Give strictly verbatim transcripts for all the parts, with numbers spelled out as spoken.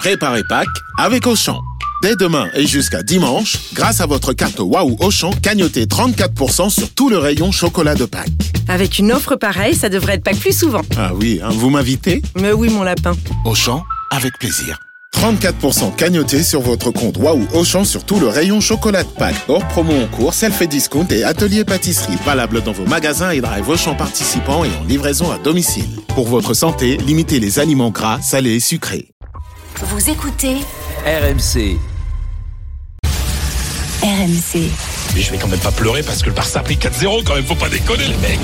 Préparez Pâques avec Auchan. Dès demain et jusqu'à dimanche, grâce à votre carte Waouh Auchan, cagnotez trente-quatre pour cent sur tout le rayon chocolat de Pâques. Avec une offre pareille, ça devrait être Pâques plus souvent. Ah oui, hein, vous m'invitez ? Mais oui, mon lapin. Auchan, avec plaisir. trente-quatre pour cent cagnotés sur votre compte Waouh Auchan sur tout le rayon chocolat de Pâques. Hors promo en cours, self et discount et atelier pâtisserie. Valable dans vos magasins et drive Auchan participants et en livraison à domicile. Pour votre santé, limitez les aliments gras, salés et sucrés. Vous écoutez R M C. R M C. Mais je vais quand même pas pleurer parce que le Barça a pris quatre zéro quand même, faut pas déconner les mecs.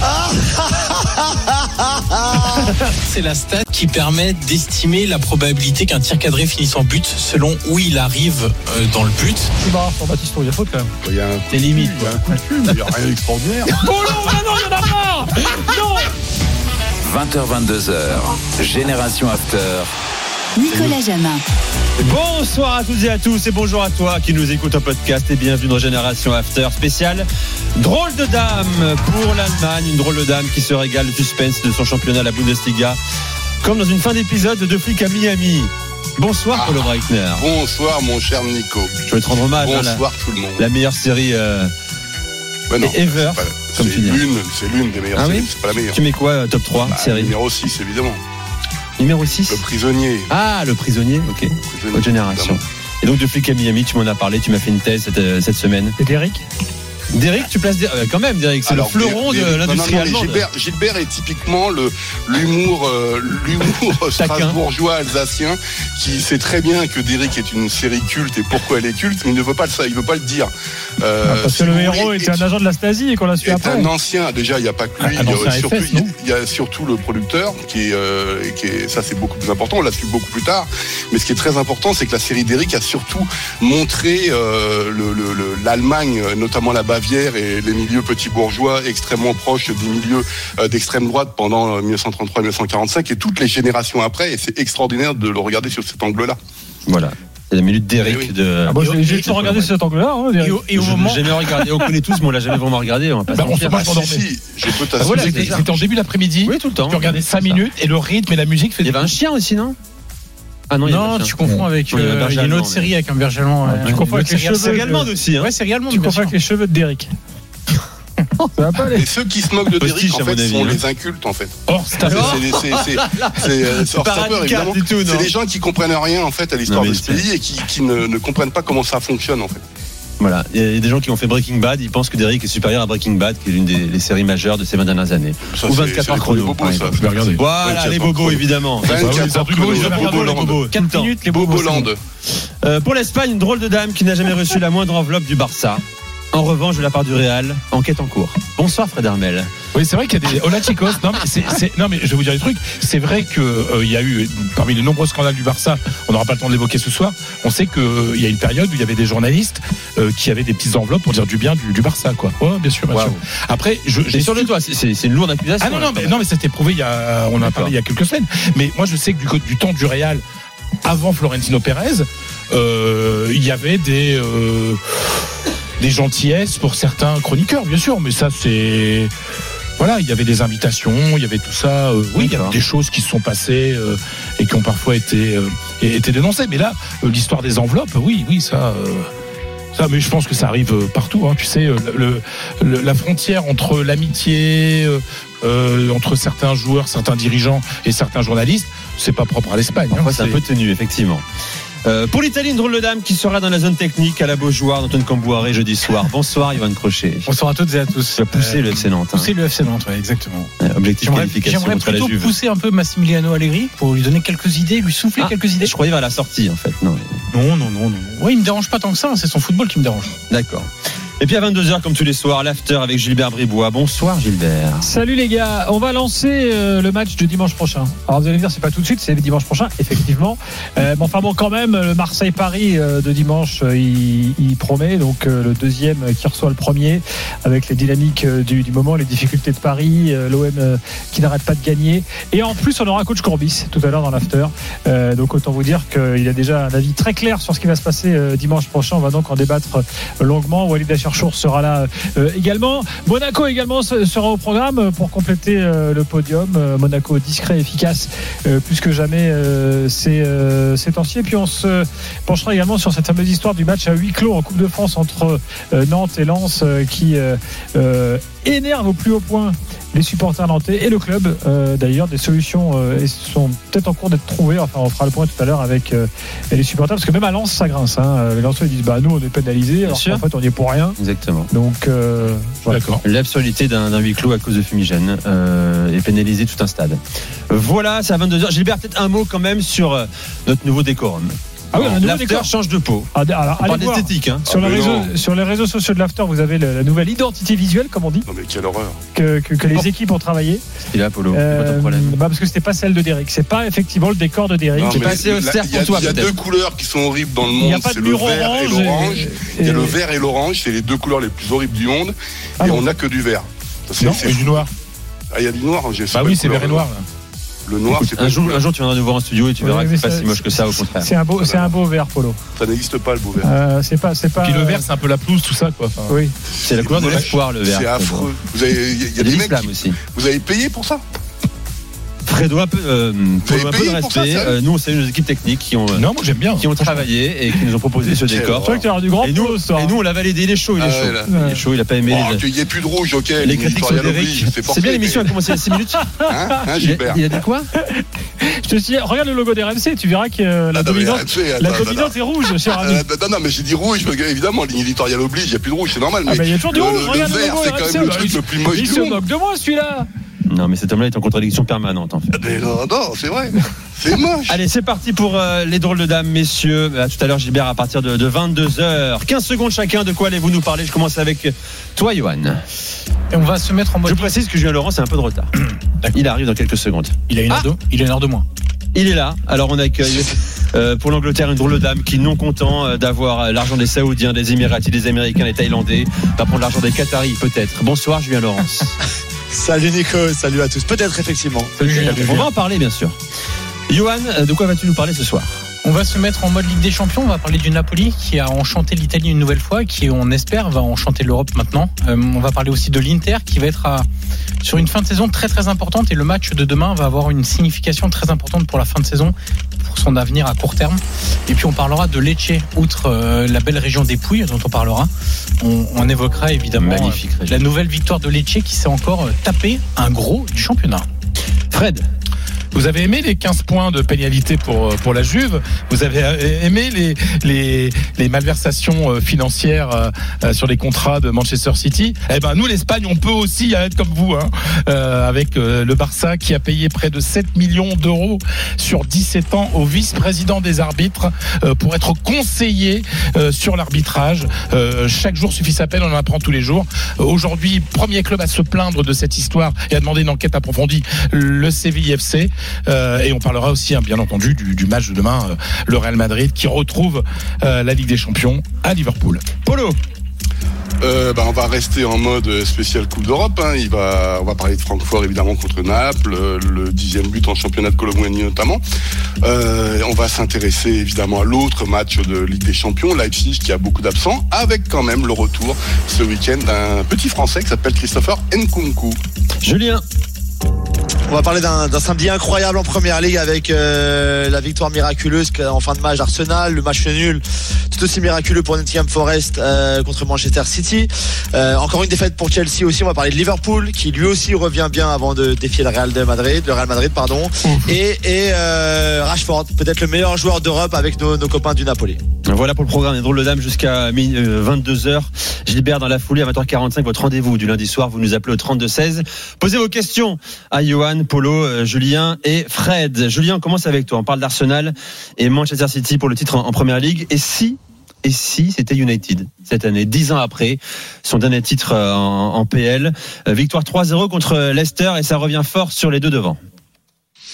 C'est la stat qui permet d'estimer la probabilité qu'un tir cadré finisse en but selon où il arrive euh, dans le but. C'est marrant pour Baptiste, il y a faute quand même. Il y a un T'es limite. il y a un coup de cul, il y a rien d'extraordinaire. Oh non, ah non, il y en a pas. Non. vingt heures vingt-deux heures. Génération After. Nicolas Jamin. Bonsoir à toutes et à tous et bonjour à toi qui nous écoute au podcast et bienvenue dans Génération After spécial drôle de dame pour l'Allemagne, une drôle de dame qui se régale du suspense de son championnat, la Bundesliga, comme dans une fin d'épisode de Flic à Miami. Bonsoir Paulo Breitner. Bonsoir mon cher Nico. Je vais te rendre hommage. Bonsoir hein, tout le monde. La meilleure série euh, ben non, ever. c'est, pas, comme c'est, tu dis. l'une, c'est l'une des meilleures ah séries, oui c'est pas la meilleure. Tu mets quoi euh, top trois bah, série Numéro six évidemment. Numéro six. Le prisonnier. Ah, le prisonnier, ok. Prisonnier, Votre génération. évidemment. Et donc de Flic à Miami, tu m'en as parlé, tu m'as fait une thèse cette, euh, cette semaine. Et Derrick Derrick, tu places euh, quand même Derrick, c'est Alors, le fleuron Derrick, de l'industrie non, non, allemande. Gilbert, Gilbert est typiquement le, l'humour, euh, l'humour strasbourgeois alsacien qui sait très bien que Derrick est une série culte et pourquoi elle est culte, mais il ne veut pas le, il veut pas le dire. Euh, ah, Parce si que le vous héros voulez, était un agent de la Stasi et qu'on l'a su est après. un ancien, déjà il n'y a pas que lui, Un il y a ancien surtout, F S, non il y a surtout le producteur qui est, euh, qui est, ça c'est beaucoup plus important, on l'a su beaucoup plus tard, mais ce qui est très important c'est que la série d'Eric a surtout montré euh, le, le, le, l'Allemagne, notamment la Bavière et les milieux petits bourgeois extrêmement proches des milieux euh, d'extrême droite pendant euh, dix-neuf cent trente-trois dix-neuf cent quarante-cinq et toutes les générations après, et c'est extraordinaire de le regarder sur cet angle-là. Voilà. C'est la minute d'Eric oui. de. Ah bon, j'ai, j'ai toujours regardé cet angle-là. Hein, Et au, et au je moment. l'ai jamais regardé. On connaît tous, mais on l'a jamais vraiment regardé. On va pas Bah, se on se mentir. passe Ah, pendant si, si, je peux Ah, t'assurer. voilà, c'est c'était, ça. c'était en début d'après-midi. Oui, tout le temps. Tu regardais cinq C'est ça. minutes et le rythme et la musique Il y faisaient. avait un chien aussi, non? Ah non, il y avait Non, un chien. tu confonds avec Non, il y a un euh, berger il y a une allemand, autre mais- série avec un berger allemand. Ouais, ouais, tu ouais, confonds une avec les série cheveux Série de- allemande aussi. Hein. Ouais, série allemande. Tu bien confonds sûr. avec les cheveux de Derrick. Ça va pas aller. Et ceux qui se moquent de Derrick, Postiche, en à fait, mon avis, sont hein. les incultes, en fait. Or, c'est un C'est, c'est, c'est, c'est, c'est, euh, c'est hors pas stopper, radical évidemment. du tout, non. C'est des gens qui comprennent rien, en fait, à l'histoire Non, mais de ce c'est- pays et qui, qui ne, ne comprennent pas comment ça fonctionne, en fait. Voilà. Il y a des gens qui ont fait Breaking Bad. Ils pensent que Derrick est supérieur à Breaking Bad, qui est l'une des les séries majeures de ces vingt dernières années. Ça, Ou c'est- vingt-quatre c'est heures les chrono. bobos, par ça. exemple. Je vais regarder. Voilà, vingt-quatre les heures bobos, chrono. évidemment. vingt-quatre oui, heures c'est un truc chrono, beau, le je vais Boboland. regarder. quatre minutes, les bobos. Boboland. Euh, pour l'Espagne, une drôle de dame qui n'a jamais reçu la moindre enveloppe du Barça. En revanche, de la part du Real, enquête en cours. Bonsoir Fred Hermel. Oui, c'est vrai qu'il y a des Hola chicos. Non, mais c'est, c'est, non, mais je vais vous dire des trucs. C'est vrai que euh, il y a eu parmi les nombreux scandales du Barça, on n'aura pas le temps de l'évoquer ce soir. On sait que euh, il y a une période où il y avait des journalistes euh, qui avaient des petites enveloppes pour dire du bien du, du Barça, quoi. Ouais, bien sûr, bien Wow. sûr. Après, je, J'ai j'ai sur le toit, c'est, c'est, c'est une lourde accusation. Ah non, non, là, mais, quand non, mais ça s'était prouvé il y a, on en a D'accord. parlé il y a quelques semaines. Mais moi, je sais que du, côté- du temps du Real, avant Florentino Pérez, euh, il y avait des, euh, des gentillesses pour certains chroniqueurs, bien sûr. Mais ça, c'est, voilà, il y avait des invitations, il y avait tout ça. euh, oui, il y D'accord. avait des choses qui se sont passées euh, et qui ont parfois été, euh, été dénoncées. Mais là, euh, l'histoire des enveloppes, oui, oui, ça. Euh, Ça, mais je pense que ça arrive euh, partout. Hein. Tu sais, euh, le, le, la frontière entre l'amitié, euh, euh, entre certains joueurs, certains dirigeants et certains journalistes, c'est pas propre à l'Espagne. Hein. Parfois, c'est un C'est- peu tenu, effectivement. Euh, pour l'Italie, une drôle de dame qui sera dans la zone technique à la Beaujoire d'Antoine Cambuaré jeudi soir. Bonsoir, Yvan Crochet. Bonsoir à toutes et à tous. Tu vas pousser Euh, le F C Nantes. Hein. Pousser le F C Nantes, ouais, exactement. Euh, Objectif J'aimerais, qualification j'aimerais contre la plutôt Juve. pousser un peu Massimiliano Allegri pour lui donner quelques idées, lui souffler Ah, quelques idées. Je croyais vers la sortie, en fait. Non, Non, non, non, non. Ouais, il me dérange pas tant que ça, hein, c'est son football qui me dérange. d'accord. Et puis à vingt-deux heures, comme tous les soirs, l'after avec Gilbert Bribois. Bonsoir, Gilbert. Salut les gars, on va lancer euh, le match de dimanche prochain. Alors vous allez me dire c'est pas tout de suite, c'est dimanche prochain, effectivement. Euh, mais enfin bon, quand même, le Marseille-Paris euh, de dimanche, euh, il, il promet. Donc euh, le deuxième euh, qui reçoit le premier, avec les dynamiques euh, du, du moment, les difficultés de Paris, euh, l'O M euh, qui n'arrête pas de gagner. Et en plus, on aura coach Courbis tout à l'heure dans l'after. Euh, donc autant vous dire qu'il a déjà un avis très clair sur ce qui va se passer euh, dimanche prochain. On va donc en débattre euh, longuement. Walid Acharchouri Arthur Schour sera là euh, également. Monaco également sera au programme pour compléter euh, le podium. Euh, Monaco discret, efficace, euh, plus que jamais euh, ces, euh, ces temps-ci. Et puis on se penchera également sur cette fameuse histoire du match à huis clos en Coupe de France entre euh, Nantes et Lens euh, qui euh, euh, énerve au plus haut point les supporters nantais et le club. Euh, d'ailleurs, des solutions euh, sont peut-être en cours d'être trouvées. Enfin, on fera le point tout à l'heure avec euh, les supporters, parce que même à Lens, ça grince. Hein. Les Lensois ils disent bah nous on est pénalisés, alors qu'en fait on n'y est pour rien. Exactement. Donc, euh, voilà. D'accord. L'absurdité d'un, d'un huis clos à cause de fumigène euh, et pénaliser tout un stade. Voilà, c'est à vingt-deux heures. Gilbert, peut-être un mot quand même sur euh, notre nouveau décorum. Ah oui, un nouveau l'after décor change de peau. Ah, alors, on allez parle voir. d'esthétique. Hein. Sur, Ah, les réseaux, non. sur les réseaux sociaux de l'After, vous avez la, la nouvelle identité visuelle, comme on dit, Non mais quelle horreur. que, que, que les équipes ont travaillé. Il est là, Polo. Euh, c'est pas ton problème. bah parce que c'était pas celle de Derrick. C'est pas effectivement le décor de Derrick. Non, J'ai mais pas assez austère il y a- pour toi, Il y a peut-être. deux couleurs qui sont horribles dans le Il y a monde, pas de c'est le mur vert et orange l'orange. et- Il y a et- le vert et l'orange, c'est les deux couleurs les plus horribles du monde. Ah et bon. on n'a que du vert. Ça, c'est- Non, c'est et fou. du noir. Ah, il y a du noir. j'ai- Bah pas oui, une c'est couleur, vert et noir. là. Le noir, Écoute, c'est pas un une jour, couleur. un jour, tu viendras nous voir en studio et tu Ouais, verras que mais c'est pas ça- si moche que ça, au contraire. C'est un beau, c'est un beau vert, Polo. Ça n'existe pas le beau vert. Euh, c'est pas, c'est pas. Puis le vert, c'est un peu la pelouse, tout ça, quoi. Enfin, Oui. C'est la couleur de l'espoir, le vert. C'est affreux. Vous avez, il y a- il y a Il y a des mecs, l'islam qui- aussi. vous avez payé pour ça. Fredo, un peu, euh, Polo, avez un peu payé de pour ça, respect. sérieux Euh, nous, on salue nos équipes techniques qui ont, euh, Non, moi j'aime bien. qui ont travaillé et qui nous ont proposé ce Quel décor. Je crois que tu as du grand Et nous, Polo, ça. et nous, on l'a validé. Il est chaud, il est Ah chaud. ouais, là. Il est chaud, il a pas aimé Oh, les. qu'il n'y ait plus de rouge, ok. Les critiques sont l'éditorial d'Eric. oblige, C'est porté, bien, l'émission a mais- commencé à six minutes. Hein, hein, Il a, Gilbert. il a dit quoi? Je te dis, regarde le logo des R M C, tu verras que euh, la Ah, non, mais, dominante, tu sais, la attends, attends, dominante est rouge, cher attends. ami. Euh, Non, non, mais j'ai dit rouge, parce qu'évidemment, ligne éditoriale oblige, il n'y a plus de rouge, c'est normal. Ah, Mais bah, il y a toujours du le- rouge, le- le regarde le vert, logo c'est R M quand C. même le bah, truc il- le plus moche Il du se monde. moque de moi, celui-là. Non, mais cet homme-là est en contradiction permanente, en fait. Mais non, non, c'est vrai. C'est moche. Allez, c'est parti pour euh, les drôles de dames, messieurs. À tout à l'heure, Gilbert, à partir de, de vingt-deux heures. quinze secondes chacun. De quoi allez-vous nous parler? Je commence avec toi, Johan. Et on va se mettre en mode. Je précise que Julien Laurent, c'est un peu de retard. Il arrive dans quelques secondes. Il a une heure Ah. de, il a une heure de moins. Il est là. Alors, on accueille euh, pour l'Angleterre une drôle de dame qui, non content euh, d'avoir euh, l'argent des Saoudiens, des Émiratis, des Américains, des Thaïlandais, va prendre l'argent des Qataris, peut-être. Bonsoir, Julien Laurence. Salut Nico, salut à tous. Peut-être effectivement. Salut, Julien. On va en parler, bien sûr. Johan, euh, de quoi vas-tu nous parler ce soir? On va se mettre en mode Ligue des Champions. On va parler du Napoli qui a enchanté l'Italie une nouvelle fois, qui on espère va enchanter l'Europe maintenant. Euh, on va parler aussi de l'Inter qui va être à, sur une fin de saison très très importante, et le match de demain va avoir une signification très importante pour la fin de saison, pour son avenir à court terme. Et puis on parlera de Lecce, outre euh, la belle région des Pouilles dont on parlera. On, on évoquera évidemment Magnifique euh, la nouvelle victoire de Lecce qui s'est encore euh, tapé un gros du championnat. Fred. Vous avez aimé les quinze points de pénalité pour, pour la Juve? Vous avez aimé les, les, les malversations financières sur les contrats de Manchester City? Eh ben, nous, l'Espagne, on peut aussi être comme vous, hein, euh, avec le Barça qui a payé près de sept millions d'euros sur dix-sept ans au vice-président des arbitres euh, pour être conseiller euh, sur l'arbitrage. Euh, chaque jour suffit sa peine, on en apprend tous les jours. Euh, aujourd'hui, premier club à se plaindre de cette histoire et à demander une enquête approfondie, le Séville F C. Euh, et on parlera aussi, hein, bien entendu, du, du match de demain, euh, le Real Madrid qui retrouve euh, la Ligue des Champions à Liverpool. Polo. Euh, bah, on va rester en mode spécial Coupe d'Europe. Hein. Il va, on va parler de Francfort évidemment contre Naples, euh, le dixième but en championnat de Colomboigny notamment. Euh, on va s'intéresser évidemment à l'autre match de Ligue des Champions, Leipzig qui a beaucoup d'absents, avec quand même le retour ce week-end d'un petit Français qui s'appelle Christopher Nkunku. Julien. On va parler d'un, d'un samedi incroyable en première ligue avec euh, la victoire miraculeuse en fin de match d'Arsenal, le match nul tout aussi miraculeux pour Nottingham Forest euh, contre Manchester City. Euh, encore une défaite pour Chelsea aussi. On va parler de Liverpool qui lui aussi revient bien avant de défier le Real de Madrid, le Real Madrid pardon. Et, et euh, Rashford, peut-être le meilleur joueur d'Europe avec nos, nos copains du Napoli. Voilà pour le programme des drôles de dames jusqu'à vingt-deux heures. Gilbert dans la foulée à vingt heures quarante-cinq, votre rendez-vous du lundi soir. Vous nous appelez au trente-deux seize. Posez vos questions à Johan, Polo, euh, Julien et Fred. Julien, on commence avec toi. On parle d'Arsenal et Manchester City pour le titre en, en Première Ligue. Et si, et si c'était United cette année, dix ans après son dernier titre en, en P L, euh, victoire trois zéro contre Leicester et ça revient fort sur les deux devants.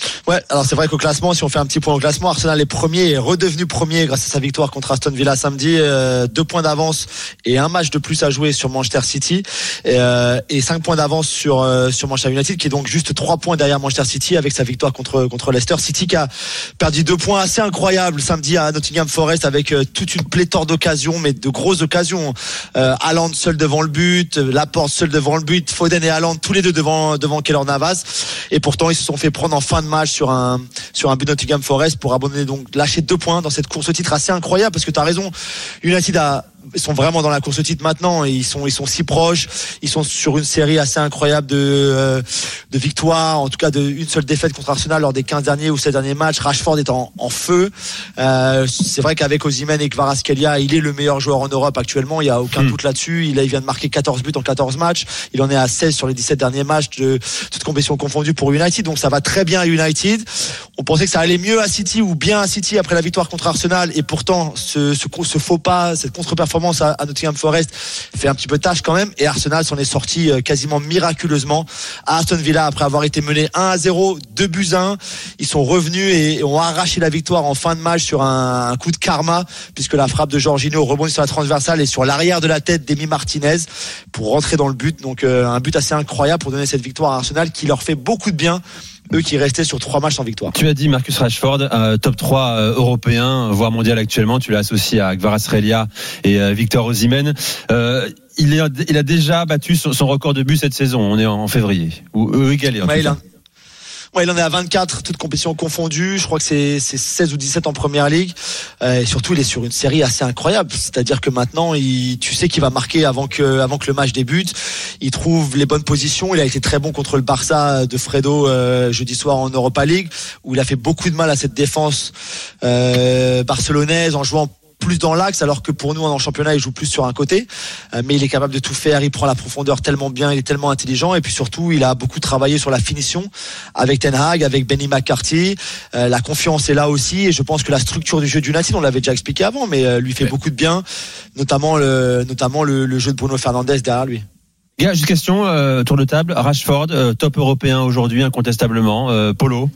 Ouais, alors c'est vrai qu'au classement, si on fait un petit point au classement, Arsenal est premier et redevenu premier grâce à sa victoire contre Aston Villa samedi. Euh, deux points d'avance et un match de plus à jouer sur Manchester City et, euh, et cinq points d'avance sur euh, sur Manchester United, qui est donc juste trois points derrière Manchester City avec sa victoire contre contre Leicester. City qui a perdu deux points assez incroyables samedi à Nottingham Forest avec euh, toute une pléthore d'occasions, mais de grosses occasions. Euh, Haaland seul devant le but, Laporte seul devant le but, Foden et Haaland tous les deux devant devant Keylor Navas, et pourtant ils se sont fait prendre en fin de match sur un sur un but Nottingham Forest pour abandonner, donc lâcher deux points dans cette course au titre assez incroyable, parce que tu as raison, United a ils sont vraiment dans la course au titre maintenant et ils sont ils sont si proches, ils sont sur une série assez incroyable de euh, de victoires, en tout cas de une seule défaite contre Arsenal lors des quinze derniers ou seize derniers matchs. Rashford est en, en feu. Euh, c'est vrai qu'avec Osimhen et Kvaratskhelia, il est le meilleur joueur en Europe actuellement, il y a aucun mmh. doute là-dessus. Il, a, il vient de marquer quatorze buts en quatorze matchs, il en est à seize sur les dix-sept derniers matchs de toutes compétitions confondues pour United, donc ça va très bien à United. On pensait que ça allait mieux à City ou bien à City après la victoire contre Arsenal, et pourtant ce, ce, ce faux pas, cette contre-performance à Nottingham Forest fait un petit peu tâche quand même, et Arsenal s'en est sorti quasiment miraculeusement à Aston Villa après avoir été mené un à zéro, deux buts à un. Ils sont revenus et ont arraché la victoire en fin de match sur un, un coup de karma, puisque la frappe de Jorginho rebondit sur la transversale et sur l'arrière de la tête d'Emi Martinez pour rentrer dans le but. Donc euh, un but assez incroyable pour donner cette victoire à Arsenal qui leur fait beaucoup de bien, eux qui restaient sur trois matchs sans victoire. Tu as dit Marcus Rashford, euh, top trois euh, européen, voire mondial actuellement. Tu l'as associé à Kvaratskhelia et euh, Victor Osimhen. Euh, il, est, il a déjà battu son, son record de buts cette saison. On est en, en février. Ou eux égalés en ouais, tout cas. Ouais, il en est à vingt-quatre, toutes compétitions confondues. Je crois que c'est, c'est seize ou dix-sept en Première Ligue. Euh, et surtout, il est sur une série assez incroyable. C'est-à-dire que maintenant, il, tu sais qu'il va marquer avant que, avant que le match débute. Il trouve les bonnes positions. Il a été très bon contre le Barça de Fredo euh, jeudi soir en Europa League, où il a fait beaucoup de mal à cette défense euh, barcelonaise en jouant plus dans l'axe, alors que pour nous en championnat il joue plus sur un côté, euh, mais il est capable de tout faire, il prend la profondeur tellement bien, il est tellement intelligent, et puis surtout il a beaucoup travaillé sur la finition avec Ten Hag, avec Benny McCarthy. Euh, la confiance est là aussi, et je pense que la structure du jeu du United, on l'avait déjà expliqué avant, mais euh, lui fait ouais. beaucoup de bien, notamment le, notamment le, le jeu de Bruno Fernandes derrière lui. Gars, juste question, euh, tour de table, Rashford, euh, top européen aujourd'hui incontestablement, euh, Polo.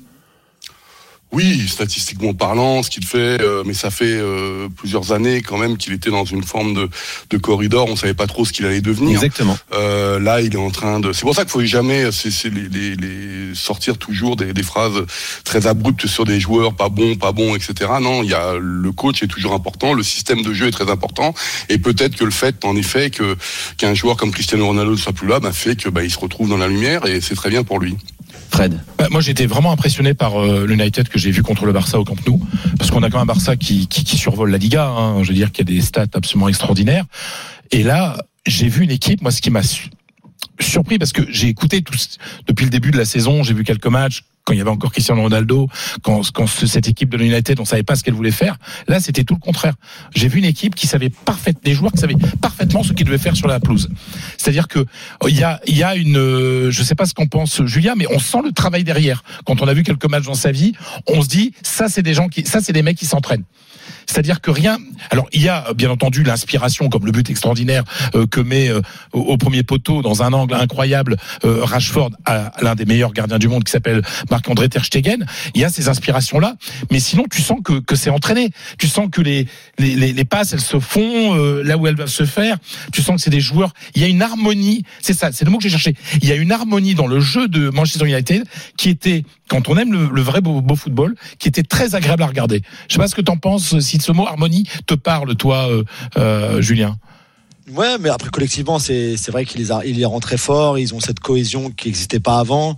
Oui, statistiquement parlant, ce qu'il fait, euh, mais ça fait euh, plusieurs années quand même qu'il était dans une forme de, de corridor. On savait pas trop ce qu'il allait devenir. Exactement. Euh, là, il est en train de. C'est pour ça qu'il faut jamais c'est, c'est les, les, les sortir toujours des, des phrases très abruptes sur des joueurs pas bons, pas bons, et cetera. Non, il y a le coach est toujours important, le système de jeu est très important, et peut-être que le fait, en effet, que qu'un joueur comme Cristiano Ronaldo ne soit plus là, bah, fait que bah, il se retrouve dans la lumière, et c'est très bien pour lui. Fred. Bah, moi j'étais vraiment impressionné par euh, l'United que j'ai vu contre le Barça au Camp Nou, parce qu'on a quand même un Barça qui, qui, qui survole la Liga, hein. Je veux dire qu'il y a des stats absolument extraordinaires, et là j'ai vu une équipe, moi ce qui m'a su- surpris, parce que j'ai écouté tout, depuis le début de la saison, j'ai vu quelques matchs quand il y avait encore Cristiano Ronaldo, quand, quand cette équipe de l'United, on savait pas ce qu'elle voulait faire. Là, c'était tout le contraire. J'ai vu une équipe qui savait parfaitement, des joueurs qui savaient parfaitement ce qu'ils devaient faire sur la pelouse. C'est-à-dire que il y a, il y a une, je sais pas ce qu'en pense Julien, mais on sent le travail derrière. Quand on a vu quelques matchs dans sa vie, on se dit, ça, c'est des gens qui, ça, c'est des mecs qui s'entraînent. C'est-à-dire que rien. Alors il y a bien entendu l'inspiration, comme le but extraordinaire euh, que met euh, au, au premier poteau dans un angle incroyable euh, Rashford à, à l'un des meilleurs gardiens du monde qui s'appelle Marc-André ter Stegen. Il y a ces inspirations-là, mais sinon tu sens que, que c'est entraîné. Tu sens que les les, les, les passes elles se font euh, là où elles doivent se faire. Tu sens que c'est des joueurs. Il y a une harmonie. C'est ça, c'est le mot que j'ai cherché. Il y a une harmonie dans le jeu de Manchester United qui était, quand on aime le, le vrai beau, beau football, qui était très agréable à regarder. Je sais pas ce que t'en penses, si ce mot harmonie te parle, toi, euh, euh, Julien. Ouais, mais après collectivement, c'est c'est vrai qu'il les a, il les rend très forts. Ils ont cette cohésion qui n'existait pas avant.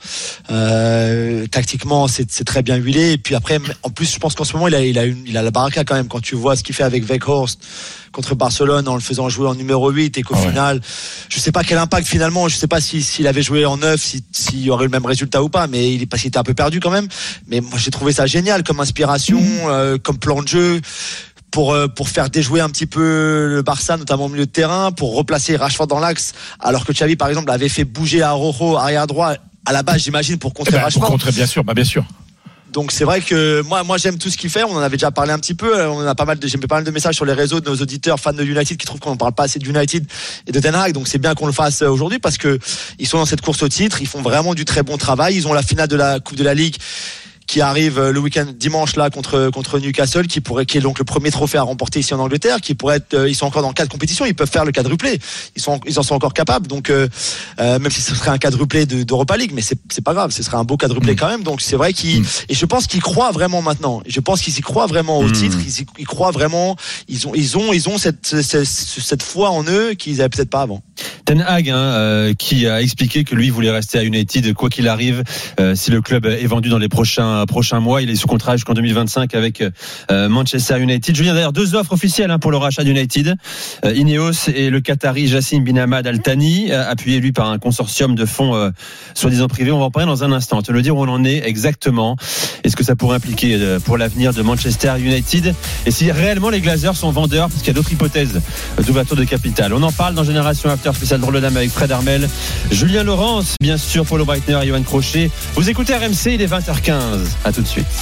Euh, tactiquement, c'est c'est très bien huilé. Et puis après, en plus, je pense qu'en ce moment, il a il a une, il a la baraka quand même. Quand tu vois ce qu'il fait avec Weghorst contre Barcelone en le faisant jouer en numéro huit, et qu'au ah ouais. final, je sais pas quel impact finalement. Je sais pas si s'il avait joué en neuf, si s'il y aurait le même résultat ou pas. Mais il est parce qu'il était un peu perdu quand même. Mais moi, j'ai trouvé ça génial comme inspiration, mmh. euh, comme plan de jeu. Pour pour faire déjouer un petit peu le Barça, notamment au milieu de terrain, pour replacer Rashford dans l'axe, alors que Xavi par exemple avait fait bouger Araujo arrière droit à la base, j'imagine, pour contrer eh ben, Rashford. Pour contrer, bien sûr, bah bien sûr. Donc c'est vrai que moi moi j'aime tout ce qu'il fait. On en avait déjà parlé un petit peu. On a pas mal de j'ai pas mal de messages sur les réseaux de nos auditeurs fans de United qui trouvent qu'on ne parle pas assez de United et de Ten Hag. Donc c'est bien qu'on le fasse aujourd'hui parce que ils sont dans cette course au titre. Ils font vraiment du très bon travail. Ils ont la finale de la Coupe de la Ligue qui arrive le week-end dimanche là contre contre Newcastle, qui pourrait qui est donc le premier trophée à remporter ici en Angleterre, qui pourrait être, euh, ils sont encore dans quatre compétitions, ils peuvent faire le quadruplé, ils sont ils en sont encore capables, donc euh, euh, même si ce serait un quadruplé de, d'Europa League, mais c'est c'est pas grave, ce serait un beau quadruplé mmh. quand même, donc c'est vrai qu'ils mmh. et je pense qu'ils croient vraiment maintenant, je pense qu'ils y croient vraiment au mmh. titre, ils, y, ils croient vraiment, ils ont ils ont ils ont cette cette, cette foi en eux qu'ils avaient peut-être pas avant. Ten Hag hein, euh, qui a expliqué que lui voulait rester à United quoi qu'il arrive, euh, si le club est vendu dans les prochains prochains mois. Il est sous contrat jusqu'en deux mille vingt-cinq avec euh, Manchester United. Julien, d'ailleurs, deux offres officielles hein, pour le rachat d'United. Euh, Ineos et le Qatari Jassim Bin Hamad Al Thani, euh, appuyé lui par un consortium de fonds euh, soi-disant privés. On va en parler dans un instant. Te le dire où on en est exactement. Est-ce que ça pourrait impliquer euh, pour l'avenir de Manchester United, et si réellement les Glazers sont vendeurs, parce qu'il y a d'autres hypothèses euh, d'ouverture de capital. On en parle dans Génération After spécial Drôle de Dame avec Fred Armel, Julien Laurence, bien sûr, Paulo Breitner et Johan Crochet. Vous écoutez R M C, il est vingt heures quinze. À tout de suite.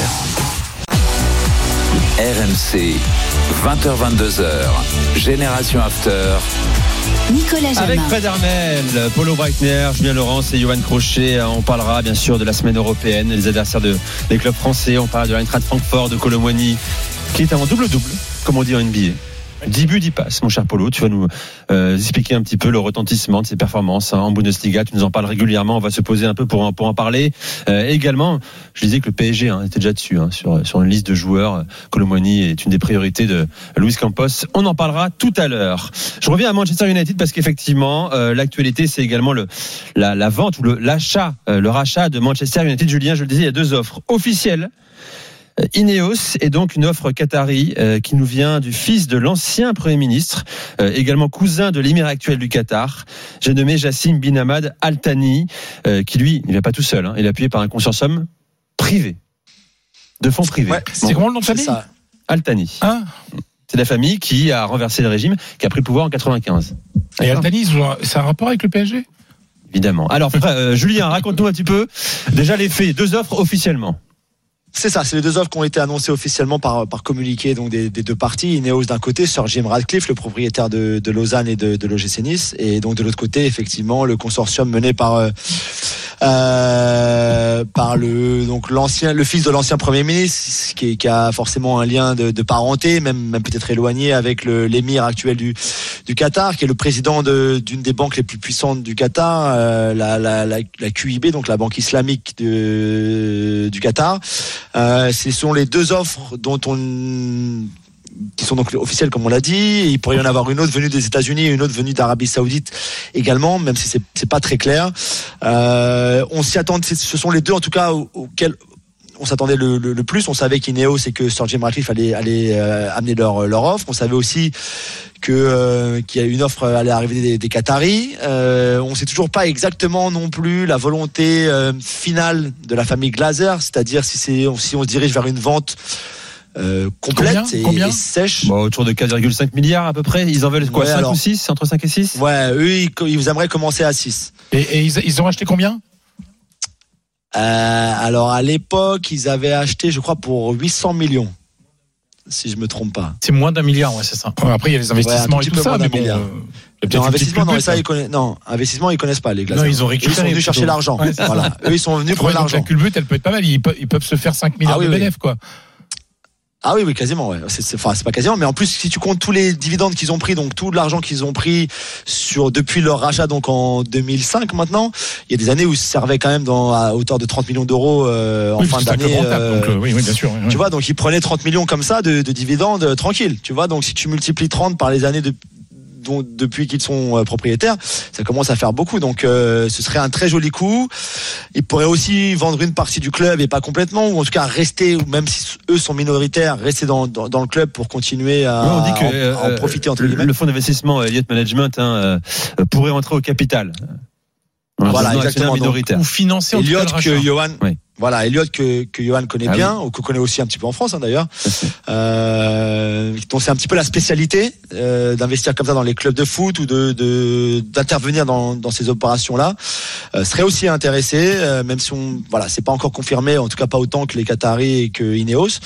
R M C, vingt heures vingt-deux heures, Génération After. Nicolas Jamin. Avec Fred Armel, Paulo Breitner, Julien Laurence et Johan Crochet. On parlera bien sûr de la semaine européenne, les adversaires de, des clubs français. On parle de l'Eintracht Francfort, de Kolo Muani, qui est en double-double, comme on dit en N B A. dix buts, dix passes, mon cher Paulo. Tu vas nous euh, expliquer un petit peu le retentissement de ses performances hein, en Bundesliga. Tu nous en parles régulièrement. On va se poser un peu pour, pour en parler. Euh, également, je disais que le P S G hein, était déjà dessus hein, sur, sur une liste de joueurs. Kolo Muani est une des priorités de Luis Campos. On en parlera tout à l'heure. Je reviens à Manchester United parce qu'effectivement, euh, l'actualité, c'est également le, la, la vente ou le, l'achat, euh, le rachat de Manchester United. Julien, je le disais, il y a deux offres officielles. Ineos est donc une offre qatari euh, qui nous vient du fils de l'ancien Premier ministre, euh, également cousin de l'émir actuel du Qatar. J'ai nommé Jassim Bin Hamad Al Thani, euh, qui lui, il ne vient pas tout seul, hein, il est appuyé par un consortium privé, de fonds privés. Ouais, c'est bon. Comment le nom de famille ? Al Thani. Ah. C'est la famille qui a renversé le régime, qui a pris le pouvoir en quatre-vingt-quinze. Et Al Thani, c'est un rapport avec le P S G ? Évidemment. Alors, euh, Julien, raconte-nous un petit peu, déjà les faits, deux offres officiellement. C'est ça, c'est les deux offres qui ont été annoncées officiellement par, par communiqué donc des, des deux parties. Ineos d'un côté, Sir Jim Ratcliffe, le propriétaire de, de Lausanne et de, de l'O G C Nice, et donc de l'autre côté, effectivement, le consortium mené par euh, euh, par le donc l'ancien, le fils de l'ancien Premier ministre, qui, qui a forcément un lien de, de parenté, même même peut-être éloigné avec le, l'émir actuel du du Qatar, qui est le président de, d'une des banques les plus puissantes du Qatar, euh, la, la, la, la Q I B, donc la banque islamique de, du Qatar. Euh, ce sont les deux offres dont on qui sont donc officielles comme on l'a dit. Il pourrait y en avoir une autre venue des États-Unis et une autre venue d'Arabie Saoudite également, même si c'est c'est pas très clair. Euh, on s'y attend. Ce sont les deux en tout cas auxquels on s'attendait le, le, le plus. On savait qu'Ineos et que Sir Jim Ratcliffe allait, allait euh, amener leur, leur offre. On savait aussi que euh, qu'il y a une offre allait arriver des, des Qataris. Euh, on sait toujours pas exactement non plus la volonté euh, finale de la famille Glazer, c'est-à-dire si c'est si on se dirige vers une vente euh, complète combien, et, combien et sèche. Bon, autour de quatre virgule cinq milliards à peu près. Ils en veulent quoi, ouais, cinq alors, ou six, entre cinq et six? Ouais, eux ils, ils aimeraient commencer à six. Et, et ils, ils ont acheté combien? Euh, alors à l'époque, ils avaient acheté, je crois, pour huit cents millions, si je me trompe pas. C'est moins d'un milliard, ouais, c'est ça. Ouais, après, il y a les investissements ouais, et tout ça, mais bon. Euh, non, investissement, non, ça, ils connaissent, non, investissement, ils connaissent pas les Glazers. Non, ils ont récupéré. Ils sont venus chercher l'argent. Ouais, voilà. Eux, ils sont venus prendre l'argent. La culbute, elle peut être pas mal. Ils peuvent, ils peuvent se faire cinq milliards ah, oui, de bénéfices, oui. quoi. Ah oui, oui, quasiment, ouais. C'est, c'est, enfin, c'est pas quasiment, mais en plus, si tu comptes tous les dividendes qu'ils ont pris, donc tout l'argent qu'ils ont pris sur, depuis leur rachat, donc en deux mille cinq maintenant, il y a des années où ils se servaient quand même dans, à hauteur de trente millions d'euros, euh, en oui, fin d'année. Euh, donc, euh, oui, oui, bien sûr. Oui, tu vois, donc ils prenaient trente millions comme ça de, de dividendes, euh, tranquille. Tu vois, donc si tu multiplies trente par les années de, dont, depuis qu'ils sont euh, propriétaires, ça commence à faire beaucoup. Donc, euh, ce serait un très joli coup. Ils pourraient aussi vendre une partie du club et pas complètement, ou en tout cas rester, ou même si eux sont minoritaires, rester dans, dans, dans le club pour continuer à, ouais, on dit que, à, en, à en profiter entre guillemets. Le fonds d'investissement Elliott Management hein, euh, pourrait entrer au capital. Voilà, exactement. Minoritaire. Donc, ou financer en Elliott tout cas le que Johan. Oui. Voilà, Elliott que, que Johan connaît ah bien, oui. ou que connaît aussi un petit peu en France hein, d'ailleurs. Euh, donc c'est un petit peu la spécialité euh, d'investir comme ça dans les clubs de foot ou de, de d'intervenir dans, dans ces opérations-là. Euh, serait aussi intéressé, euh, même si on voilà, c'est pas encore confirmé, en tout cas pas autant que les Qataris et que Ineos.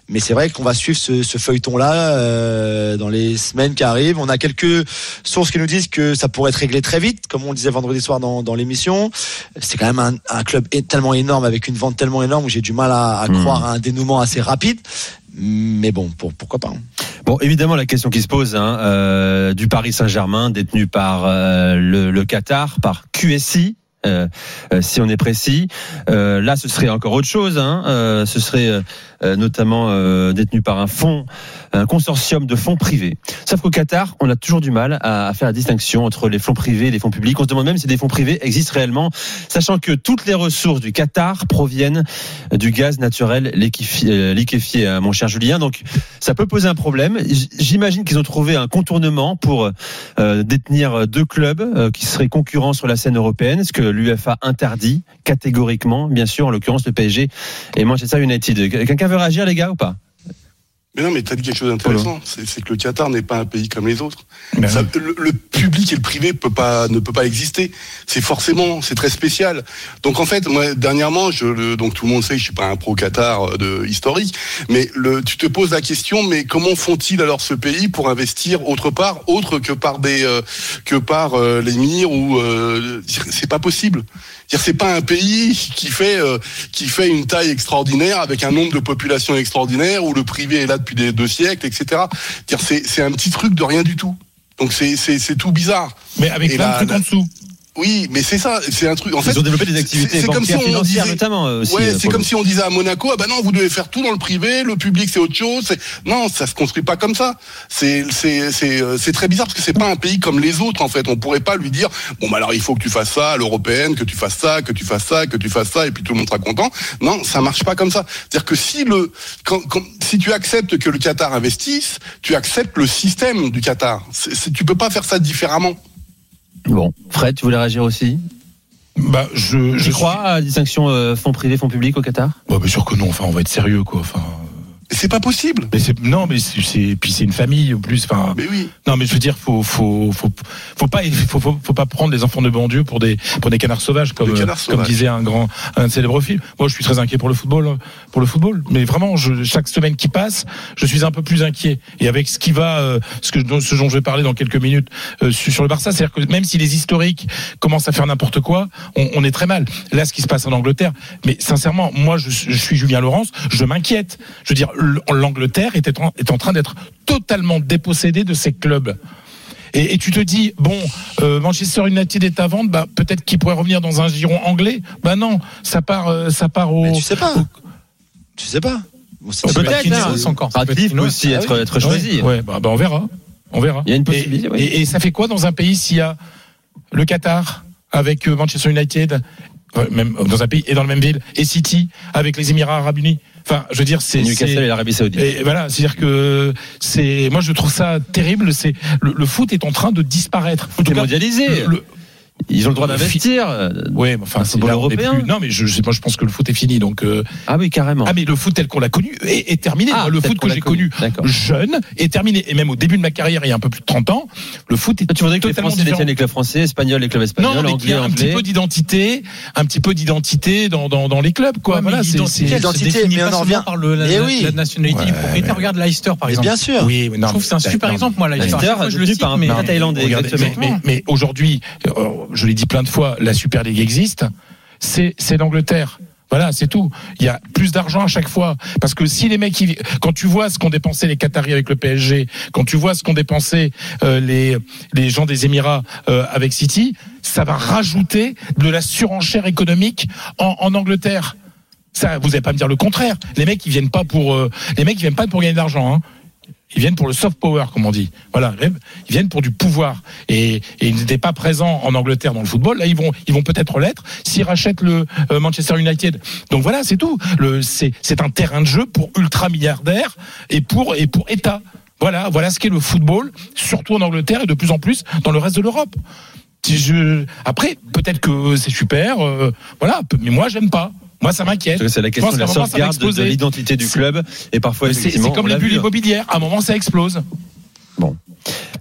Mais c'est vrai qu'on va suivre ce, ce feuilleton-là euh, dans les semaines qui arrivent. On a quelques sources qui nous disent que ça pourrait être réglé très vite, comme on le disait vendredi soir dans, dans l'émission. C'est quand même un, un club tellement énorme, avec une vente tellement énorme, où j'ai du mal à, à mmh. croire à un dénouement assez rapide. Mais bon, pour, pourquoi pas. Hein. Bon, évidemment, la question qui se pose hein, euh, du Paris Saint-Germain, détenu par euh, le, le Qatar, par Q S I. Euh, euh, si on est précis, euh, là ce serait encore autre chose. Hein, euh, ce serait euh, notamment euh, détenu par un fonds, un consortium de fonds privés. Sauf qu'au Qatar, on a toujours du mal à, à faire la distinction entre les fonds privés et les fonds publics. On se demande même si des fonds privés existent réellement, sachant que toutes les ressources du Qatar proviennent du gaz naturel liquéfié, liquéfié hein, mon cher Julien. Donc ça peut poser un problème. J'imagine qu'ils ont trouvé un contournement pour euh, détenir deux clubs euh, qui seraient concurrents sur la scène européenne. Est-ce que l'U F A interdit catégoriquement, bien sûr, en l'occurrence le P S G et Manchester United. Quelqu'un veut réagir, les gars, ou pas? Mais non, mais t'as dit quelque chose d'intéressant. C'est, c'est que le Qatar n'est pas un pays comme les autres. Ça, le, le public et le privé peut pas, ne peut pas exister. C'est forcément, c'est très spécial. Donc en fait, moi dernièrement, je, le, donc tout le monde sait que je suis pas un pro Qatar de historique, mais le, tu te poses la question, mais comment font-ils alors ce pays pour investir autre part, autre que par des, euh, que par euh, l'émir ou euh, c'est pas possible. C'est-à-dire, c'est pas un pays qui fait euh, qui fait une taille extraordinaire avec un nombre de population extraordinaire où le privé est là depuis des deux siècles, et cetera. C'est-à-dire, c'est c'est un petit truc de rien du tout. Donc c'est c'est c'est tout bizarre. Mais avec plein de trucs en dessous. Oui, mais c'est ça, c'est un truc. En Ils fait, ont développé des activités c'est, c'est bancaires, comme si on financières disait, notamment. Aussi, ouais, c'est comme le... si on disait à Monaco, ah ben non, vous devez faire tout dans le privé, le public c'est autre chose. C'est... Non, ça se construit pas comme ça. C'est c'est c'est c'est très bizarre parce que c'est pas un pays comme les autres en fait. On pourrait pas lui dire, bon bah alors il faut que tu fasses ça à l'européenne, que tu fasses ça, que tu fasses ça, que tu fasses ça, et puis tout le monde sera content. Non, ça marche pas comme ça. C'est-à-dire que si le quand, quand si tu acceptes que le Qatar investisse, tu acceptes le système du Qatar. C'est, c'est, tu peux pas faire ça différemment. Bon, Fred, tu voulais réagir aussi? Bah, je, je tu crois à la distinction euh, fonds privés, fonds publics au Qatar? Bah, bien sûr que non. Enfin, on va être sérieux, quoi. Enfin. C'est pas possible. Mais c'est non, mais c'est, c'est puis c'est une famille en plus. Enfin. Mais oui. Non, mais je veux dire, faut faut faut faut pas faut faut, faut pas prendre les enfants de bon Dieu pour des pour des canards sauvages comme canards comme sauvages. disait un grand un célèbre film. Moi, je suis très inquiet pour le football pour le football. Mais vraiment, je, chaque semaine qui passe, je suis un peu plus inquiet. Et avec ce qui va, euh, ce que ce dont je vais parler dans quelques minutes euh, sur le Barça, c'est-à-dire que même si les historiques commencent à faire n'importe quoi, on, on est très mal. Là, ce qui se passe en Angleterre, mais sincèrement, moi, je, je suis Julien Laurence, je m'inquiète. Je veux dire, l'Angleterre est en, est en train d'être totalement dépossédé de ses clubs. Et, et tu te dis, bon, euh, Manchester United est à vendre, bah, peut-être qu'il pourrait revenir dans un giron anglais. Bah non, ça part, euh, ça part au. Mais tu sais pas. Au... Tu sais pas. Bon, c'est peut-être, hein, c'est encore. Radcliffe peut aussi ah, être, oui. être choisi. Ouais, ouais bah, bah on verra. On verra. Il y a une possibilité. Et, oui. et, et ça fait quoi dans un pays s'il y a le Qatar avec Manchester United, même dans un pays et dans la même ville, et City avec les Émirats Arabes Unis? Enfin, je veux dire, c'est Newcastle c'est, et l'Arabie Saoudite. Et voilà, c'est-à-dire que c'est, moi je trouve ça terrible. C'est le, le foot est en train de disparaître. Tout est mondialisé. Le, le, Ils ont le droit d'investir. Oui, mais enfin, c'est pour l'européen. Plus... Non, mais je, je, moi, je pense que le foot est fini. Donc, euh... ah oui, carrément. Ah, mais le foot tel qu'on l'a connu est, est terminé. Ah, moi, le foot que j'ai connu, connu jeune est terminé. Et même au début de ma carrière, il y a un peu plus de trente ans, le foot est. Tu voudrais que les Français détiennent les clubs français, espagnols, les clubs espagnols, non, non, mais anglais, qu'il y a un anglais. petit peu d'identité, un petit peu d'identité dans dans dans les clubs, quoi. Ouais, voilà, c'est l'identité, mais on en revient par le la, la, oui. la nationalité ouais, du propriétaire. Ouais. Regarde Leicester, par exemple. Bien sûr. Oui, mais non, je trouve que c'est un super exemple, moi, Leicester. Je le dis par un Thaïlandais. Mais aujourd'hui, je l'ai dit plein de fois, la Super League existe, c'est, c'est l'Angleterre. Voilà, c'est tout. Il y a plus d'argent à chaque fois. Parce que si les mecs, ils, quand tu vois ce qu'ont dépensé les Qataris avec le P S G, quand tu vois ce qu'ont dépensé euh, les, les gens des Émirats euh, avec City, ça va rajouter de la surenchère économique en, en Angleterre. Ça, vous n'allez pas me dire le contraire. Les mecs, ils viennent pas pour, euh, les mecs, ils viennent pas pour gagner de l'argent, hein. Ils viennent pour le soft power, comme on dit. Voilà, ils viennent pour du pouvoir. Et, et ils n'étaient pas présents en Angleterre dans le football. Là, ils vont, ils vont peut-être l'être s'ils rachètent le euh, Manchester United. Donc voilà, c'est tout. Le, c'est, c'est un terrain de jeu pour ultra milliardaires et pour et pour État. Voilà, voilà ce qu'est le football, surtout en Angleterre et de plus en plus dans le reste de l'Europe. Si je, après, peut-être que c'est super, euh, voilà, mais moi, j'aime pas. Moi, ça m'inquiète. C'est la question de la sauvegarde de l'identité du club. Et parfois, c'est, c'est comme les bulles immobilières. À un moment, ça explose. Bon.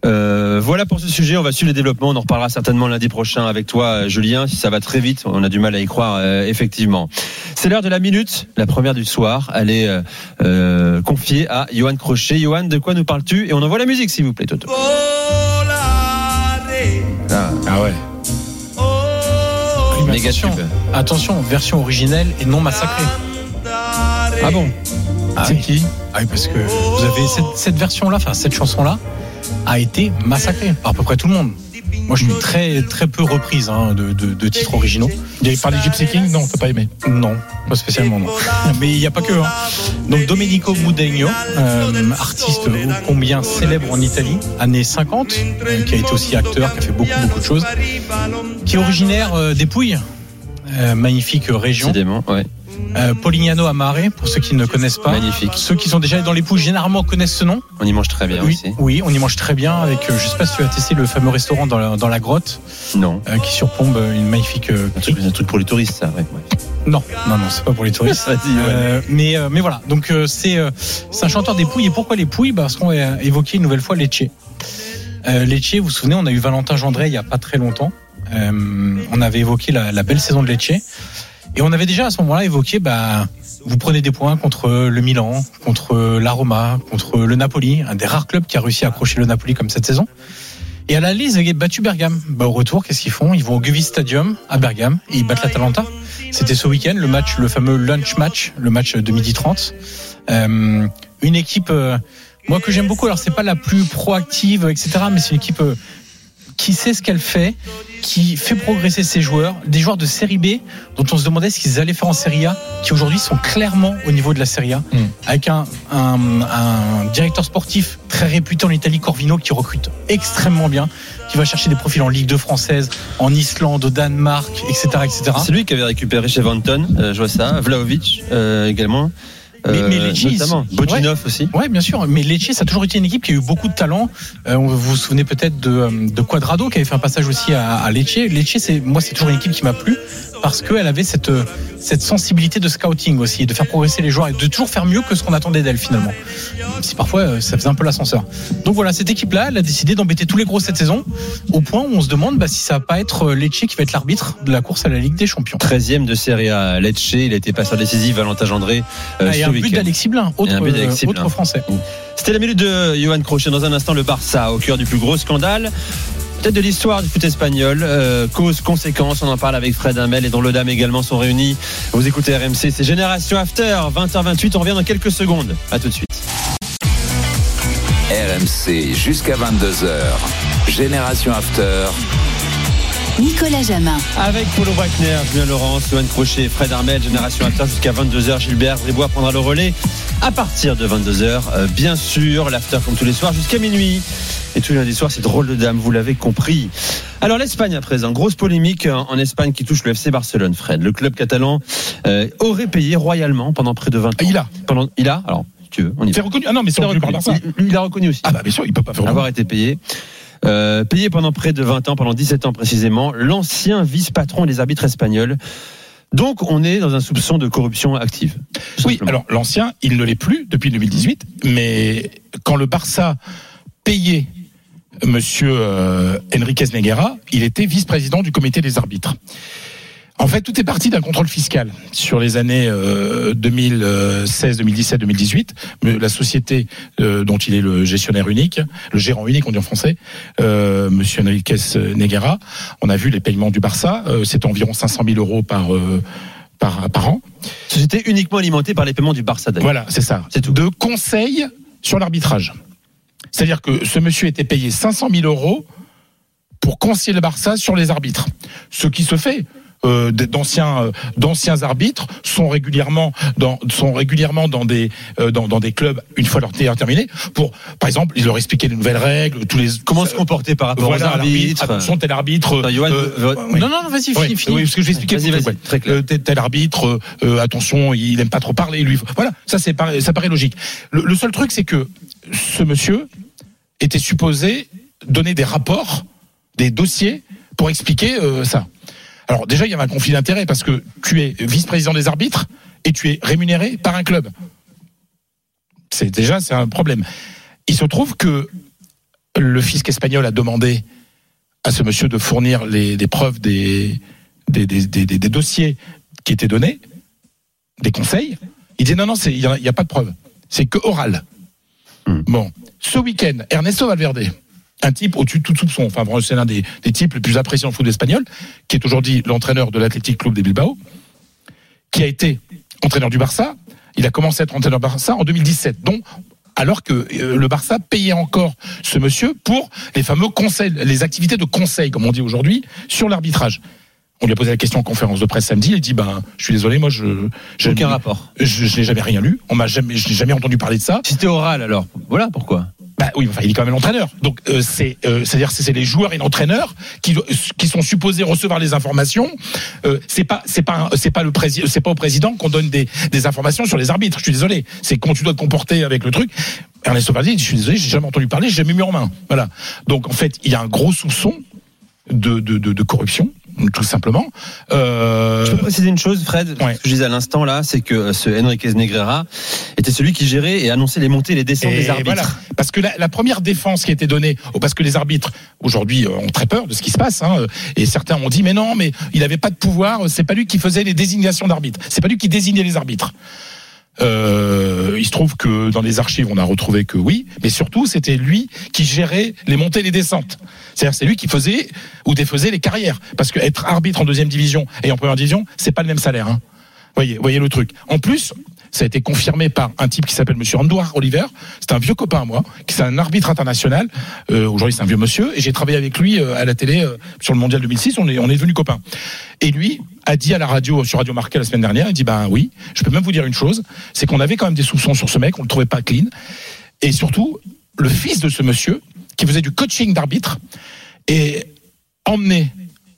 Euh, voilà pour ce sujet. On va suivre les développements. On en reparlera certainement lundi prochain avec toi, Julien. Si ça va très vite, on a du mal à y croire, euh, effectivement. C'est l'heure de la minute, la première du soir. Elle est euh, euh, confiée à Johan Crochet. Johan, de quoi nous parles-tu? Et on envoie la musique, s'il vous plaît, Toto. Ah, ah ouais. Oui, attention, attention, version originelle et non massacrée. Ah bon? Ah, c'est oui. Qui? Ah oui, parce que vous avez cette, cette version-là, enfin cette chanson-là, a été massacrée par à peu près tout le monde. Moi, je suis très très peu reprise hein, de, de, de titres originaux. Il y avait parlé Gypsy King, non, t'as pas aimé? Non, pas spécialement, non. Mais il n'y a pas que. Hein. Donc Domenico Modugno, euh, artiste ô combien célèbre en Italie, années cinquante, euh, qui a été aussi acteur, qui a fait beaucoup beaucoup de choses, qui est originaire euh, des Pouilles, euh, magnifique région. Décidément, ouais. Euh, Polignano Amare, pour ceux qui ne connaissent pas. Magnifique. Ceux qui sont déjà dans les Pouilles généralement connaissent ce nom. On y mange très bien oui, aussi. Oui, on y mange très bien avec. Euh, je sais pas si tu as testé le fameux restaurant dans la, dans la grotte. Non. Euh, qui surplombe une magnifique. Euh, un, truc, un truc pour les touristes, ça. Ouais, ouais. Non, non, non, c'est pas pour les touristes. Vas-y, ouais. euh, mais euh, mais voilà. Donc euh, c'est euh, c'est un chanteur des Pouilles. Et pourquoi les Pouilles? Parce qu'on a évoqué une nouvelle fois Lecce. Euh, Lecce, vous vous souvenez, on a eu Valentin Gendret il y a pas très longtemps. Euh, on avait évoqué la, la belle saison de Lecce. Et on avait déjà à ce moment-là évoqué, bah, vous prenez des points contre le Milan, contre la Roma, contre le Napoli, un des rares clubs qui a réussi à accrocher le Napoli comme cette saison. Et à la Lise, ils ont battu Bergame. Bah, au retour, qu'est-ce qu'ils font? Ils vont au Gewiss Stadium à Bergame et ils battent l'Atalanta. C'était ce week-end, le match, le fameux lunch match, le match de midi trente. Euh, une équipe, euh, moi que j'aime beaucoup. Alors c'est pas la plus proactive, et cetera, mais c'est une équipe euh, qui sait ce qu'elle fait, qui fait progresser ses joueurs, des joueurs de Série B dont on se demandait ce qu'ils allaient faire en Série A, qui aujourd'hui sont clairement au niveau de la Série A, mmh. avec un, un, un directeur sportif très réputé en Italie, Corvino, qui recrute extrêmement bien, qui va chercher des profils en Ligue deux française, en Islande, au Danemark, et cetera, et cetera. C'est lui qui avait récupéré chez Vanton, euh, je vois ça, Vlahovic euh, également. Mais, mais Lecce, notamment Bodinov ouais, aussi. Ouais, bien sûr. Mais Lecce, ça a toujours été une équipe qui a eu beaucoup de talent. Euh, vous vous souvenez peut-être de, de Quadrado qui avait fait un passage aussi à, à Lecce. Lecce, c'est moi, c'est toujours une équipe qui m'a plu parce qu'elle avait cette cette sensibilité de scouting aussi, de faire progresser les joueurs et de toujours faire mieux que ce qu'on attendait d'elle finalement. Même si parfois ça faisait un peu l'ascenseur. Donc voilà, cette équipe-là, elle a décidé d'embêter tous les gros cette saison, au point où on se demande bah, si ça va pas être Lecce qui va être l'arbitre de la course à la Ligue des Champions. treizième de Serie A, Lecce, il a été passeur décisif, Valentin Gendret. Euh, ah, et un but d'Alexis Blin, autre, but d'Alexis autre Blin. français. C'était la minute de Johan Crochet. Dans un instant, le Barça au cœur du plus gros scandale peut-être de l'histoire du foot espagnol, euh, cause, conséquence, on en parle avec Fred Hamel et dont le Dame également sont réunis. Vous écoutez R M C, c'est Génération After, vingt heures vingt-huit, on revient dans quelques secondes. À tout de suite. R M C jusqu'à vingt-deux heures, Génération After. Nicolas Jamin. Avec Paulo Wagner, Julien Laurence, Johan Crochet, Fred Armel, Génération After jusqu'à vingt-deux heures. Gilbert Brébois prendra le relais à partir de vingt-deux heures. Euh, bien sûr, l'After comme tous les soirs jusqu'à minuit. Et tous les lundis soirs, c'est Drôle de Dame, vous l'avez compris. Alors l'Espagne à présent, grosse polémique en Espagne qui touche le F C Barcelone, Fred. Le club catalan euh, aurait payé royalement pendant près de vingt ans. Ah, il a pendant, Il a alors, si tu veux, on y c'est va. reconnu. Ah non, mais c'est reconnu par Barça. Il, il a reconnu aussi. Ah bah bien sûr, il peut pas faire avoir été payé. Euh, payé pendant près de vingt ans, pendant dix-sept ans précisément, l'ancien vice-patron des arbitres espagnols. Donc on est dans un soupçon de corruption active. Oui, alors l'ancien, il ne l'est plus depuis deux mille dix-huit, mais quand le Barça payait monsieur euh, Enriquez Negreira, il était vice-président du comité des arbitres. En fait, tout est parti d'un contrôle fiscal sur les années euh, deux mille seize, deux mille dix-sept, deux mille dix-huit. La société euh, dont il est le gestionnaire unique, le gérant unique, on dit en français, euh, monsieur Enriquez Negreira, on a vu les paiements du Barça, euh, c'est environ cinq cent mille euros par euh, par par an. Société uniquement alimentée par les paiements du Barça. D'ailleurs. Voilà, c'est ça. C'est tout. De conseils sur l'arbitrage. C'est-à-dire que ce monsieur était payé cinq cent mille euros pour conseiller le Barça sur les arbitres. Ce qui se fait. Euh, d'anciens euh, d'anciens arbitres sont régulièrement dans sont régulièrement dans des euh, dans, dans des clubs une fois leur terrain terminé pour par exemple ils leur expliquaient les nouvelles règles tous les comment euh, se comporter par rapport voilà, aux arbitres attention tel arbitre euh, Johan, euh, oui. non non vas-y ouais, finis finis oui, parce que je vais expliquer vas-y, vas-y, très clair. Euh, tel, tel arbitre euh, attention il aime pas trop parler lui voilà ça c'est ça paraît logique le, le seul truc c'est que ce monsieur était supposé donner des rapports des dossiers pour expliquer euh, ça. Alors déjà, il y avait un conflit d'intérêts parce que tu es vice-président des arbitres et tu es rémunéré par un club. C'est déjà c'est un problème. Il se trouve que le fisc espagnol a demandé à ce monsieur de fournir les, des preuves des, des, des, des, des, des dossiers qui étaient donnés, des conseils. Il dit non, non, il n'y a, a pas de preuves. C'est que oral. Mmh. Bon, ce week-end, Ernesto Valverde, un type au-dessus de tout soupçon, enfin, c'est l'un des, des types les plus appréciés en foot espagnol, qui est aujourd'hui l'entraîneur de l'Athletic Club de Bilbao, qui a été entraîneur du Barça. Il a commencé à être entraîneur du Barça en deux mille dix-sept, donc, alors que euh, le Barça payait encore ce monsieur pour les fameux conseils, les activités de conseil, comme on dit aujourd'hui, sur l'arbitrage. On lui a posé la question en conférence de presse samedi. Il dit ben, je suis désolé, moi, je. je Aucun rapport. Je, je n'ai jamais rien lu. On m'a jamais, je n'ai jamais entendu parler de ça. Si c'était oral, alors, voilà pourquoi. Bah oui, enfin, il est quand même l'entraîneur. Donc, euh, c'est, euh, c'est-à-dire, c'est, c'est les joueurs et l'entraîneur qui, qui sont supposés recevoir les informations. Euh, c'est pas, c'est pas, c'est pas le président, c'est pas au président qu'on donne des, des informations sur les arbitres. Je suis désolé. C'est comment tu dois te comporter avec le truc. Ernesto Valverde, je suis désolé, j'ai jamais entendu parler, j'ai jamais mis en main. Voilà. Donc, en fait, il y a un gros soupçon de, de, de, de corruption. Tout simplement. Euh... Je peux préciser une chose, Fred. Ouais. Ce que je disais à l'instant là, c'est que ce Enriquez Negreira était celui qui gérait et annonçait les montées et les descentes et des arbitres. Voilà. Parce que la, la première défense qui a été donnée, parce que les arbitres aujourd'hui ont très peur de ce qui se passe, hein, et certains ont dit mais non, mais il n'avait pas de pouvoir, c'est pas lui qui faisait les désignations d'arbitres, c'est pas lui qui désignait les arbitres. Euh, il se trouve que dans les archives on a retrouvé que oui, mais surtout c'était lui qui gérait les montées et les descentes. C'est-à-dire c'est lui qui faisait ou défaisait les carrières, parce que être arbitre en deuxième division et en première division, c'est pas le même salaire. Hein. Voyez, voyez le truc. En plus, ça a été confirmé par un type qui s'appelle Monsieur Andouar Oliver. C'est un vieux copain à moi, qui est un arbitre international. Euh, aujourd'hui, c'est un vieux monsieur, et j'ai travaillé avec lui euh, à la télé euh, sur le Mondial deux mille six. On est, on est devenus copains. Et lui a dit à la radio, sur Radio Marca la semaine dernière, il dit ben oui, je peux même vous dire une chose, c'est qu'on avait quand même des soupçons sur ce mec, on le trouvait pas clean, et surtout le fils de ce monsieur qui faisait du coaching d'arbitre et emmenait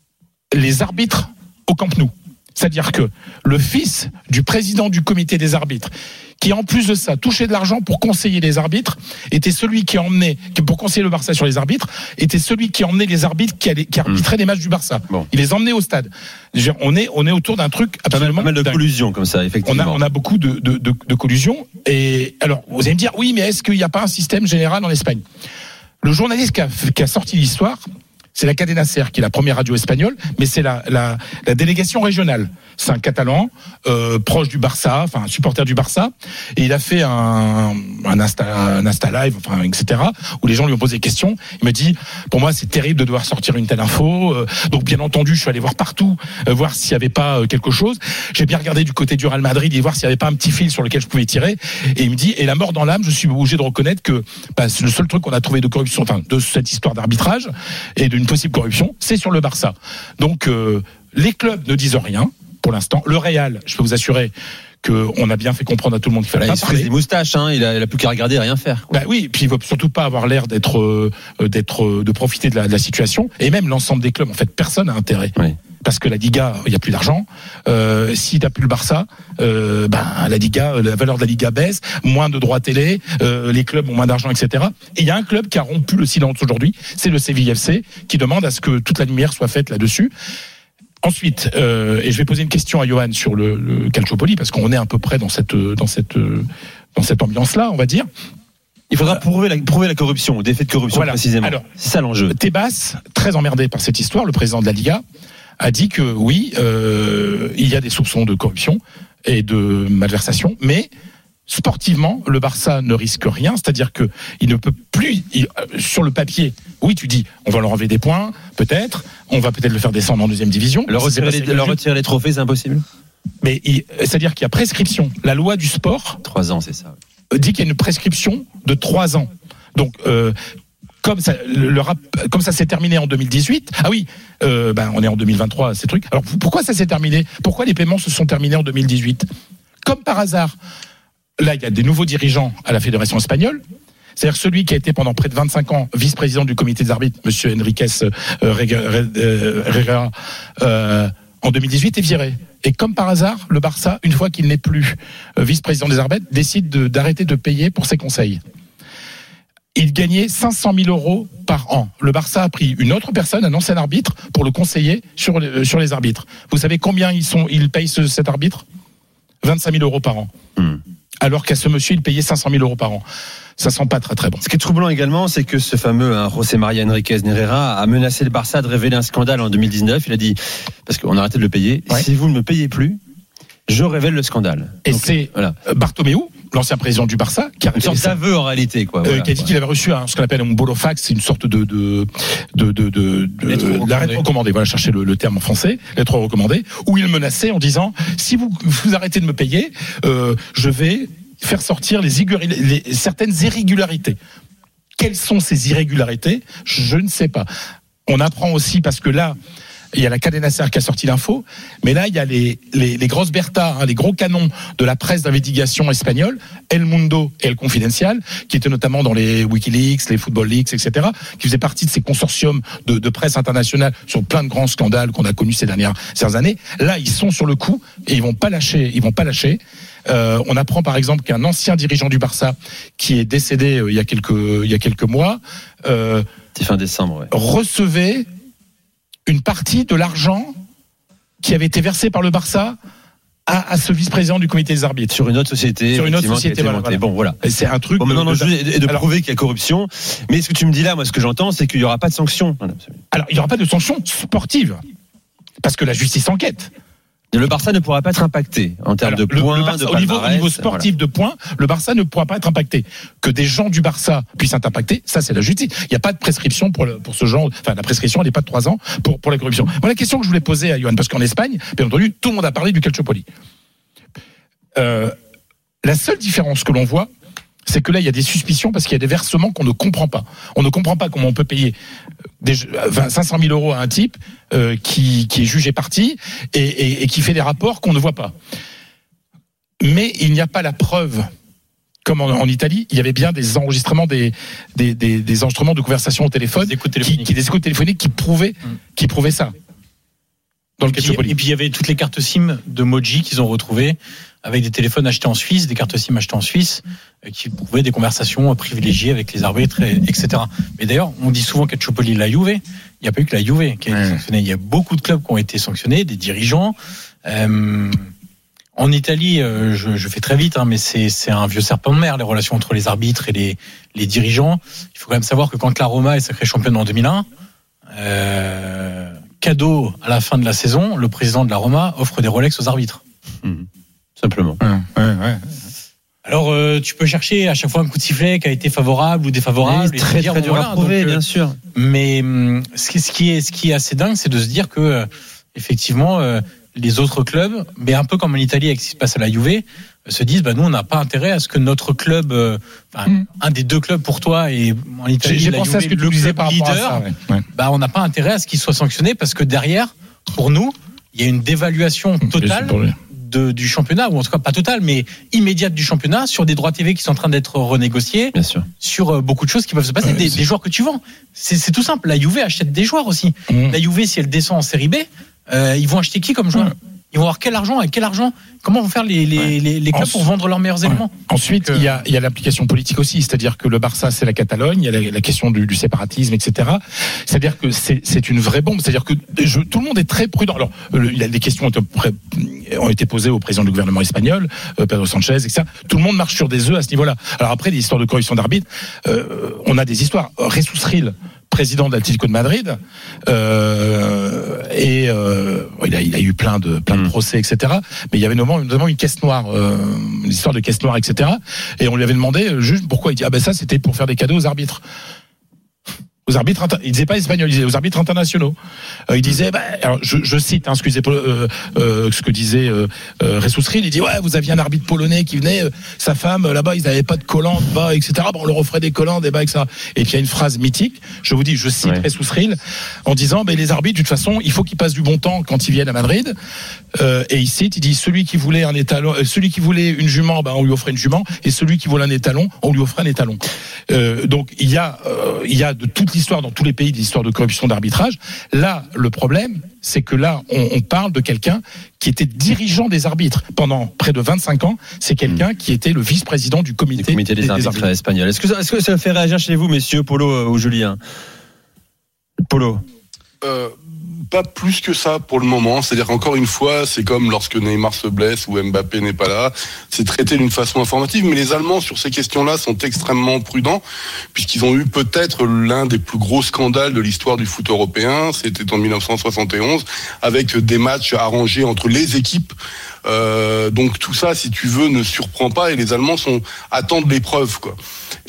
les arbitres au Camp Nou. C'est-à-dire que le fils du président du comité des arbitres, qui en plus de ça touchait de l'argent pour conseiller les arbitres, était celui qui emmenait, pour conseiller le Barça sur les arbitres, était celui qui emmenait les arbitres qui, allaient, qui arbitraient mmh. les matchs du Barça. Bon. Il les emmenait au stade. On est, on est autour d'un truc absolument. Pas mal de dingue. Collusion comme ça, effectivement. On a, on a beaucoup de, de, de, de collusion. Et alors, vous allez me dire, oui, mais est-ce qu'il n'y a pas un système général en Espagne ? Le journaliste qui a, qui a sorti l'histoire, c'est la Cadena Ser, qui est la première radio espagnole, mais c'est la, la, la délégation régionale. C'est un Catalan, euh, proche du Barça, enfin un supporter du Barça, et il a fait un, un, Insta, un Insta Live, enfin, et cetera, où les gens lui ont posé des questions. Il me dit, pour moi, c'est terrible de devoir sortir une telle info. Euh, donc, bien entendu, je suis allé voir partout, euh, voir s'il n'y avait pas euh, quelque chose. J'ai bien regardé du côté du Real Madrid et voir s'il n'y avait pas un petit fil sur lequel je pouvais tirer. Et il me dit, et la mort dans l'âme, je suis obligé de reconnaître que bah, c'est le seul truc qu'on a trouvé de corruption, enfin, de cette histoire d'arbitrage et d'une possible corruption, c'est sur le Barça. Donc, euh, les clubs ne disent rien. Pour l'instant, le Real, je peux vous assurer qu'on a bien fait comprendre à tout le monde qu'il fallait bah, pas il se parler. fait des moustaches, hein, il, a, il a plus qu'à regarder et rien faire. Quoi. Bah oui, puis il veut surtout pas avoir l'air d'être, euh, d'être, euh, de profiter de la, de la situation. Et même l'ensemble des clubs, en fait, personne n'a intérêt. Oui. Parce que la Liga, il y a plus d'argent. Euh, si t'as plus le Barça, euh, ben la Liga, la valeur de la Liga baisse, moins de droits télé, euh, les clubs ont moins d'argent, et cetera. Et il y a un club qui a rompu le silence aujourd'hui, c'est le Séville F C, qui demande à ce que toute la lumière soit faite là-dessus. Ensuite, euh, et je vais poser une question à Johan sur le, le Calciopoli, parce qu'on est à peu près dans cette, dans cette, dans cette ambiance-là, on va dire. Il faudra prouver la, prouver la corruption, des faits de corruption voilà. précisément. Alors, c'est ça l'enjeu. Tebas, très emmerdé par cette histoire, le président de la Liga, a dit que oui, euh, il y a des soupçons de corruption et de malversation, mais sportivement, le Barça ne risque rien, c'est-à-dire que il ne peut plus, il, sur le papier, oui, tu dis, on va leur enlever des points, peut-être, on va peut-être le faire descendre en deuxième division. Leur retirer, les, leur retirer les trophées, c'est impossible. Mais il, c'est-à-dire qu'il y a prescription. La loi du sport. Trois ans, c'est ça. Dit qu'il y a une prescription de trois ans. Donc, euh, comme ça, le, le rap, comme ça s'est terminé en deux mille dix-huit. Ah oui, euh, ben on est en deux mille vingt-trois, ces trucs. Alors pourquoi ça s'est terminé ? Pourquoi les paiements se sont terminés en deux mille dix-huit ? Comme par hasard. Là, il y a des nouveaux dirigeants à la Fédération espagnole. C'est-à-dire celui qui a été pendant près de vingt-cinq ans vice-président du comité des arbitres, Monsieur Enriquez euh, Herrera, euh, en deux mille dix-huit est viré. Et comme par hasard, le Barça, une fois qu'il n'est plus euh, vice-président des arbitres, décide de, d'arrêter de payer pour ses conseils. Il gagnait cinq cent mille euros par an. Le Barça a pris une autre personne, un ancien arbitre, pour le conseiller sur les, sur les arbitres. Vous savez combien ils sont, ils payent ce, cet arbitre ? vingt-cinq mille euros par an. Mmh. alors qu'à ce monsieur, il payait cinq cent mille euros par an. Ça sent pas très très bon. Ce qui est troublant également, c'est que ce fameux hein, José María Enríquez Negreira a menacé le Barça de révéler un scandale en deux mille dix-neuf. Il a dit, parce qu'on a arrêté de le payer, ouais. si vous ne me payez plus, je révèle le scandale. Et Donc, c'est voilà. Bartomeu, l'ancien président du Barça, qui a une sorte d'aveu en réalité, quoi. Euh, voilà, qui a dit ouais. qu'il avait reçu un, ce qu'on appelle un bolofax, c'est une sorte de de de de, de, de lettre recommandée. La lettre recommandée. Voilà, chercher le, le terme en français, lettre recommandée, où il menaçait en disant si vous vous arrêtez de me payer, euh, je vais faire sortir les, iguri- les certaines irrégularités. Quelles sont ces irrégularités ? Je ne sais pas. On apprend aussi parce que là, il y a la Cadena Ser qui a sorti l'info, mais là il y a les les, les grosses bertas, hein, les gros canons de la presse d'investigation espagnole, El Mundo et El Confidencial, qui étaient notamment dans les WikiLeaks, les Football Leaks, et cetera, qui faisaient partie de ces consortiums de, de presse internationale sur plein de grands scandales qu'on a connus ces dernières, ces dernières années. Là, ils sont sur le coup et ils vont pas lâcher, ils vont pas lâcher. Euh, on apprend par exemple qu'un ancien dirigeant du Barça qui est décédé euh, il y a quelques il y a quelques mois, euh, c'est fin décembre, ouais. recevait une partie de l'argent qui avait été versé par le Barça à, à ce vice-président du comité des arbitres. Sur une autre société. Sur une autre société, voilà, voilà. Bon, voilà. Et c'est un truc. Bon, maintenant, de, l'enjeu de... est de alors, prouver qu'il y a corruption. Mais ce que tu me dis là, moi, ce que j'entends, c'est qu'il n'y aura pas de sanctions. Alors, il n'y aura pas de sanctions sportives. Parce que la justice enquête. Le Barça ne pourra pas être impacté en termes Alors, de points, le, le Barça, de au, niveau, au niveau sportif voilà. de points, le Barça ne pourra pas être impacté. Que des gens du Barça puissent être impactés, ça c'est la justice. Il n'y a pas de prescription pour, le, pour ce genre. Enfin, la prescription elle n'est pas de trois ans pour, pour la corruption. Bon, la question que je voulais poser à Johan, parce qu'en Espagne, bien entendu, tout le monde a parlé du Calciopoli. Euh, la seule différence que l'on voit, c'est que là, il y a des suspicions parce qu'il y a des versements qu'on ne comprend pas. On ne comprend pas comment on peut payer des, cinq cent mille euros à un type euh, qui, qui est jugé parti et, et, et qui fait des rapports qu'on ne voit pas. Mais il n'y a pas la preuve. Comme en, en Italie, il y avait bien des enregistrements, des, des, des, des enregistrements de conversations au téléphone, des écoutes téléphoniques, qui, qui, des écoutes téléphoniques qui prouvaient, mmh. qui prouvaient ça. Dans le Calciopoli. Et puis il y avait toutes les cartes SIM de Moji qu'ils ont retrouvées avec des téléphones achetés en Suisse, des cartes SIM achetées en Suisse, qui prouvaient des conversations privilégiées avec les arbitres, et, etc. Mais d'ailleurs, on dit souvent Calciopoli la Juve. Il n'y a pas eu que la Juve qui a été sanctionnée. Il y a beaucoup de clubs qui ont été sanctionnés, des dirigeants. Euh, en Italie, euh, je, je fais très vite, hein, mais c'est, c'est un vieux serpent de mer, les relations entre les arbitres et les, les dirigeants. Il faut quand même savoir que quand la Roma est sacrée championne en deux mille un, euh, cadeau à la fin de la saison, le président de la Roma offre des Rolex aux arbitres. Mmh. Simplement. Ouais, ouais, ouais. Alors, euh, tu peux chercher à chaque fois un coup de sifflet qui a été favorable ou défavorable. Oui, c'est très, dire, très bon, dur voilà, à prouver, donc, bien sûr. Mais ce qui, ce qui est, ce qui est assez dingue, c'est de se dire que, euh, effectivement, euh, les autres clubs, mais un peu comme en Italie avec ce qui se passe à la Juve, euh, se disent, bah, nous, on n'a pas intérêt à ce que notre club, euh, mm. un des deux clubs pour toi, et en Italie, j'ai, j'ai la pensé Juve, à ce que tu disais par rapport leader, à ça, ouais. Ouais. Bah, on n'a pas intérêt à ce qu'il soit sanctionné parce que derrière, pour nous, il y a une dévaluation totale de, du championnat, ou en tout cas pas totale, mais immédiate du championnat, sur des droits T V qui sont en train d'être renégociés, bien sûr, sur euh, beaucoup de choses qui peuvent se passer, ouais, des, des joueurs que tu vends. C'est, c'est tout simple. La Juve achète des joueurs aussi. Mmh. La Juve, si elle descend en série B, euh, ils vont acheter qui comme joueur ? Mmh. Ils vont avoir quel argent ? Avec quel argent ? Comment vont faire les, les, ouais. les, les clubs Ensuite, pour vendre leurs meilleurs éléments ? ouais. Ensuite, il y a, il y a l'application politique aussi, c'est-à-dire que le Barça, c'est la Catalogne, il y a la, la question du, du séparatisme, et cetera. C'est-à-dire que c'est, c'est une vraie bombe. C'est-à-dire que je, tout le monde est très prudent. Alors, le, il y a des questions ont été, ont été posées au président du gouvernement espagnol, euh, Pedro Sanchez, et cetera. Tout le monde marche sur des œufs à ce niveau-là. Alors après, des histoires de corruption d'arbitre, euh, on a des histoires. Jesus Ril, président de l'Atlético de Madrid, euh, et euh, il, a, il a eu plein de plein de procès, et cetera. Mais il y avait notamment, notamment une caisse noire, euh, une histoire de caisse noire, et cetera. Et on lui avait demandé juste pourquoi. Il dit ah ben ça c'était pour faire des cadeaux aux arbitres. Aux arbitres, inter... il disait pas espagnol, il disait aux arbitres internationaux. Euh, il disait, bah, alors je, je cite, hein, excusez euh, euh, ce que disait euh, euh, Jesus Ril, il dit ouais, vous aviez un arbitre polonais qui venait, euh, sa femme là-bas, ils n'avaient pas de collante, bah, et cetera. Bon, on leur offrait des collantes, et bah, et cetera. Et puis il y a une phrase mythique, je vous dis, je cite ouais. Jesus Ril, en disant, ben bah, les arbitres, de toute façon, il faut qu'ils passent du bon temps quand ils viennent à Madrid. Euh, et il cite, il dit, celui qui voulait un étalon, euh, celui qui voulait une jument, bah, on lui offrait une jument, et celui qui voulait un étalon, on lui offrait un étalon. Euh, donc il y a, euh, il y a de toute l'histoire dans tous les pays de l'histoire de corruption d'arbitrage. Là, le problème, c'est que là, on, on parle de quelqu'un qui était dirigeant des arbitres pendant près de vingt-cinq ans. C'est quelqu'un qui était le vice-président du comité, du comité des, des, arbitres, des arbitres espagnols. Est-ce que, ça, est-ce que ça fait réagir chez vous, messieurs, Polo ou Julien ? Polo. Euh, Pas plus que ça pour le moment. C'est-à-dire qu'encore une fois, c'est comme lorsque Neymar se blesse ou Mbappé n'est pas là. C'est traité d'une façon informative. Mais les Allemands, sur ces questions-là, sont extrêmement prudents puisqu'ils ont eu peut-être l'un des plus gros scandales de l'histoire du foot européen. C'était en dix-neuf cent soixante et onze avec des matchs arrangés entre les équipes. Euh, donc tout ça, si tu veux, ne surprend pas et les Allemands sont attendent l'épreuve, quoi.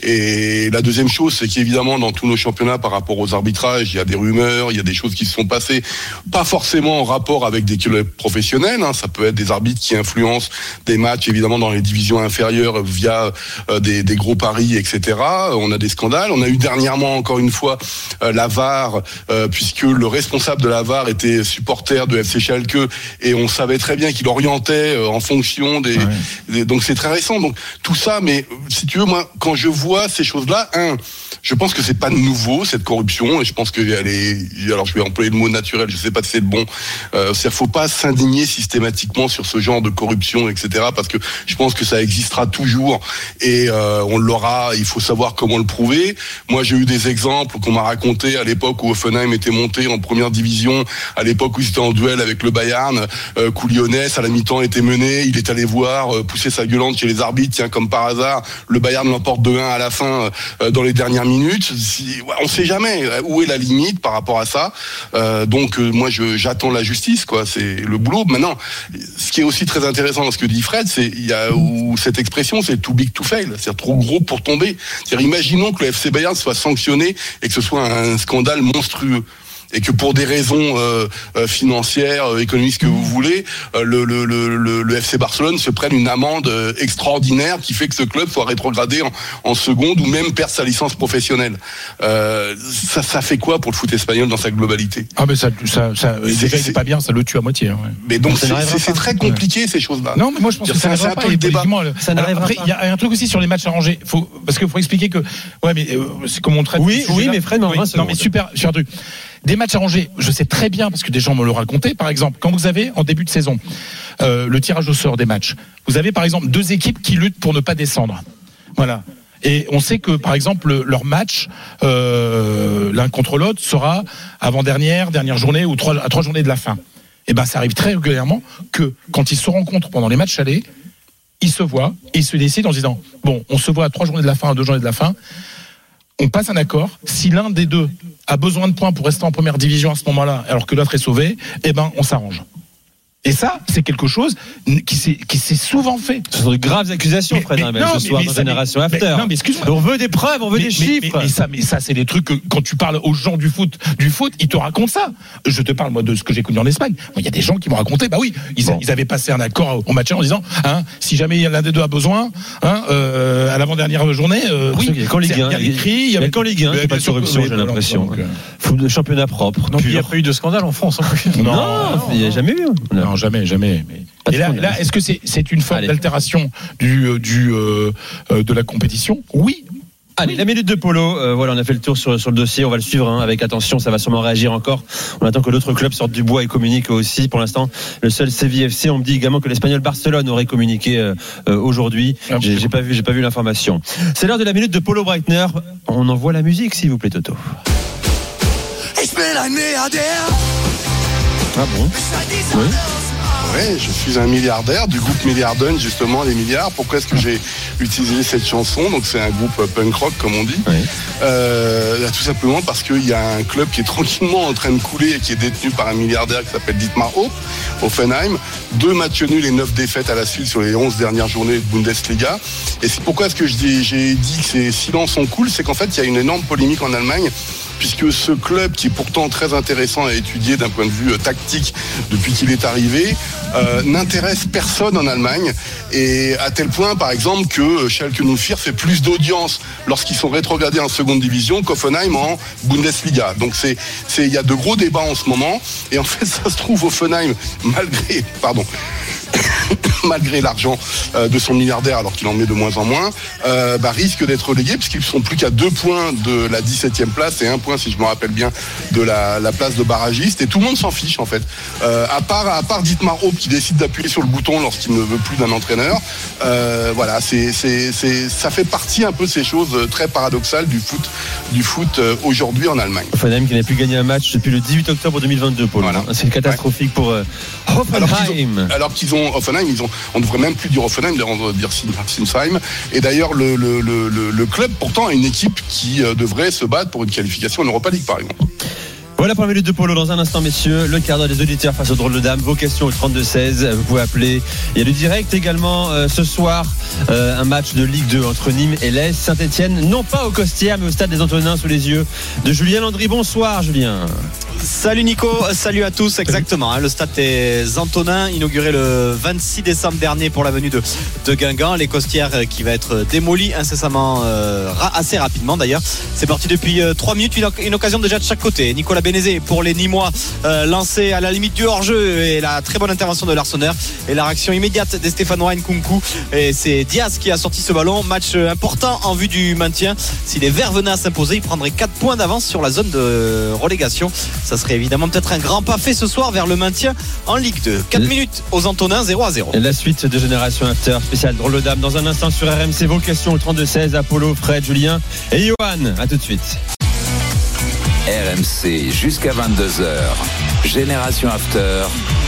Et la deuxième chose, c'est qu'évidemment, dans tous nos championnats, par rapport aux arbitrages, il y a des rumeurs, il y a des choses qui se sont passées, pas forcément en rapport avec des clubs professionnels, hein. Ça peut être des arbitres qui influencent des matchs, évidemment, dans les divisions inférieures via euh, des, des gros paris, et cetera. On a des scandales. On a eu dernièrement, encore une fois, euh, la V A R, euh, puisque le responsable de la V A R était supporter de F C Schalke et on savait très bien qu'il orientait euh, en fonction des, ouais. des... Donc c'est très récent. Donc tout ça, mais si tu veux, moi, quand je vois ces choses-là, un, je pense que c'est pas nouveau cette corruption et je pense que elle est. Alors je vais employer le mot naturel, je sais pas si c'est le bon. Euh, c'est faut pas s'indigner systématiquement sur ce genre de corruption, et cetera. Parce que je pense que ça existera toujours et euh, on l'aura. Il faut savoir comment le prouver. Moi j'ai eu des exemples qu'on m'a raconté à l'époque où Hoffenheim était monté en première division, à l'époque où ils étaient en duel avec le Bayern. Euh, Couillonnès à la mi-temps était mené, il est allé voir euh, pousser sa gueulante chez les arbitres. Tiens, comme par hasard, le Bayern l'emporte deux un à la fin euh, dans les dernières minutes. Si, ouais, on sait jamais où est la limite par rapport à ça. Euh, donc euh, moi je, j'attends la justice, quoi. C'est le boulot. Maintenant, ce qui est aussi très intéressant dans ce que dit Fred, c'est il y a où cette expression, c'est too big to fail, c'est trop gros pour tomber. C'est-à-dire, imaginons que le F C Bayern soit sanctionné et que ce soit un scandale monstrueux. Et que pour des raisons euh, euh, financières, euh, économiques, ce que vous voulez, euh, le, le, le, le F C Barcelone se prenne une amende euh, extraordinaire qui fait que ce club soit rétrogradé en, en seconde ou même perd sa licence professionnelle. Euh, ça, ça fait quoi pour le foot espagnol dans sa globalité ? Ah mais ça, ça, ça c'est, déjà, c'est, c'est pas bien, ça le tue à moitié. Hein, ouais. Mais donc c'est, c'est, c'est très compliqué, ouais, ces choses-là. Non, mais moi je pense que ça n'arrivera pas. Le débat. Ça n'arrivera après, il y a un truc aussi sur les matchs arrangés. Faut, parce qu'il faut expliquer que, ouais, mais euh, c'est comme on traite. Oui, oui, mais Fred, non, oui, non, mais super, super truc. Des matchs arrangés, je sais très bien parce que des gens me l'ont raconté. Par exemple, quand vous avez en début de saison euh, le tirage au sort des matchs, vous avez par exemple deux équipes qui luttent pour ne pas descendre. Voilà. Et on sait que par exemple leur match euh, l'un contre l'autre sera avant-dernière, dernière journée ou trois, à trois journées de la fin. Et ben ça arrive très régulièrement que quand ils se rencontrent pendant les matchs allés, ils se voient et ils se décident en se disant bon, on se voit à trois journées de la fin, à deux journées de la fin. On passe un accord. Si l'un des deux a besoin de points pour rester en première division à ce moment-là, alors que l'autre est sauvé, eh ben, on s'arrange. Et ça, c'est quelque chose qui s'est, qui s'est souvent fait. Ce sont de graves accusations, Fred, mais, mais, non, ce soir dans Génération After. Mais, non, mais excuse-moi. On veut des preuves, on veut mais, des mais, chiffres. Mais, mais, ça, mais ça, c'est des trucs que quand tu parles aux gens du foot, du foot, ils te racontent ça. Je te parle, moi, de ce que j'ai connu en Espagne. Il y a des gens qui m'ont raconté, bah oui, ils, bon. ils avaient passé un accord au match en disant, hein, si jamais l'un des deux a besoin, hein, euh, à l'avant-dernière journée, euh, oui, il y a qu'en Ligue un. Il y a l'écrit, il y a qu'en Ligue un, il n'y a pas de corruption, j'ai l'impression. Foot de championnat propre. Donc il n'y a pas eu de scandale en France, en plus. Non, il n'y a jamais eu. Non, jamais, jamais. Et là, là, est-ce que c'est, c'est une forme Allez. d'altération du, du, euh, de la compétition ? Oui. Allez, la minute de polo, euh, voilà, on a fait le tour sur, sur le dossier, on va le suivre hein, avec attention, ça va sûrement réagir encore. On attend que d'autres clubs sortent du bois et communiquent aussi. Pour l'instant, le seul C V F C, on me dit également que l'Espagnol Barcelone aurait communiqué euh, euh, aujourd'hui. J'ai, j'ai pas vu, j'ai pas vu l'information. C'est l'heure de la minute de Polo Breitner. On envoie la musique, s'il vous plaît, Toto. Ah bon ? Oui. Ouais, je suis un milliardaire du groupe Milliarden, justement, les milliards. Pourquoi est-ce que j'ai utilisé cette chanson ? Donc c'est un groupe punk rock, comme on dit. Oui. Euh, tout simplement parce qu'il y a un club qui est tranquillement en train de couler et qui est détenu par un milliardaire qui s'appelle Dietmar Hopp, Hoffenheim. Deux matchs nuls et neuf défaites à la suite sur les onze dernières journées de Bundesliga. Et c'est pourquoi est-ce que je dis, j'ai dit que ces silences sont cool, c'est qu'en fait, il y a une énorme polémique en Allemagne, puisque ce club, qui est pourtant très intéressant à étudier d'un point de vue euh, tactique depuis qu'il est arrivé, euh, n'intéresse personne en Allemagne, et à tel point, par exemple, que Schalke null vier fait plus d'audience lorsqu'ils sont rétrogradés en seconde division qu'Hoffenheim en Bundesliga. Donc c'est, c'est, il y a de gros débats en ce moment, et en fait, ça se trouve, Hoffenheim, malgré, pardon, malgré l'argent euh, de son milliardaire, alors qu'il en met de moins en moins, euh, bah, risque d'être relégué puisqu'ils sont plus qu'à deux points de la dix-septième place et un point, si je me rappelle bien, de la, la place de barragiste. Et tout le monde s'en fiche en fait. Euh, à part à part Dietmar Hopp qui décide d'appuyer sur le bouton lorsqu'il ne veut plus d'un entraîneur. Euh, voilà, c'est, c'est, c'est, ça fait partie un peu de ces choses très paradoxales du foot, du foot euh, aujourd'hui en Allemagne. Hoffenheim qui n'a plus gagné un match depuis le dix-huit octobre deux mille vingt-deux, Paul. Voilà. C'est catastrophique ouais. pour euh, Hoffenheim. Alors qu'ils ont, alors qu'ils ont Hoffenheim, ils ont, on ne devrait même plus dire Hoffenheim, on devrait dire Sinsheim. Et d'ailleurs, le, le, le, le club pourtant a une équipe qui euh, devrait se battre pour une qualification en Europa League, par exemple. Voilà pour la minute de Polo. Dans un instant, messieurs, le quart d'heure des auditeurs face au drôle de dame. Vos questions au trente-deux seize. Vous pouvez appeler. Il y a le direct également euh, ce soir. Euh, un match de Ligue deux entre Nîmes et l'A S Saint-Etienne. Non pas au Costières, mais au stade des Antonins sous les yeux de Julien Landry. Bonsoir, Julien. Salut Nico, salut à tous. Exactement, hein, le stade des Antonins, inauguré le vingt-six décembre dernier pour la venue de, de Guingamp. Les Costières euh, qui va être démoli incessamment, euh, ra- assez rapidement d'ailleurs. C'est parti depuis euh, trois minutes. Une, une occasion déjà de chaque côté. Nicolas Bénézé pour les Nîmois, euh, lancé à la limite du hors-jeu, et la très bonne intervention de l'Arseneur et la réaction immédiate des Stéphanois Nkunku. Et c'est Diaz qui a sorti ce ballon. Match important en vue du maintien. Si les Verts venaient à s'imposer, ils prendraient quatre points d'avance sur la zone de relégation. Ça serait évidemment peut-être un grand pas fait ce soir vers le maintien en Ligue deux. quatre minutes aux Antonins, zéro à zéro. Et la suite de Génération After, spécial drôle de dame. Dans un instant sur R M C, vos questions au trente-deux seize. Apollo, Fred, Julien et Johan. À tout de suite. R M C jusqu'à vingt-deux heures. Génération After.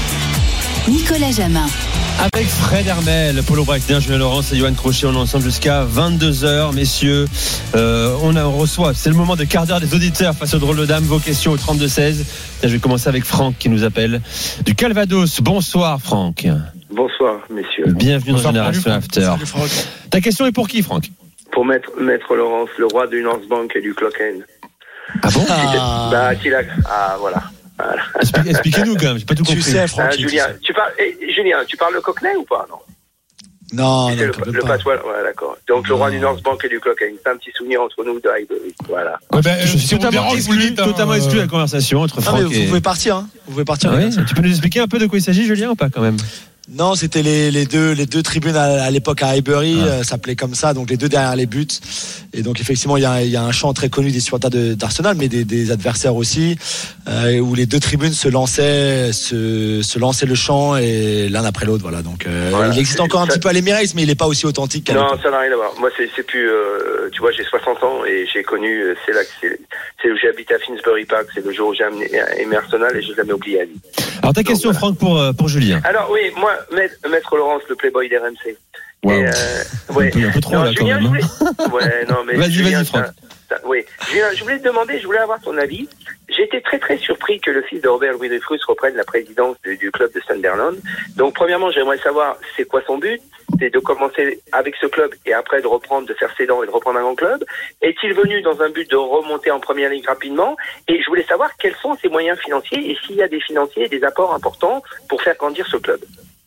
Nicolas Jamin. Avec Fred Hermel, Polo Breitner, Julien Laurence et Johan Crochet, on est ensemble jusqu'à vingt-deux heures, messieurs. Euh, on, a, on reçoit, c'est le moment de quart d'heure des auditeurs face au drôle de dame. Vos questions au trente-deux seize. Je vais commencer avec Franck qui nous appelle du Calvados. Bonsoir Franck. Bonsoir messieurs. Bienvenue Bonsoir, dans Génération After. Salut, Franck. Ta question est pour qui, Franck? Pour maître, maître Laurence, le roi du North Bank et du Clocken. Ah bon? Ah. Bah, qu'il a... ah voilà. Voilà. Explique, expliquez-nous quand même, j'ai pas tout compris. Tu sais, Franck, ah, Julien, tu parles, eh, Julien, tu parles le Cockney ou pas, non? Non, non, le, le patois, ouais, d'accord. Donc non. Le roi du North Bank et du Clocken, c'est un petit souvenir entre nous de Highbury, voilà. Ouais, ben, je suis totalement exclu, totalement exclu de la conversation entre Franck ah, et... Vous pouvez partir, hein. Vous pouvez partir. Ah, oui, tu peux nous expliquer un peu de quoi il s'agit, Julien, ou pas quand même? Non, c'était les, les deux les deux tribunes à, à l'époque à Highbury, ah. euh, ça s'appelait comme ça, donc les deux derrière les buts. Et donc effectivement, il y a, il y a un chant très connu des supporters de, d'Arsenal, mais des, des adversaires aussi, euh, où les deux tribunes se lançaient, se, se lançaient le chant et l'un après l'autre, voilà. Donc euh, voilà. Il existe encore un ça... petit peu à l'Emirates, mais il n'est pas aussi authentique qu'à Non, l'époque. Ça n'a rien à voir. Moi, c'est, c'est plus, euh, tu vois, j'ai soixante ans et j'ai connu, c'est là que c'est, c'est où j'ai habité à Finsbury Park, c'est le jour où j'ai amené, aimé Arsenal et je l'ai jamais oublié à vie. Alors ta question, donc, voilà. Franck, pour pour Julien. Alors oui, moi, maître Laurence, le Playboy d'R M C. Wow. Et, euh, ouais. un, peu, un peu trop non, là Julien, quand même. Voulais... Ouais, non, mais vas-y, Julien, vas-y, Franck. Ça, ça, oui. Julien, je voulais te demander, je voulais avoir ton avis. J'ai été très très surpris que le fils de Robert Louis Dreyfus reprenne la présidence du, du club de Sunderland. Donc premièrement, j'aimerais savoir c'est quoi son but. C'est de commencer avec ce club et après de reprendre, de faire ses dents et de reprendre un grand club. Est-il venu dans un but de remonter en première ligue rapidement? Et je voulais savoir quels sont ses moyens financiers et s'il y a des financiers et des apports importants pour faire grandir ce club.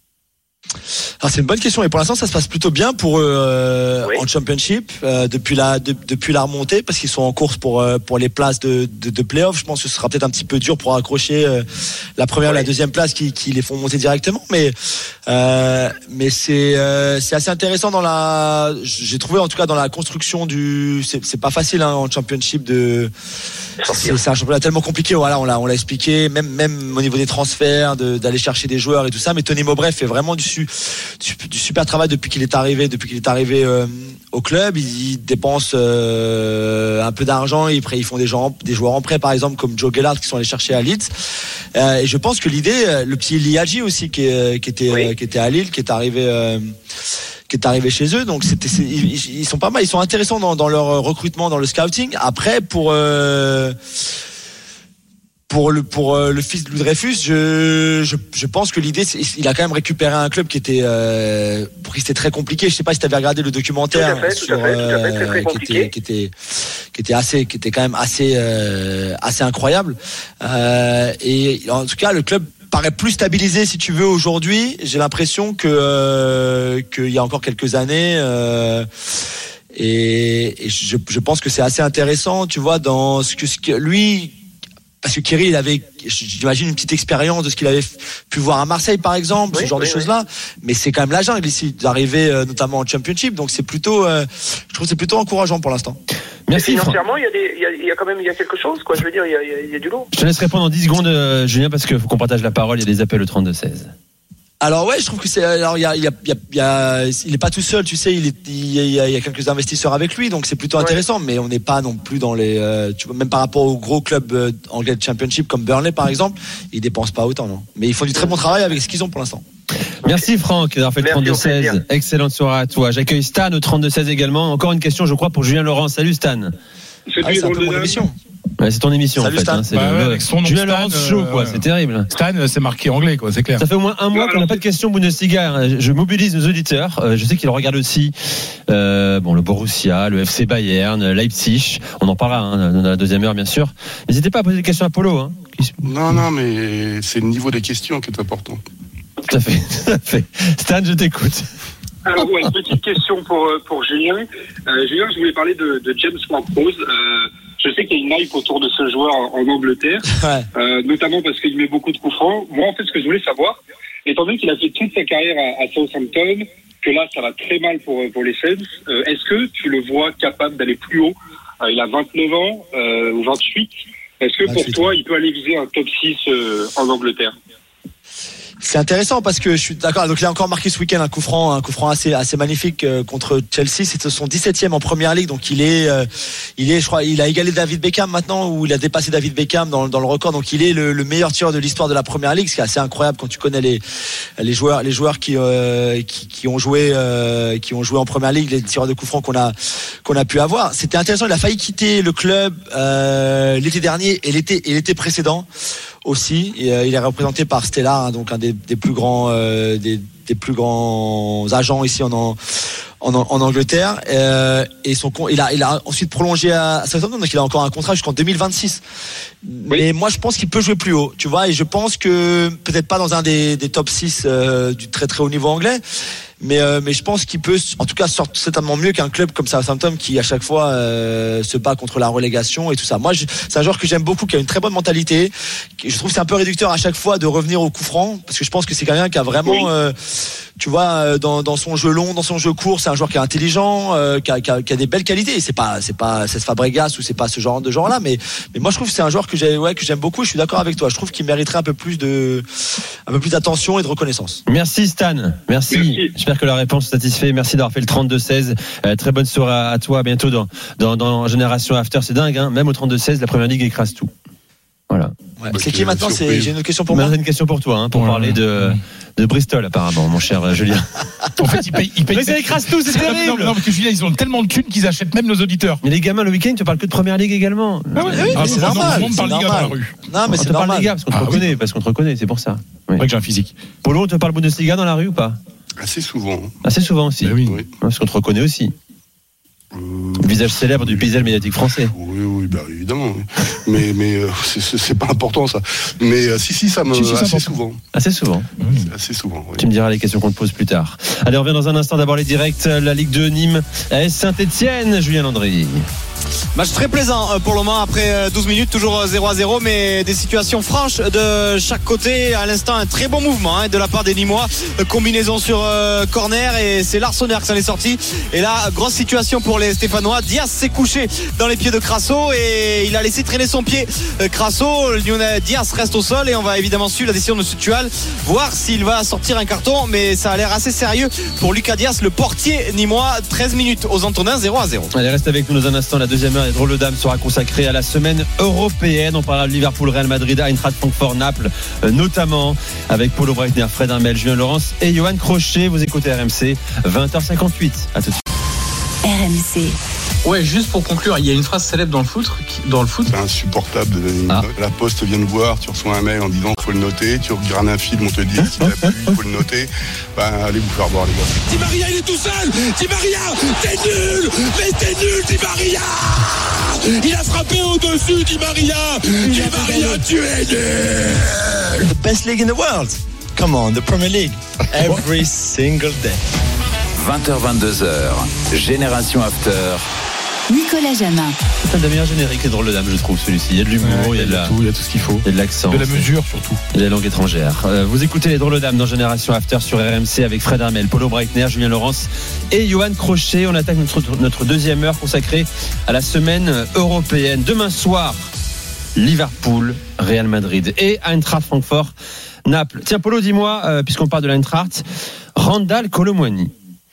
Alors c'est une bonne question et pour l'instant ça se passe plutôt bien pour eux euh, oui. en Championship euh, depuis la de, depuis la remontée parce qu'ils sont en course pour euh, pour les places de, de de play-off. Je pense que ce sera peut-être un petit peu dur pour accrocher euh, la première ou oui. la deuxième place qui qui les font monter directement, mais euh, mais c'est euh, c'est assez intéressant dans la j'ai trouvé en tout cas dans la construction du c'est c'est pas facile hein, en Championship de c'est, c'est un championnat tellement compliqué, voilà, on l'a on l'a expliqué, même même au niveau des transferts, de, d'aller chercher des joueurs et tout ça, mais Tony Mowbray fait vraiment du su, du, du super travail depuis qu'il est arrivé, depuis qu'il est arrivé euh, au club. Ils, ils dépensent euh, un peu d'argent, ils, ils font des, gens, des joueurs en prêt par exemple comme Joe Gellard qui sont allés chercher à Leeds. Euh, et je pense que l'idée, le petit Liadji aussi qui, est, qui était oui. euh, qui était à Lille, qui est arrivé. Euh, qui est arrivé chez eux, donc c'était, c'est, ils, ils sont pas mal, ils sont intéressants dans, dans leur recrutement, dans le scouting. Après, pour euh, pour le pour euh, le fils de Louis Dreyfus, je, je je pense que l'idée, c'est, il a quand même récupéré un club qui était euh, pour qui c'était très compliqué. Je sais pas si tu avais regardé le documentaire tout à fait, sur, tout à fait, tout à fait, très, très euh, qui était qui était qui était assez qui était quand même assez euh, assez incroyable. Euh, et en tout cas, le club paraît plus stabilisé si tu veux aujourd'hui. J'ai l'impression que euh, qu'il y a encore quelques années euh, et, et je, je pense que c'est assez intéressant, tu vois, dans ce que, ce que lui parce que Kiri, il avait, j'imagine, une petite expérience de ce qu'il avait pu voir à Marseille, par exemple, oui, ce genre oui, de choses-là. Oui. Mais c'est quand même la jungle ici, d'arriver euh, notamment en Championship. Donc c'est plutôt, euh, je trouve que c'est plutôt encourageant pour l'instant. Merci. Et financièrement, il y a des, il y a, il y a quand même, il y a quelque chose, quoi. Je veux dire, il y a, il y a, il y a du lot. Je te laisse répondre en dix secondes, euh, Julien, parce qu'il faut qu'on partage la parole. Il y a des appels au trente-deux seize. Alors ouais, je trouve que c'est alors il y a il y a il y a il est pas tout seul, tu sais, il est il y a, il y a quelques investisseurs avec lui, donc c'est plutôt intéressant, ouais. Mais on n'est pas non plus dans les euh, tu vois, même par rapport aux gros clubs euh, anglais de Championship comme Burnley par exemple, ils dépensent pas autant, non. Mais ils font du très bon travail avec ce qu'ils ont pour l'instant. Merci Franck d'avoir fait le trente-deux seize. Excellente soirée à toi. J'accueille Stan au trente-deux seize également. Encore une question, je crois, pour Julien Laurent. Salut Stan. Ah, c'est un peu mon émission. Ouais, c'est ton émission. Salut, en fait. Hein, c'est bah le, ouais, le... avec son nom Julien Stan, Laurent Show, quoi. Euh, c'est terrible. Stan, c'est marqué anglais, quoi. C'est clair. Ça fait au moins un mois qu'on n'a pas de questions Bundesliga. Je mobilise nos auditeurs. Je sais qu'ils regardent aussi euh, bon, le Borussia, le F C Bayern, Leipzig. On en parlera hein, dans la deuxième heure, bien sûr. N'hésitez pas à poser des questions à Polo. Hein. Non, non, mais c'est le niveau des questions qui est important. Tout à fait, tout à fait. Stan, je t'écoute. Alors, ouais, une petite question pour, pour Julien. Euh, Julien, je voulais parler de, de James Ward-Prowse. Euh, je sais qu'il y a une hype autour de ce joueur en, en Angleterre, ouais. euh, notamment parce qu'il met beaucoup de coups francs. Moi, en fait, ce que je voulais savoir, étant donné qu'il a fait toute sa carrière à, à Southampton, que là, ça va très mal pour, pour les Saints, euh, est-ce que tu le vois capable d'aller plus haut? euh, Il a vingt-neuf ans, euh, ou vingt-huit. Est-ce que pour toi, il peut aller viser un top six euh, en Angleterre? C'est intéressant parce que je suis d'accord. Donc il a encore marqué ce week-end un coup franc, un coup franc assez assez magnifique euh, contre Chelsea. C'est son dix-septième en Première Ligue, donc il est euh, il est je crois il a égalé David Beckham maintenant, ou il a dépassé David Beckham dans dans le record. Donc il est le, le meilleur tireur de l'histoire de la Première Ligue, ce qui est assez incroyable quand tu connais les les joueurs les joueurs qui euh, qui, qui ont joué euh, qui ont joué en Première Ligue, les tireurs de coup franc qu'on a qu'on a pu avoir. C'était intéressant. Il a failli quitter le club euh, l'été dernier et l'été et l'été précédent aussi. Et, euh, il est représenté par Stellar, hein, donc un des, des plus grands euh, des, des plus grands agents ici en en, en, en Angleterre. Euh, et son il a il a ensuite prolongé à, à Southampton, donc il a encore un contrat jusqu'en deux mille vingt-six. Oui. Mais moi je pense qu'il peut jouer plus haut, tu vois, et je pense que peut-être pas dans un des, des top six euh, du très très haut niveau anglais. Mais, euh, mais je pense qu'il peut, en tout cas, sortir certainement mieux qu'un club comme Southampton qui, à chaque fois, euh, se bat contre la relégation et tout ça. Moi, je, c'est un joueur que j'aime beaucoup, qui a une très bonne mentalité. Je trouve que c'est un peu réducteur à chaque fois de revenir au coup franc, parce que je pense que c'est quelqu'un qui a vraiment, oui. euh, tu vois, dans, dans son jeu long, dans son jeu court, c'est un joueur qui est intelligent, euh, qui, a, qui, a, qui a des belles qualités. C'est pas, c'est pas Cesc Fabregas ou c'est pas ce genre de genre-là, mais, mais moi, je trouve que c'est un joueur que j'ai, ouais, que j'aime beaucoup. Je suis d'accord avec toi. Je trouve qu'il mériterait un peu plus de, un peu plus d'attention et de reconnaissance. Merci Stan. Merci. Merci. J'espère que la réponse est satisfaite. Merci d'avoir fait le trente-deux seize. Euh, très bonne soirée à toi. À bientôt dans, dans, dans Génération After. C'est dingue, hein. Même au trente-deux seize, la Première Ligue écrase tout. Voilà. Ouais, c'est qui maintenant? C'est, j'ai une autre question pour moi. C'est une question pour toi, hein, pour ouais, parler de, de Bristol, apparemment, mon cher Julien. En fait, ils payent. Ils payent mais ça écrase tout, c'est terrible. Non, non, parce que Julien, ils ont tellement de thunes qu'ils achètent même nos auditeurs. Mais les gamins, le week-end, tu parles que de Première Ligue également. Ah ouais, oui, ah, mais c'est normal. On parle Liga dans la rue. Non, mais on c'est te normal. parle Liga parce qu'on te ah, reconnaît, oui. parce qu'on te reconnaît, c'est pour ça. Oui. C'est vrai que j'ai un physique. Polo, on te parle Bundesliga dans la rue ou pas? Assez souvent. Assez souvent aussi. Oui. Oui. Parce qu'on te reconnaît aussi. Euh... Le visage célèbre du paysage médiatique français. Oui, oui, bah évidemment. Oui. mais mais euh, c'est, c'est pas important ça. Mais euh, si, si, ça me. Si, si, assez souvent. Assez souvent. Mmh. Assez souvent. Oui. Tu me diras les questions qu'on te pose plus tard. Allez, on revient dans un instant. D'abord les directs. La Ligue deux Nîmes, A S Saint-Etienne. Julien Landry. Match très plaisant pour le moment après douze minutes, toujours zéro à zéro, mais des situations franches de chaque côté. À l'instant, un très bon mouvement hein, de la part des Nîmois. Combinaison sur euh, corner et c'est Larsonnière qui s'en est sorti. Et là, grosse situation pour les Stéphanois. Diaz s'est couché dans les pieds de Crasso et il a laissé traîner son pied. Crasso, Diaz reste au sol et on va évidemment suivre la décision de Sutual, voir s'il va sortir un carton, mais ça a l'air assez sérieux pour Lucas Diaz, le portier nîmois. treize minutes aux Antonins, zéro à zéro. Allez, reste avec nous dans un instant. La deuxième heure des drôles de dames sera consacrée à la semaine européenne. On parlera de Liverpool, Real Madrid, Eintracht Francfort, Naples, euh, notamment avec Polo Breitner, Fred Hermel, Julien Laurence et Johan Crochet. Vous écoutez R M C, vingt heures cinquante-huit. À tout de suite. R M C. Ouais, juste pour conclure, il y a une phrase célèbre dans le foot. Dans le foot. C'est insupportable. Ah. La Poste vient de voir, tu reçois un mail en disant qu'il faut le noter, tu regardes un film, on te dit s'il a plu, il faut le noter. Ben, allez vous faire voir, les gars. Di Maria, il est tout seul. Di Maria, t'es nul. Mais t'es nul, Di Maria. Il a frappé au-dessus, Di Maria. Di Maria, tu es nul. The best league in the world. Come on, the Premier League. Every single day. vingt heures vingt-deux heures, Génération After. Nicolas Jamin. C'est un des meilleurs génériques et drôle de dame, je trouve, celui-ci. Il y a de l'humour, Ouais, il y a de la. tout, il y a tout ce qu'il faut. Il y a de l'accent. De la mesure surtout. Il y a la langue étrangère. Euh, vous écoutez les drôles de dames dans Génération After sur R M C avec Fred Hermel, Polo Breitner, Julien Laurence et Johan Crochet. On attaque notre, notre deuxième heure consacrée à la semaine européenne. Demain soir, Liverpool, Real Madrid et Eintracht Francfort, Naples. Tiens, Polo, dis-moi, euh, puisqu'on parle de l'Eintracht, Randal Kolo Muani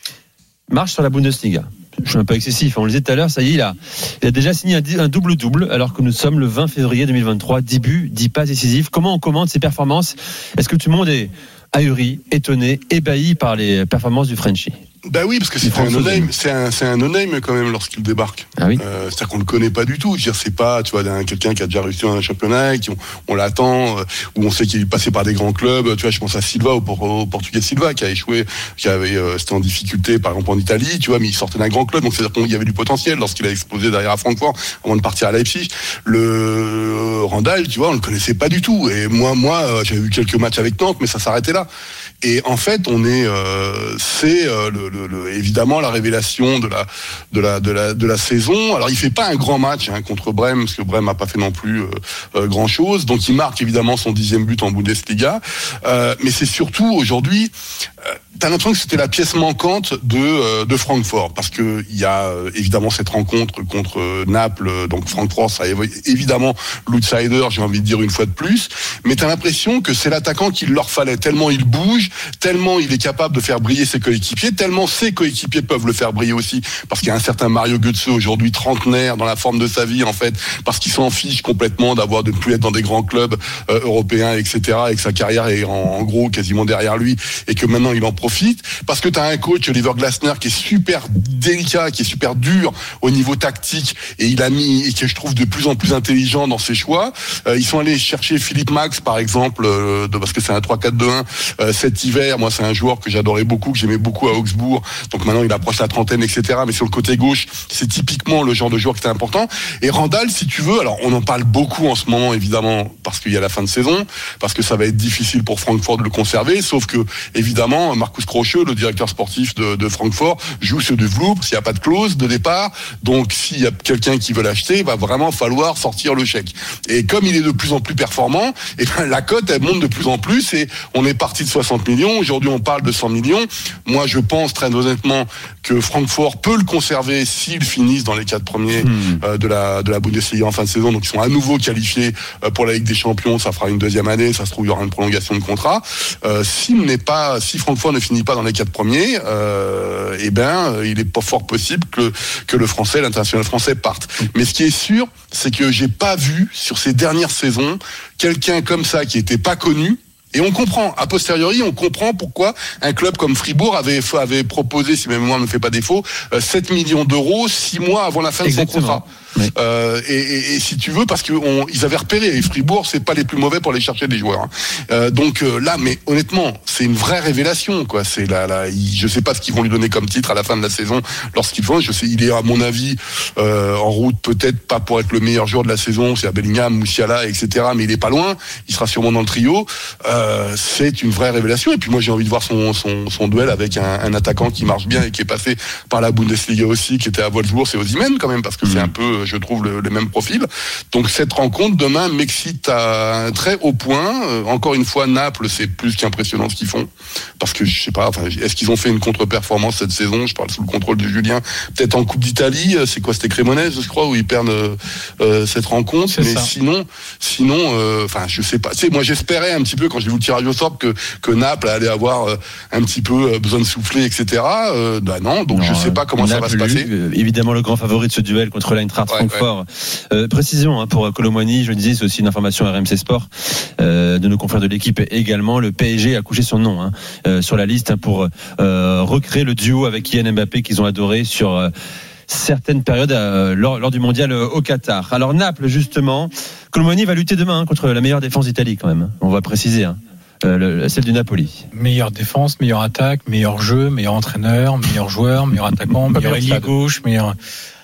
marche sur la Bundesliga. Je suis un peu excessif, on le disait tout à l'heure, ça y est, il a, il a déjà signé un double-double alors que nous sommes le vingt février deux mille vingt-trois. dix buts, dix passes décisives. Comment on commande ces performances? Est-ce que tout le monde est ahuri, étonné, ébahi par les performances du Frenchie? Bah oui, parce que c'est un no-name, c'est un, c'est un no-name quand même lorsqu'il débarque. Ah oui. Euh, c'est-à-dire qu'on le connaît pas du tout. Je veux dire, c'est pas, tu vois, un, quelqu'un qui a déjà réussi dans un championnat, qui on, on l'attend, euh, où on sait qu'il est passé par des grands clubs. Tu vois, je pense à Silva, au, au Portugais Silva, qui a échoué, qui avait, euh, c'était en difficulté, par exemple en Italie, tu vois, mais il sortait d'un grand club, donc c'est-à-dire qu'il y avait du potentiel lorsqu'il a explosé derrière à Francfort, avant de partir à Leipzig. Le euh, Randal, tu vois, on le connaissait pas du tout. Et moi, moi, euh, j'avais eu quelques matchs avec Nantes, mais ça s'arrêtait là. Et en fait, on est, euh, c'est euh, le, le, le, évidemment la révélation de la, de la, de la, de la saison. Alors, il fait pas un grand match hein, contre Brême, parce que Brême a pas fait non plus euh, euh, grand chose. Donc, il marque évidemment son dixième but en Bundesliga. Euh, mais c'est surtout aujourd'hui, euh, t'as l'impression que c'était la pièce manquante de euh, de Francfort, parce que il y a euh, évidemment cette rencontre contre euh, Naples. Donc, Francfort, ça évidemment l'outsider, j'ai envie de dire une fois de plus. Mais t'as l'impression que c'est l'attaquant qu'il leur fallait, tellement il bouge, tellement il est capable de faire briller ses coéquipiers, tellement ses coéquipiers peuvent le faire briller aussi, parce qu'il y a un certain Mario Götze aujourd'hui trentenaire dans la forme de sa vie en fait, parce qu'il s'en fiche complètement d'avoir de ne plus être dans des grands clubs euh, européens, et cetera, et que sa carrière est en, en gros quasiment derrière lui, et que maintenant il en profite, parce que tu as un coach Oliver Glasner qui est super délicat, qui est super dur au niveau tactique, et il a mis, et que je trouve de plus en plus intelligent dans ses choix. Euh, ils sont allés chercher Philippe Max par exemple, euh, de, parce que c'est un trois quatre deux un euh, cet hiver. Moi, c'est un joueur que j'adorais beaucoup, que j'aimais beaucoup à Augsbourg. Donc maintenant, il approche la trentaine, et cetera. Mais sur le côté gauche, c'est typiquement le genre de joueur qui était important. Et Randal, si tu veux, alors on en parle beaucoup en ce moment, évidemment, parce qu'il y a la fin de saison, parce que ça va être difficile pour Francfort de le conserver. Sauf que, évidemment, Markus Krösche, le directeur sportif de, de Francfort, joue sur du Vloop, s'il n'y a pas de clause de départ. Donc, s'il y a quelqu'un qui veut l'acheter, il va vraiment falloir sortir le chèque. Et comme il est de plus en plus performant, et ben, la cote, elle monte de plus en plus, et on est parti de soixante millions. Aujourd'hui, on parle de cent millions. Moi, je pense très honnêtement que Francfort peut le conserver s'ils finissent dans les quatre premiers mmh. euh, de la de la Bundesliga en fin de saison. Donc, ils sont à nouveau qualifiés euh, pour la Ligue des Champions. Ça fera une deuxième année. Ça se trouve, il y aura une prolongation de contrat. Euh, s'il n'est pas, si Francfort ne finit pas dans les quatre premiers, euh, eh ben, il est pas fort possible que que le Français, l'international français, parte. Mais ce qui est sûr, c'est que j'ai pas vu sur ces dernières saisons quelqu'un comme ça qui était pas connu. Et on comprend, a posteriori, on comprend pourquoi un club comme Fribourg avait, avait proposé, si ma mémoire ne me fait pas défaut, sept millions d'euros six mois avant la fin Exactement. de son contrat. Oui. Euh, et, et, et si tu veux, parce qu'ils avaient repéré, et Fribourg, c'est pas les plus mauvais pour aller chercher des joueurs. Hein. Euh, donc euh, là, mais honnêtement, c'est une vraie révélation, quoi. C'est là, là, il, je sais pas ce qu'ils vont lui donner comme titre à la fin de la saison lorsqu'ils vont. Je sais, il est à mon avis euh, en route, peut-être pas pour être le meilleur joueur de la saison. C'est à Bellingham, Musiala, et cetera. Mais il est pas loin. Il sera sûrement dans le trio. Euh, c'est une vraie révélation. Et puis moi, j'ai envie de voir son, son, son duel avec un, un attaquant qui marche bien et qui est passé par la Bundesliga aussi, qui était à Wolfsburg. C'est Osimhen quand même, parce que mmh. c'est un peu, je trouve, le, le même profil. Donc cette rencontre demain m'excite à un très haut point. Euh, encore une fois, Naples, c'est plus qu'impressionnant ce qu'ils font, parce que je sais pas, enfin, est-ce qu'ils ont fait une contre-performance cette saison? Je parle sous le contrôle de Julien. Peut-être en Coupe d'Italie, c'est quoi, c'était Cremonese, je crois, où ils perdent euh, cette rencontre. C'est Mais ça. sinon, sinon, enfin, euh, je sais pas. Tu sais, moi, j'espérais un petit peu quand j'ai vu le tirage au sort que que Naples allait avoir euh, un petit peu euh, besoin de souffler, et cetera. Euh, bah non, donc non, je sais pas comment Naples, ça va se passer. Euh, évidemment, le grand favori de ce duel contre l'Eintracht ouais, Francfort. Ouais. Euh, précision hein, pour Kolo Muani, je le disais, c'est aussi une information R M C Sport euh, de nos confrères de l'équipe également. Le P S G a couché son nom hein, euh, sur la liste hein, pour euh, recréer le duo avec Kylian Mbappé qu'ils ont adoré sur euh, certaines périodes euh, lors, lors du mondial euh, au Qatar. Alors Naples justement, Kolo Muani va lutter demain hein, contre la meilleure défense d'Italie quand même. On va préciser. Hein. Euh, le, celle du Napoli. Meilleure défense, meilleure attaque, meilleur jeu, meilleur entraîneur, meilleur joueur, meilleur attaquant, meilleur ailier gauche, meilleur.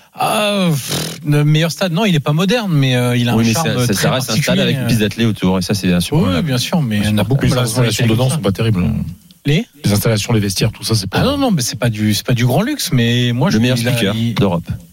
Ah, pff, le meilleur stade. Non, il est pas moderne, mais euh, il a oui, un charme ça, très ça reste un stade avec une piste d'athlètes autour, et ça c'est bien sûr. Oui, bien sûr, mais il y en a beaucoup. Les installations dedans sont pas terribles. Les Les installations, les vestiaires, tout ça, c'est pas. Ah non, non, mais c'est pas du, c'est pas du grand luxe, mais moi le je meilleur speaker il... d'Europe.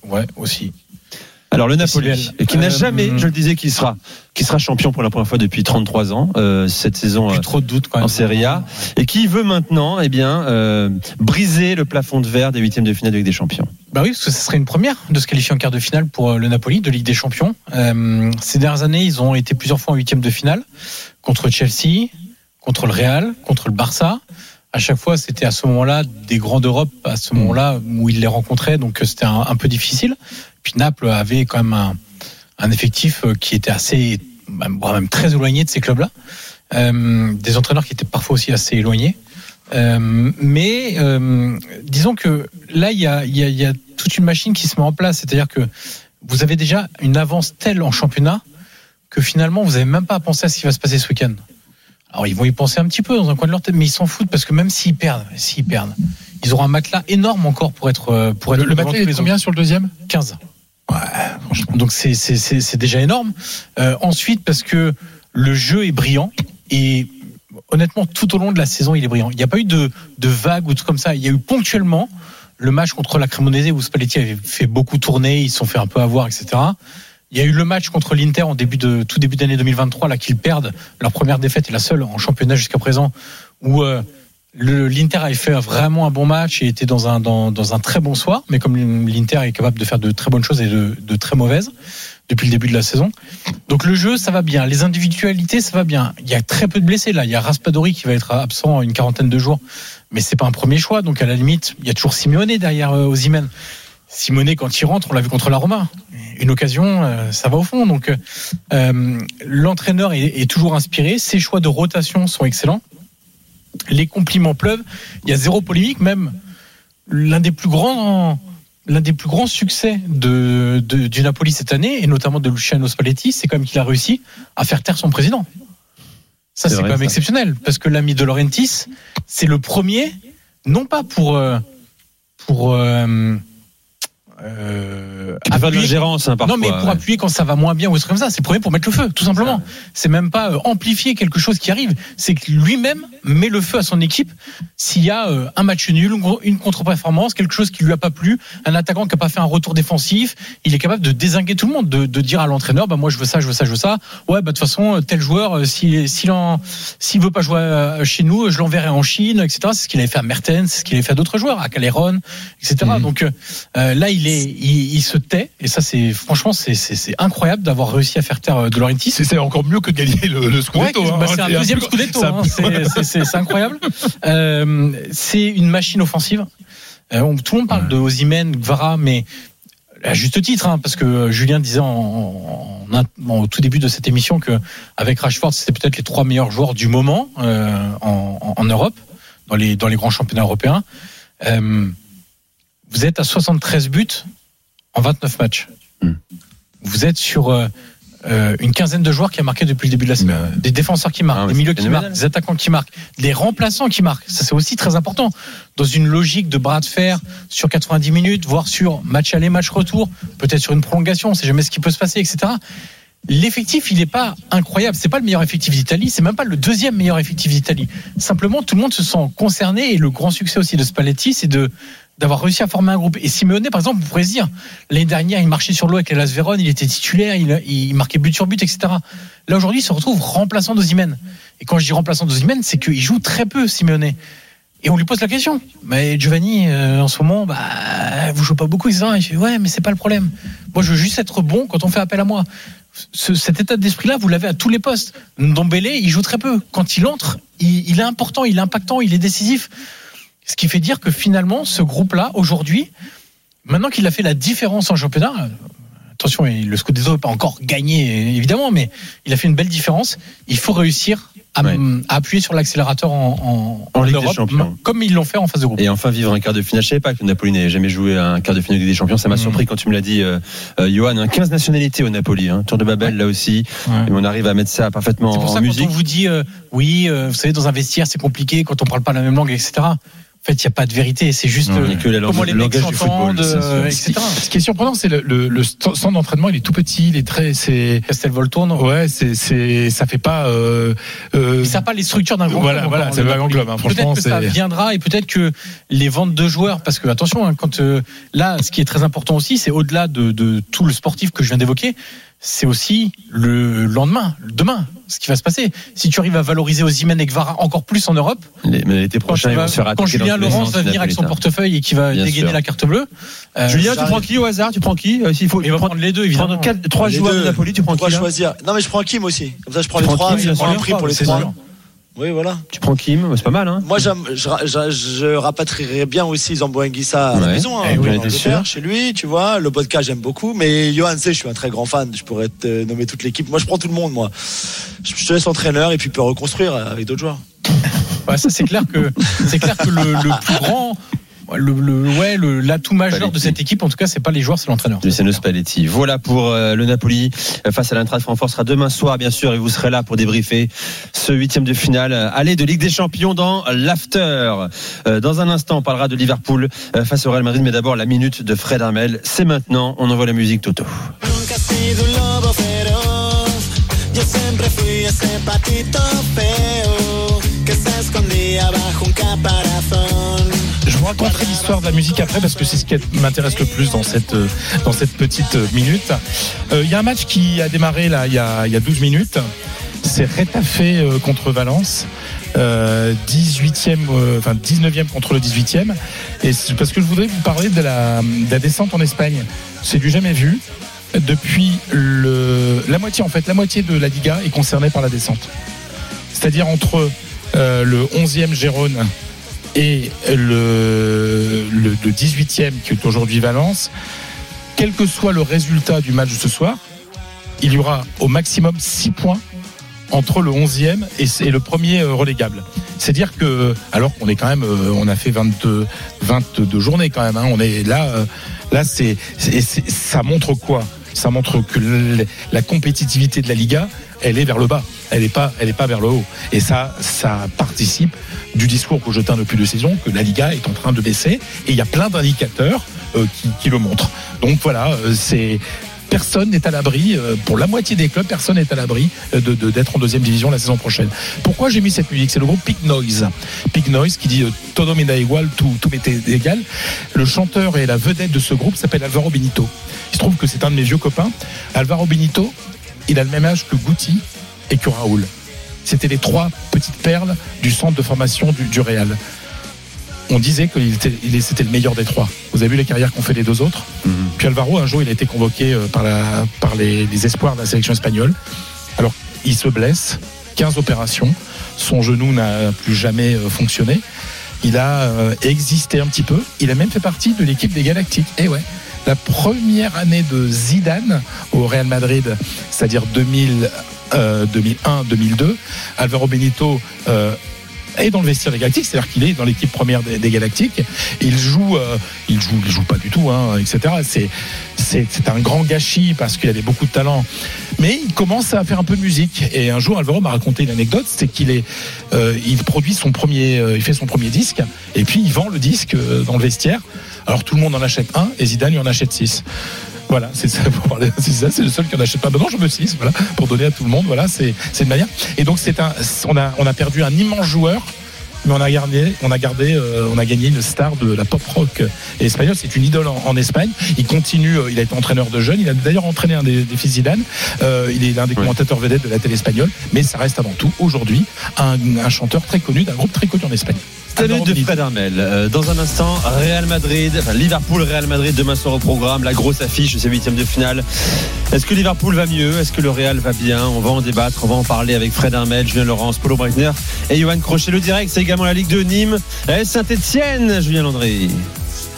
Ouais, aussi. Alors le Napoli, et qui n'a euh, jamais, je le disais, qui sera, qui sera champion pour la première fois depuis trente-trois ans euh, cette saison euh, trop de doutes quand même. En Serie A, et qui veut maintenant, eh bien, euh, briser le plafond de verre des huitièmes de finale de Ligue des Champions. Bah oui, parce que ce serait une première de se qualifier en quart de finale pour le Napoli de Ligue des Champions. Euh, ces dernières années, ils ont été plusieurs fois en huitièmes de finale contre Chelsea, contre le Real, contre le Barça. À chaque fois, c'était à ce moment-là des grands d'Europe, à ce moment-là où ils les rencontraient, donc c'était un, un peu difficile. Puis Naples avait quand même un, un effectif qui était assez, même très éloigné de ces clubs-là. Euh, des entraîneurs qui étaient parfois aussi assez éloignés. Euh, mais euh, disons que là, il y a, y, a, y a toute une machine qui se met en place. C'est-à-dire que vous avez déjà une avance telle en championnat que finalement, vous n'avez même pas à penser à ce qui va se passer ce week-end. Alors ils vont y penser un petit peu dans un coin de leur tête, mais ils s'en foutent parce que même s'ils perdent, s'ils perdent, ils auront un matelas énorme encore pour être pour être le, le matelas est combien sur le deuxième ? quinze. Ouais, franchement. Donc c'est c'est c'est, c'est déjà énorme. Euh, ensuite parce que le jeu est brillant et honnêtement tout au long de la saison il est brillant. Il n'y a pas eu de de vagues ou tout comme ça. Il y a eu ponctuellement le match contre la Cremonese où Spalletti avait fait beaucoup tourner, ils se sont fait un peu avoir, et cetera. Il y a eu le match contre l'Inter en début de tout début d'année deux mille vingt-trois là qu'ils perdent leur première défaite et la seule en championnat jusqu'à présent où euh, le, l'Inter avait fait vraiment un bon match et était dans un dans, dans un très bon soir, mais comme l'Inter est capable de faire de très bonnes choses et de, de très mauvaises depuis le début de la saison. Donc le jeu ça va bien, les individualités ça va bien. Il y a très peu de blessés là, il y a Raspadori qui va être absent une quarantaine de jours, mais c'est pas un premier choix, donc à la limite il y a toujours Simeone derrière euh, Osimhen. Simeone quand il rentre, on l'a vu contre la Roma. Une occasion, euh, ça va au fond. Donc, euh, l'entraîneur est, est toujours inspiré. Ses choix de rotation sont excellents. Les compliments pleuvent. Il y a zéro polémique. Même l'un des plus grands, l'un des plus grands succès de, de, du Napoli cette année, et notamment de Luciano Spalletti, c'est quand même qu'il a réussi à faire taire son président. Ça, c'est, c'est vrai, quand même ça. Exceptionnel, parce que l'ami De Laurentiis, c'est le premier, non pas pour euh, pour euh, Euh, appuyer, de gérance, hein, parfois, non mais pour ouais. appuyer quand ça va moins bien ou c'est comme ça, c'est le premier pour mettre le feu tout simplement. C'est même pas euh, amplifier quelque chose qui arrive, c'est que lui-même met le feu à son équipe s'il y a euh, un match nul, une contre-performance, quelque chose qui lui a pas plu, un attaquant qui a pas fait un retour défensif, il est capable de dézinguer tout le monde, de, de dire à l'entraîneur bah moi je veux ça, je veux ça, je veux ça. Ouais bah de toute façon tel joueur euh, s'il s'il en s'il veut pas jouer euh, chez nous, je l'enverrai en Chine, et cetera. C'est ce qu'il avait fait à Mertens, c'est ce qu'il avait fait à d'autres joueurs, à Calderon, et cetera. Mmh. Donc euh, là il est Il, il se tait et ça c'est franchement c'est, c'est, c'est incroyable d'avoir réussi à faire taire De Laurentiis. C'est, c'est encore mieux que de gagner le, le Scudetto. Ouais, hein, bah c'est un deuxième un Scudetto. Hein, c'est, c'est, c'est, c'est incroyable. Euh, c'est une machine offensive. Euh, on, tout le monde parle ouais. de Osimhen, Gvara, mais à juste titre, hein, parce que Julien disait en, en, en, au tout début de cette émission que avec Rashford c'était peut-être les trois meilleurs joueurs du moment euh, en, en Europe, dans les dans les grands championnats européens. Euh, Vous êtes à soixante-treize buts en vingt-neuf matchs. Mmh. Vous êtes sur euh, une quinzaine de joueurs qui a marqué depuis le début de la saison. Des défenseurs qui marquent, ah, des milieux qui marquent, des attaquants qui marquent, des remplaçants qui marquent. Ça, c'est aussi très important. Dans une logique de bras de fer sur quatre-vingt-dix minutes, voire sur match aller, match retour, peut-être sur une prolongation, on ne sait jamais ce qui peut se passer, et cetera. L'effectif, il n'est pas incroyable. C'est pas le meilleur effectif d'Italie. C'est même pas le deuxième meilleur effectif d'Italie. Simplement, tout le monde se sent concerné et le grand succès aussi de Spalletti, c'est de d'avoir réussi à former un groupe. Et Simeone, par exemple, vous pourrez se dire, l'année dernière, il marchait sur l'eau avec l'Hellas Vérone, il était titulaire, il, il marquait but sur but, et cetera. Là, aujourd'hui, il se retrouve remplaçant d'Osimhen. Et quand je dis remplaçant d'Osimhen, c'est qu'il joue très peu, Simeone. Et on lui pose la question. Mais Giovanni, euh, en ce moment, bah, vous jouez pas beaucoup, et cetera. Il fait, ouais, mais c'est pas le problème. Moi, je veux juste être bon quand on fait appel à moi. Ce, cet état d'esprit-là, vous l'avez à tous les postes. Ndombele, il joue très peu. Quand il entre, il, il est important, il est impactant, il est décisif. Ce qui fait dire que finalement, ce groupe-là, aujourd'hui, maintenant qu'il a fait la différence en championnat, attention, le Scudetto n'est pas encore gagné, évidemment, mais il a fait une belle différence. Il faut réussir à, ouais. à appuyer sur l'accélérateur en, en, en, en Ligue Europe, des Champions, comme ils l'ont fait en phase de groupe. Et enfin vivre un quart de finale. Je ne savais pas que le Napoli n'ait jamais joué un quart de finale de Ligue des Champions. Ça m'a mmh. surpris quand tu me l'as dit, euh, euh, Johan. Hein, quinze nationalités au Napoli, hein, Tour de Babel ouais. là aussi. Ouais. Et on arrive à mettre ça parfaitement en musique. C'est pour ça en quand on vous dit, euh, oui, euh, vous savez, dans un vestiaire, c'est compliqué quand on ne parle pas la même langue, et cetera. En fait, il n'y a pas de vérité, c'est juste Non, euh, que la comment langue- les le mecs langage du s'entendent, football, c'est euh, et Ce qui- cetera. Ce qui est surprenant, c'est le, le, le centre d'entraînement, il est tout petit, il est très, c'est. Castelvolturne. Ouais, c'est, c'est, ça fait pas. Euh, euh, Ça n'a pas les structures d'un grand Voilà, club. voilà, encore, c'est le pas un grand club, hein, Peut-être franchement, que ça c'est- viendra et peut-être que les ventes de joueurs, parce que attention, hein, quand euh, là, ce qui est très important aussi, c'est au-delà de, de tout le sportif que je viens d'évoquer, c'est aussi le lendemain, le demain, ce qui va se passer. Si tu arrives à valoriser Osimhen et Kvara encore plus en Europe, Les- mais l'été quand, prochain, tu ils vas- vont se faire quand attaquer Julien dans tous les Laurence sens, va venir avec son Napolitain. portefeuille et qui va Bien dégainer sûr. la carte bleue, euh, Julien, ça tu prends arrive. qui au hasard? Tu prends qui? Euh, S'il faut Il va prendre les deux, évidemment. prendre quatre, trois Les joueurs deux. de Napoli, tu prends qui? Pourquoi là choisir? Non, mais je prends Kim aussi. Comme ça, je prends Tu les prends trois. Kim, Je bien prends sûr. un prix pour les C'est trois. sûr. Oui, voilà. Tu prends Kim, c'est pas mal, hein? Moi, j'aime- je, je, je rapatrierais bien aussi Zambo Anguissa à la Ouais. maison, hein, Eh oui, en bien Angleterre, sûr. chez lui, tu vois. Le Bodka, j'aime beaucoup. Mais Johan C, je suis un très grand fan. Je pourrais te nommer toute l'équipe. Moi, je prends tout le monde, moi. Je, je te laisse entraîneur et puis peut reconstruire avec d'autres joueurs. Ouais, ça c'est clair que c'est clair que le, le plus grand, le, le ouais, le, l'atout majeur Spalletti. de cette équipe, en tout cas, c'est pas les joueurs, c'est l'entraîneur. Luciano Spalletti. Voilà pour euh, le Napoli euh, face à l'Eintracht Francfort. Ce sera demain soir, bien sûr, et vous serez là pour débriefer ce huitième de finale. euh, Aller de Ligue des Champions dans l'after. Euh, dans un instant, on parlera de Liverpool euh, face au Real Madrid, mais d'abord la minute de Fred Hermel. C'est maintenant. On envoie la musique, Toto. Nunca has sido un lobo feroz. Yo siempre fui ese patito feo que se escondía bajo un caparazón. Je vous raconterai l'histoire de la musique après parce que c'est ce qui m'intéresse le plus dans cette, euh, dans cette petite euh, minute. Il euh, y a un match qui a démarré là il y a, y a douze minutes. C'est Retafe euh, contre Valence. Euh, dix-huitième, euh, enfin dix-neuvième contre le dix-huitième. Et c'est parce que je voudrais vous parler de la, de la descente en Espagne. C'est du jamais vu. Depuis le, la moitié, en fait, la moitié de la Liga est concernée par la descente. C'est-à-dire entre euh, le onzième Gérone et le, le, le dix-huitième qui est aujourd'hui Valence, quel que soit le résultat du match de ce soir, il y aura au maximum six points entre le onzième et, et le premier relégable. C'est-à-dire que, alors qu'on est quand même, on a fait vingt-deux, vingt-deux journées quand même, hein, on est là, là c'est, c'est, c'est, ça montre quoi ? Ça montre que le, la compétitivité de la Liga, elle est vers le bas, elle n'est pas, elle est pas vers le haut. Et ça, ça participe du discours que je tiens depuis deux saisons, que la Liga est en train de baisser. Et il y a plein d'indicateurs euh, qui, qui le montrent. Donc voilà, euh, c'est personne n'est à l'abri, euh, pour la moitié des clubs, personne n'est à l'abri de, de, d'être en deuxième division la saison prochaine. Pourquoi j'ai mis cette musique ? C'est le groupe Pig Noise. Pig Noise qui dit euh, Todo me da igual, tout, tout m'est égal. Le chanteur et la vedette de ce groupe s'appelle Alvaro Benito. Il se trouve que c'est un de mes vieux copains. Alvaro Benito, il a le même âge que Guti et que Raoul. C'était les trois petites perles du centre de formation du, du Real. On disait que il était, il, c'était le meilleur des trois. Vous avez vu les carrières qu'ont fait les deux autres. Mmh. Puis Alvaro, un jour, il a été convoqué par, la, par les, les espoirs de la sélection espagnole. Alors, il se blesse, quinze opérations. Son genou n'a plus jamais fonctionné. Il a euh, existé un petit peu. Il a même fait partie de l'équipe des Galactiques. Et ouais, la première année de Zidane au Real Madrid, c'est-à-dire deux mille, euh, deux mille un deux mille deux, Alvaro Benito euh, est dans le vestiaire des Galactiques, c'est-à-dire qu'il est dans l'équipe première des, des Galactiques. Il joue, euh, il joue, il joue pas du tout, hein, et cetera. C'est, c'est, c'est un grand gâchis parce qu'il avait beaucoup de talent. Mais il commence à faire un peu de musique. Et un jour, Alvaro m'a raconté une anecdote, c'est qu'il est, euh, il produit son premier, euh, il fait son premier disque, et puis il vend le disque euh, dans le vestiaire. Alors tout le monde en achète un, et Zidane lui en achète six. Voilà, c'est ça, pour parler, c'est ça, c'est le seul qui en achète pas. Ben non, je veux six, voilà, pour donner à tout le monde. Voilà, c'est, c'est une manière. Et donc c'est un, on a, on a perdu un immense joueur, mais on a gardé, on a gardé, euh, on a gagné une star de la pop rock espagnole. C'est une idole en, en Espagne. Il continue, euh, il a été entraîneur de jeunes. Il a d'ailleurs entraîné un des, des fils Zidane. Euh, il est l'un des commentateurs vedettes de la télé espagnole. Mais ça reste avant tout aujourd'hui un, un chanteur très connu d'un groupe très connu en Espagne. Salut de Fred Hermel. Euh, dans un instant, Real Madrid, enfin Liverpool, Real Madrid, demain soir au programme, la grosse affiche de ces huitièmes de finale. Est-ce que Liverpool va mieux ? Est-ce que le Real va bien ? On va en débattre, on va en parler avec Fred Hermel, Julien Laurence, Paulo Breitner et Johan Crochet. Le direct, c'est également la Ligue deux, Nîmes, Saint-Etienne, Julien Landry.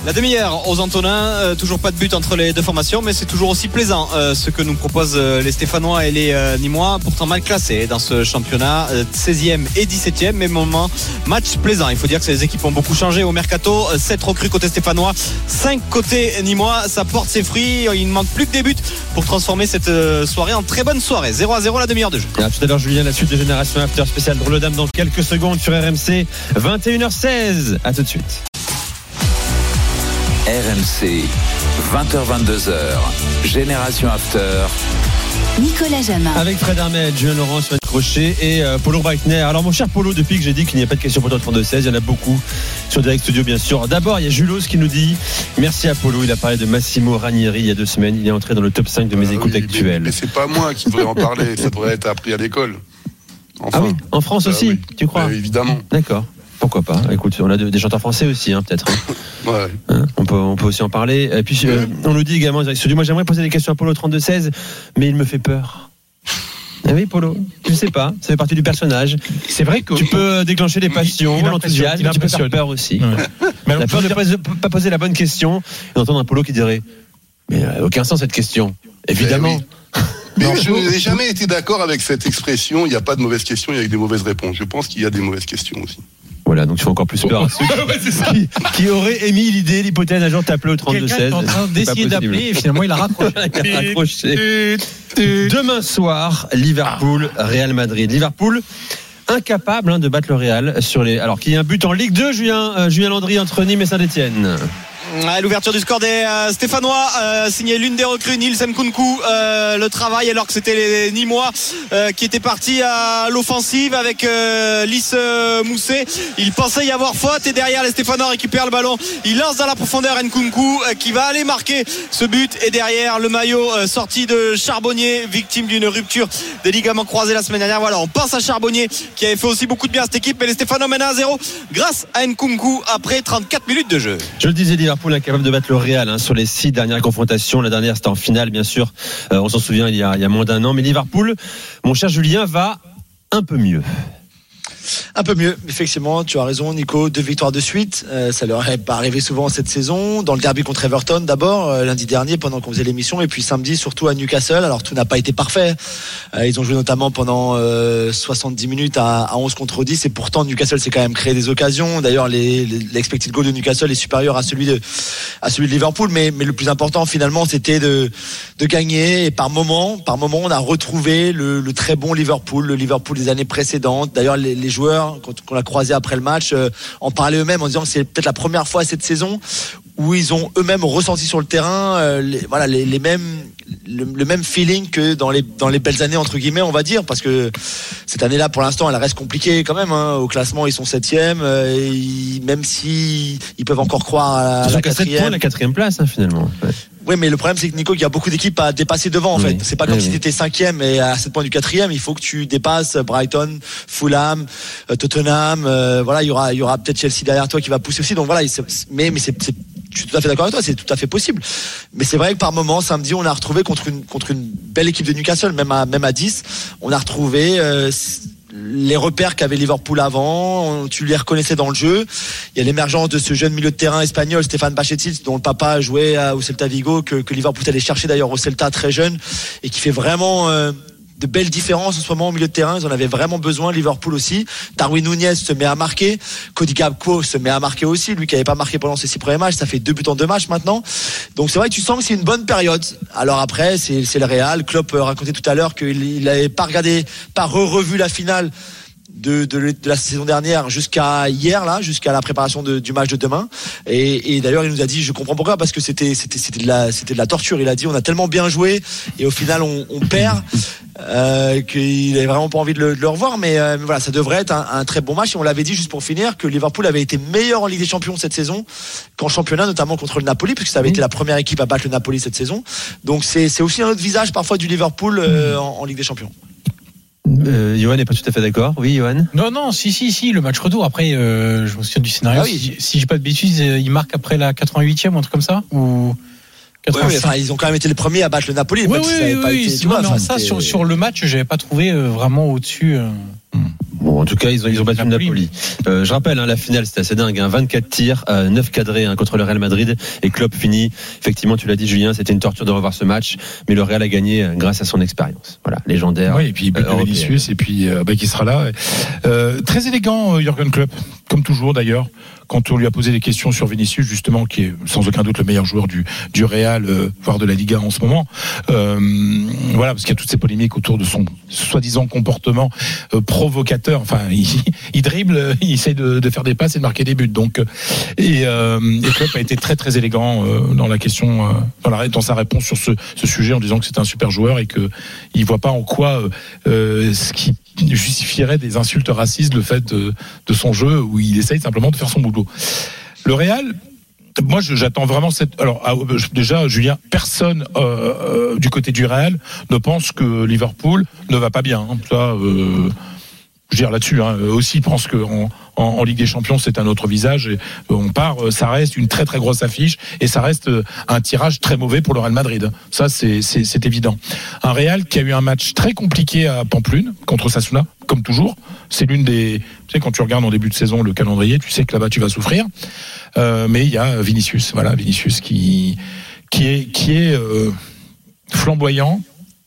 La demi-heure aux Antonins, euh, toujours pas de but entre les deux formations, mais c'est toujours aussi plaisant euh, ce que nous proposent euh, les Stéphanois et les euh, Nîmois, pourtant mal classés dans ce championnat, euh, seizième et dix-septième, mais moment match plaisant. Il faut dire que ces équipes ont beaucoup changé au mercato, euh, sept recrues côté Stéphanois, cinq côté Nîmois, ça porte ses fruits, il ne manque plus que des buts pour transformer cette euh, soirée en très bonne soirée. zéro à zéro la demi-heure de jeu. À tout à l'heure Julien, la suite de Génération After spécial Drôle de Dame dans quelques secondes sur R M C, vingt et une heures seize. À tout de suite. R M C, vingt heures vingt-deux heures, Génération After. Nicolas Jamin. Avec Fred Hermel, Julien Laurent sur le crochet et euh, Polo Breitner. Alors mon cher Polo, depuis que j'ai dit qu'il n'y a pas de questions pour toi trente-deux seize, il y en a beaucoup sur Direct Studio bien sûr. D'abord il y a Julos qui nous dit merci à Polo, il a parlé de Massimo Ranieri il y a deux semaines, il est entré dans le top cinq de mes ah écoutes oui, actuelles. Mais, mais c'est pas moi qui devrais en parler, ça devrait être appris à l'école. Enfin, ah oui, en France euh, aussi, oui. tu crois? euh, Évidemment. D'accord. Pourquoi pas? Écoute, on a de, des chanteurs français aussi, hein, peut-être. Ouais. Hein, on, peut, on peut aussi en parler. Et puis, euh, on nous dit également, moi j'aimerais poser des questions à Polo trente-deux seize, mais il me fait peur. Ah oui, Polo, je ne sais pas, ça fait partie du personnage. C'est vrai que tu peux déclencher des passions, l'enthousiasme, tu peux faire peur aussi. Ouais. Mais la peur de ne pas poser la bonne question et d'entendre un Polo qui dirait mais euh, aucun sens cette question. Évidemment. Mais je n'ai jamais été d'accord avec cette expression, il n'y a pas de mauvaises questions, il y a des mauvaises réponses. Je pense qu'il y a des mauvaises questions aussi. Voilà, donc tu fais encore plus peur à ceux qui, qui, qui auraient émis l'idée, l'hypothèse, un jour t'appeler au trente-deux seize. Quelqu'un est en train d'essayer d'appeler et finalement il a raccroché. il a raccroché. Demain soir, Liverpool, Real Madrid. Liverpool incapable hein, de battre le Real sur les. Alors qu'il y a un but en Ligue deux, Julien, euh, Julien Landry entre Nîmes et Saint-Etienne. À l'ouverture du score des euh, Stéphanois, euh, signé l'une des recrues, Nils Nkunku, euh, le travail alors que c'était les Nîmois euh, qui étaient partis à l'offensive avec euh, Lys euh, Mousset. Il pensait y avoir faute et derrière les Stéphanois récupèrent le ballon. Il lance dans la profondeur Nkunku euh, qui va aller marquer ce but et derrière le maillot euh, sorti de Charbonnier, victime d'une rupture des ligaments croisés la semaine dernière. Voilà, on pense à Charbonnier qui avait fait aussi beaucoup de bien à cette équipe, mais les Stéphanois mènent à zéro grâce à Nkunku après trente-quatre minutes de jeu. Je le disais, Liverpool incapable de battre le Real hein, sur les six dernières confrontations. La dernière c'était en finale bien sûr, euh, on s'en souvient il y, a, il y a moins d'un an, mais Liverpool, mon cher Julien, va un peu mieux. Un peu mieux, effectivement, tu as raison Nico, deux victoires de suite, euh, ça leur est pas arrivé souvent cette saison, dans le derby contre Everton d'abord, euh, lundi dernier pendant qu'on faisait l'émission, et puis samedi surtout à Newcastle. Alors tout n'a pas été parfait, euh, ils ont joué notamment pendant euh, soixante-dix minutes à, à onze contre dix, et pourtant Newcastle s'est quand même créé des occasions. D'ailleurs les, les, l'expected goal de Newcastle est supérieur à celui de, à celui de Liverpool, mais, mais le plus important finalement c'était de, de gagner, et par moment, par moment on a retrouvé le, le très bon Liverpool, le Liverpool des années précédentes. D'ailleurs les, les joueurs quand on l'a croisé après le match euh, en parlaient eux-mêmes en disant que c'est peut-être la première fois cette saison où ils ont eux-mêmes ressenti sur le terrain euh, les, voilà les, les mêmes le, le même feeling que dans les dans les belles années entre guillemets on va dire, parce que cette année-là pour l'instant elle reste compliquée quand même hein. Au classement ils sont septième, euh, ils, même si ils peuvent encore croire à la quatrième. Points, la quatrième place hein, finalement. Ouais. Oui, mais le problème c'est que Nico, il y a beaucoup d'équipes à dépasser devant en oui. fait. C'est pas comme oui, si tu étais cinquième et à sept points du quatrième. Il faut que tu dépasses Brighton, Fulham, Tottenham. Euh, voilà, il y aura, il y aura peut-être Chelsea derrière toi qui va pousser aussi. Donc voilà, mais mais c'est, c'est je suis tout à fait d'accord avec toi, c'est tout à fait possible. Mais c'est vrai que par moment, samedi, on a retrouvé contre une contre une belle équipe de Newcastle, même à même à dix, on a retrouvé euh, les repères qu'avait Liverpool avant, tu les reconnaissais dans le jeu. Il y a l'émergence de ce jeune milieu de terrain espagnol, Stéphane Bachetić, dont le papa jouait au Celta Vigo, que, que Liverpool allait chercher d'ailleurs au Celta très jeune, et qui fait vraiment euh, de belles différences en ce moment au milieu de terrain. Ils en avaient vraiment besoin, Liverpool aussi. Darwin Núñez se met à marquer, Cody Gakpo se met à marquer aussi, lui qui n'avait pas marqué pendant ses six premiers matchs, ça fait deux buts en deux matchs maintenant. Donc c'est vrai que tu sens que c'est une bonne période. Alors après c'est, c'est le Real. Klopp racontait tout à l'heure qu'il n'avait pas regardé, pas re-revu la finale De, de, de la saison dernière jusqu'à hier là, jusqu'à la préparation de, du match de demain. Et, et d'ailleurs il nous a dit, je comprends pourquoi, parce que c'était c'était c'était de la c'était de la torture. Il a dit on a tellement bien joué et au final on, on perd euh, qu'il avait vraiment pas envie de le, de le revoir. Mais, euh, mais voilà, ça devrait être un, un très bon match. Et on l'avait dit juste pour finir que Liverpool avait été meilleur en Ligue des Champions cette saison qu'en championnat, notamment contre le Napoli, puisque ça avait mmh. été la première équipe à battre le Napoli cette saison. Donc c'est c'est aussi un autre visage parfois du Liverpool euh, en, en Ligue des Champions. Euh, Johan n'est pas tout à fait d'accord. Oui, Johan. Non, non, si, si, si, le match retour. Après, euh, je me souviens du scénario. Ah oui. Si, si j'ai pas de bêtises, il marque après la quatre-vingt-huitième ou un truc comme ça, ou. Ouais, ouais, enfin, ils ont quand même été les premiers à battre le Napoli. Oui, oui, oui, pas oui, été, tu vois, non, ça, sur, sur le match, j'avais pas trouvé euh, vraiment au-dessus. Euh... Bon, Bon, en tout cas, ils ont, ils ont battu le Napoli. Euh, je rappelle, hein, la finale, c'était assez dingue. Hein, vingt-quatre tirs, euh, neuf cadrés hein, contre le Real Madrid. Et Klopp finit. Effectivement, tu l'as dit, Julien, c'était une torture de revoir ce match. Mais le Real a gagné euh, grâce à son expérience. Voilà, légendaire. Oui, et puis but de Vinicius, et puis euh, bah, qui sera là. Euh, très élégant, euh, Jürgen Klopp, comme toujours d'ailleurs. Quand on lui a posé des questions sur Vinicius, justement, qui est sans aucun doute le meilleur joueur du, du Real, euh, voire de la Liga en ce moment. Euh, voilà, parce qu'il y a toutes ces polémiques autour de son soi-disant comportement euh, provocateur. Enfin, il, il dribble, il essaie de, de faire des passes et de marquer des buts. Donc, et, euh, et Klopp a été très très élégant euh, dans la question, euh, dans, la, dans sa réponse sur ce, ce sujet, en disant que c'est un super joueur et que il voit pas en quoi euh, euh, ce qui justifierait des insultes racistes le fait de, de son jeu où il essaye simplement de faire son boulot. Le Real, moi je, j'attends vraiment cette. Alors déjà, Julien, personne euh, euh, du côté du Real ne pense que Liverpool ne va pas bien. Hein. Ça, euh, je veux dire là-dessus. Hein, aussi pense que en, en, en Ligue des Champions c'est un autre visage. Et on part, ça reste une très très grosse affiche et ça reste un tirage très mauvais pour le Real Madrid. Ça c'est c'est, c'est évident. Un Real qui a eu un match très compliqué à Pamplune contre Sasuna. Comme toujours, c'est l'une des. Tu sais, quand tu regardes en début de saison le calendrier, tu sais que là-bas tu vas souffrir. Euh, mais il y a Vinicius, voilà, Vinicius qui qui est qui est euh, flamboyant,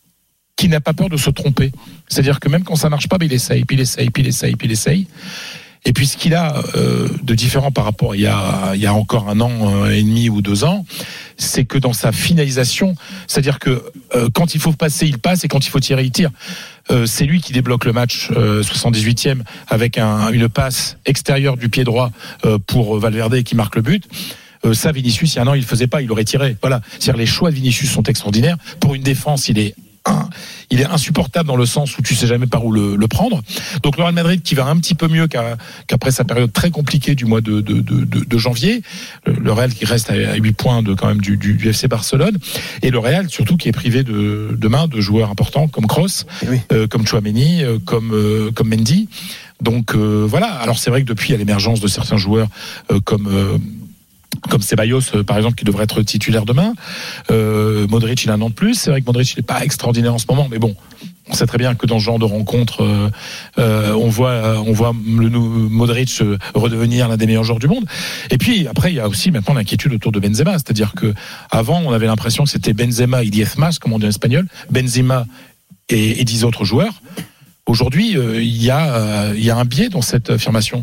qui n'a pas peur de se tromper. C'est-à-dire que même quand ça marche pas, ben il essaye, puis il essaye, puis il essaye, puis il essaye. Et puis ce qu'il a euh, de différent par rapport à il y a il y a encore un an et demi ou deux ans, c'est que dans sa finalisation, c'est-à-dire que euh, quand il faut passer, il passe, et quand il faut tirer, il tire. Euh, c'est lui qui débloque le match euh, soixante-dix-huitième avec un, une passe extérieure du pied droit euh, pour Valverde qui marque le but. Euh, ça, Vinicius, il y a un an, il le faisait pas, il aurait tiré. Voilà. C'est-à-dire les choix de Vinicius sont extraordinaires. Pour une défense, il est un, il est insupportable dans le sens où tu sais jamais par où le, le prendre. Donc le Real Madrid qui va un petit peu mieux qu'à, qu'après sa période très compliquée du mois de, de, de, de, de janvier. Le, le Real qui reste à huit points de quand même du, du, du F C Barcelone, et le Real surtout qui est privé de demain de joueurs importants comme Kroos, oui. euh, comme Tchouaméni, euh, comme euh, comme Mendy. Donc euh, voilà. Alors c'est vrai que depuis il y a l'émergence de certains joueurs euh, comme euh, comme Ceballos par exemple qui devrait être titulaire demain. euh, Modric il a un an de plus. C'est vrai que Modric il n'est pas extraordinaire en ce moment, mais bon, on sait très bien que dans ce genre de rencontre euh, euh, on voit on voit le Modric redevenir l'un des meilleurs joueurs du monde. Et puis après il y a aussi maintenant l'inquiétude autour de Benzema, c'est-à-dire que avant on avait l'impression que c'était Benzema et diez más comme on dit en espagnol, Benzema et, et dix autres joueurs. Aujourd'hui euh, il y a euh, il y a un biais dans cette affirmation.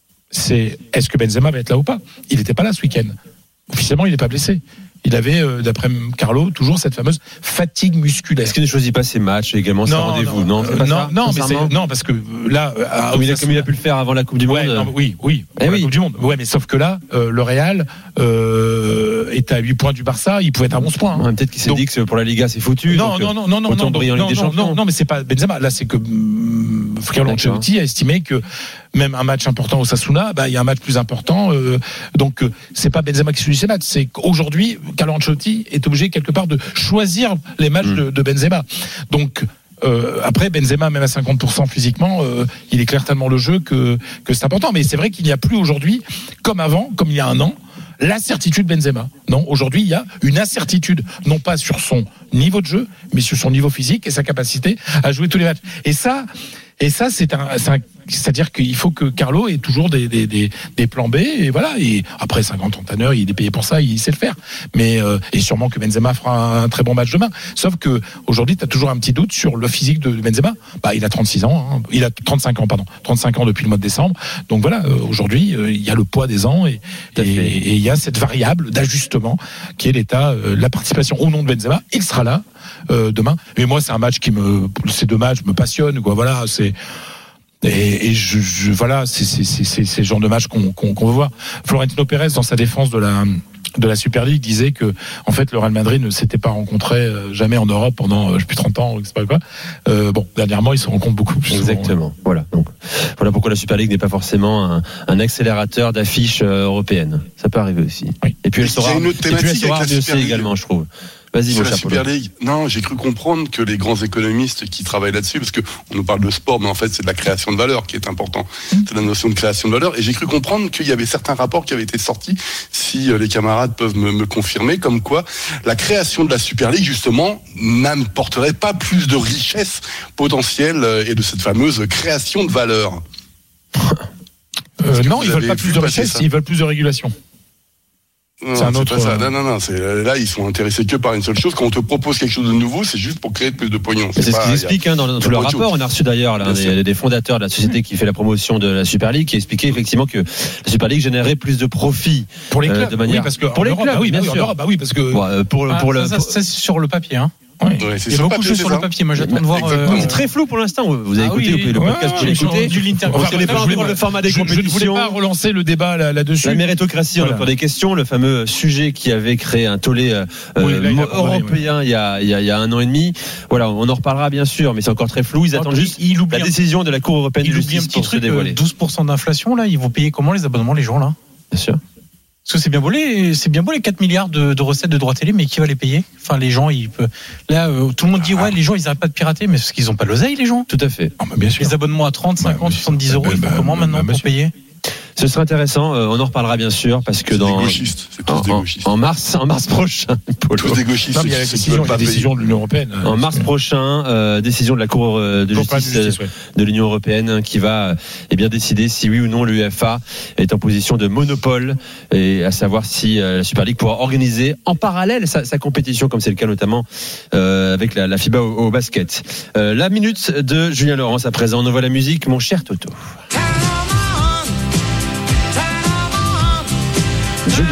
C'est est-ce que Benzema va être là ou pas? Il n'était pas là ce week-end. Officiellement, il n'est pas blessé. Il avait, euh, d'après Carlo, toujours cette fameuse fatigue musculaire. Est-ce qu'il ne choisit pas ses matchs et également ses rendez-vous? Non, non, non, non, mais c'est, non, parce que là, à, comme, il a, comme il a pu le faire avant la Coupe du Monde. Ouais, non, oui, oui, eh oui. La Coupe du Monde. Ouais, mais sauf que là, euh, le Real euh, est à huit points du Barça. Il pouvait être à onze points. Hein. Ouais, peut-être qu'il s'est donc, dit que pour la Liga, c'est foutu. Non, donc, non, non, non, non, non, non, non, non, non, mais c'est pas Benzema. Là, c'est que hum, Carlo Ancelotti a estimé que même un match important au Sasuna, bah, il y a un match plus important. Euh, donc, euh, c'est pas Benzema qui choisit ses matchs. C'est qu'aujourd'hui, Carlo Ancelotti est obligé quelque part de choisir les matchs mmh. de, de Benzema. Donc, euh, après, Benzema, même à cinquante pour cent physiquement, euh, il éclaire tellement le jeu que, que c'est important. Mais c'est vrai qu'il n'y a plus aujourd'hui, comme avant, comme il y a un an, la certitude Benzema. Non, aujourd'hui, il y a une incertitude, non pas sur son niveau de jeu, mais sur son niveau physique et sa capacité à jouer tous les matchs. Et ça, et ça, c'est un, c'est un c'est-à-dire qu'il faut que Carlo ait toujours des, des, des, des plans B, et voilà. Et après cinquante entraîneurs, il est payé pour ça, il sait le faire. Mais euh, et sûrement que Benzema fera un très bon match demain. Sauf que aujourd'hui, tu as toujours un petit doute sur le physique de Benzema. Bah, il a trente-six ans, hein. Il a trente-cinq ans, pardon, trente-cinq ans depuis le mois de décembre. Donc voilà, euh, aujourd'hui, euh, il y a le poids des ans et et il y a cette variable d'ajustement qui est l'état, euh, la participation au nom de Benzema. Il sera là euh, demain. Et moi, c'est un match qui me, ces deux matchs me passionnent, quoi. Voilà, c'est Et, et je, je, voilà, c'est, c'est, c'est, c'est, c'est le genre de match qu'on, qu'on, qu'on veut voir. Florentino Pérez, dans sa défense de la, de la Super League, disait que, en fait, le Real Madrid ne s'était pas rencontré euh, jamais en Europe pendant, euh, je sais plus, trente ans, je sais pas quoi. Euh, bon, dernièrement, ils se rencontrent beaucoup plus. Exactement. Souvent. Voilà. Donc, voilà pourquoi la Super League n'est pas forcément un, un accélérateur d'affiches euh, européennes. Ça peut arriver aussi. Oui. Et puis elle sera, une autre thématique et puis elle sera mieux aussi également, je trouve. Vas-y, sur la Super League. Non, j'ai cru comprendre que les grands économistes qui travaillent là-dessus, parce que on nous parle de sport, mais en fait c'est de la création de valeur qui est important. C'est la notion de création de valeur. Et j'ai cru comprendre qu'il y avait certains rapports qui avaient été sortis, si les camarades peuvent me, me confirmer, comme quoi la création de la Super League justement n'apporterait pas plus de richesse potentielle et de cette fameuse création de valeur. Euh, non, ils veulent pas plus de richesse, ils veulent plus de régulation. Non, c'est un autre. Pas ça. Non, non, non. C'est, là, ils sont intéressés que par une seule chose. Quand on te propose quelque chose de nouveau, c'est juste pour créer plus de pognon. C'est, c'est pas, ce qu'ils expliquent hein, dans, dans tout leur rapport. On a reçu d'ailleurs là, des, des fondateurs de la société qui fait la promotion de la Super League, qui expliquait effectivement que la Super League générait plus de profits pour les clubs. Euh, de manière... Oui, parce que pour les Europe, clubs, bah oui, bien bah, sûr. Europe, bah oui, parce que bon, euh, pour, ah, pour le. Ça, ça, c'est sur le papier, hein. Ouais. Ouais, il y a beaucoup de choses sur le papier. Moi, j'attends de voir. Euh... C'est très flou pour l'instant. Vous avez ah écouté oui, le oui, podcast pour l'écouter. Du l'Inter. On ne connaît pas encore le format des je, compétitions. Je ne voulais pas relancer le débat là, là-dessus. La méritocratie, voilà. On a encore des questions. Le fameux sujet qui avait créé un tollé euh, oui, là, il européen oui. il, y a, il, y a, il y a un an et demi. Voilà, on en reparlera bien sûr, mais c'est encore très flou. Ils attendent juste il la décision de la Cour européenne de justice pour se dévoiler. douze pour cent d'inflation là, ils vont payer comment les abonnements les gens là? Bien sûr. Parce que c'est bien beau les, c'est bien beau les quatre milliards de, de recettes de droits télé, mais qui va les payer? Enfin, les gens, ils peuvent, là, euh, tout le monde dit, ouais, les gens, ils arrêtent pas de pirater, mais parce qu'ils ont pas l'oseille, les gens. Tout à fait. Ah, bah, bien sûr. Les abonnements à trente, cinquante, bah, soixante-dix euros, bah, ils font bah, comment bah, maintenant bah, pour payer? Ce sera intéressant, euh, on en reparlera bien sûr parce que c'est dans des gauchistes, c'est tous en, des gauchistes. En mars, en mars prochain, tous des gauchistes. Non, mais il y a la décision, la décision de l'Union européenne. En mars prochain, euh, décision de la Cour de justice, de, justice, ouais. de l'Union européenne qui va eh bien décider si oui ou non l'UEFA est en position de monopole et à savoir si euh, la Super League pourra organiser en parallèle sa, sa compétition comme c'est le cas notamment euh, avec la, la FIBA au, au basket. Euh, la minute de Julien Laurence à présent. On envoie la musique, mon cher Toto. Julien.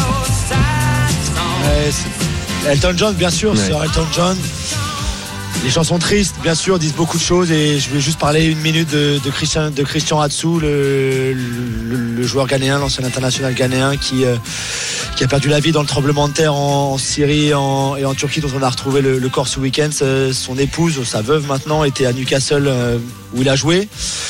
Ouais, c'est Elton John, bien sûr, ouais. Sir Elton John. Les chansons tristes, bien sûr, disent beaucoup de choses et je vais juste parler une minute de, de Christian, de Christian Atsu, le, le, le joueur ghanéen, l'ancien international ghanéen qui, euh, qui a perdu la vie dans le tremblement de terre en, en Syrie en, et en Turquie, dont on a retrouvé le, le corps ce week-end. Son épouse, sa veuve maintenant, était à Newcastle euh, où il a joué.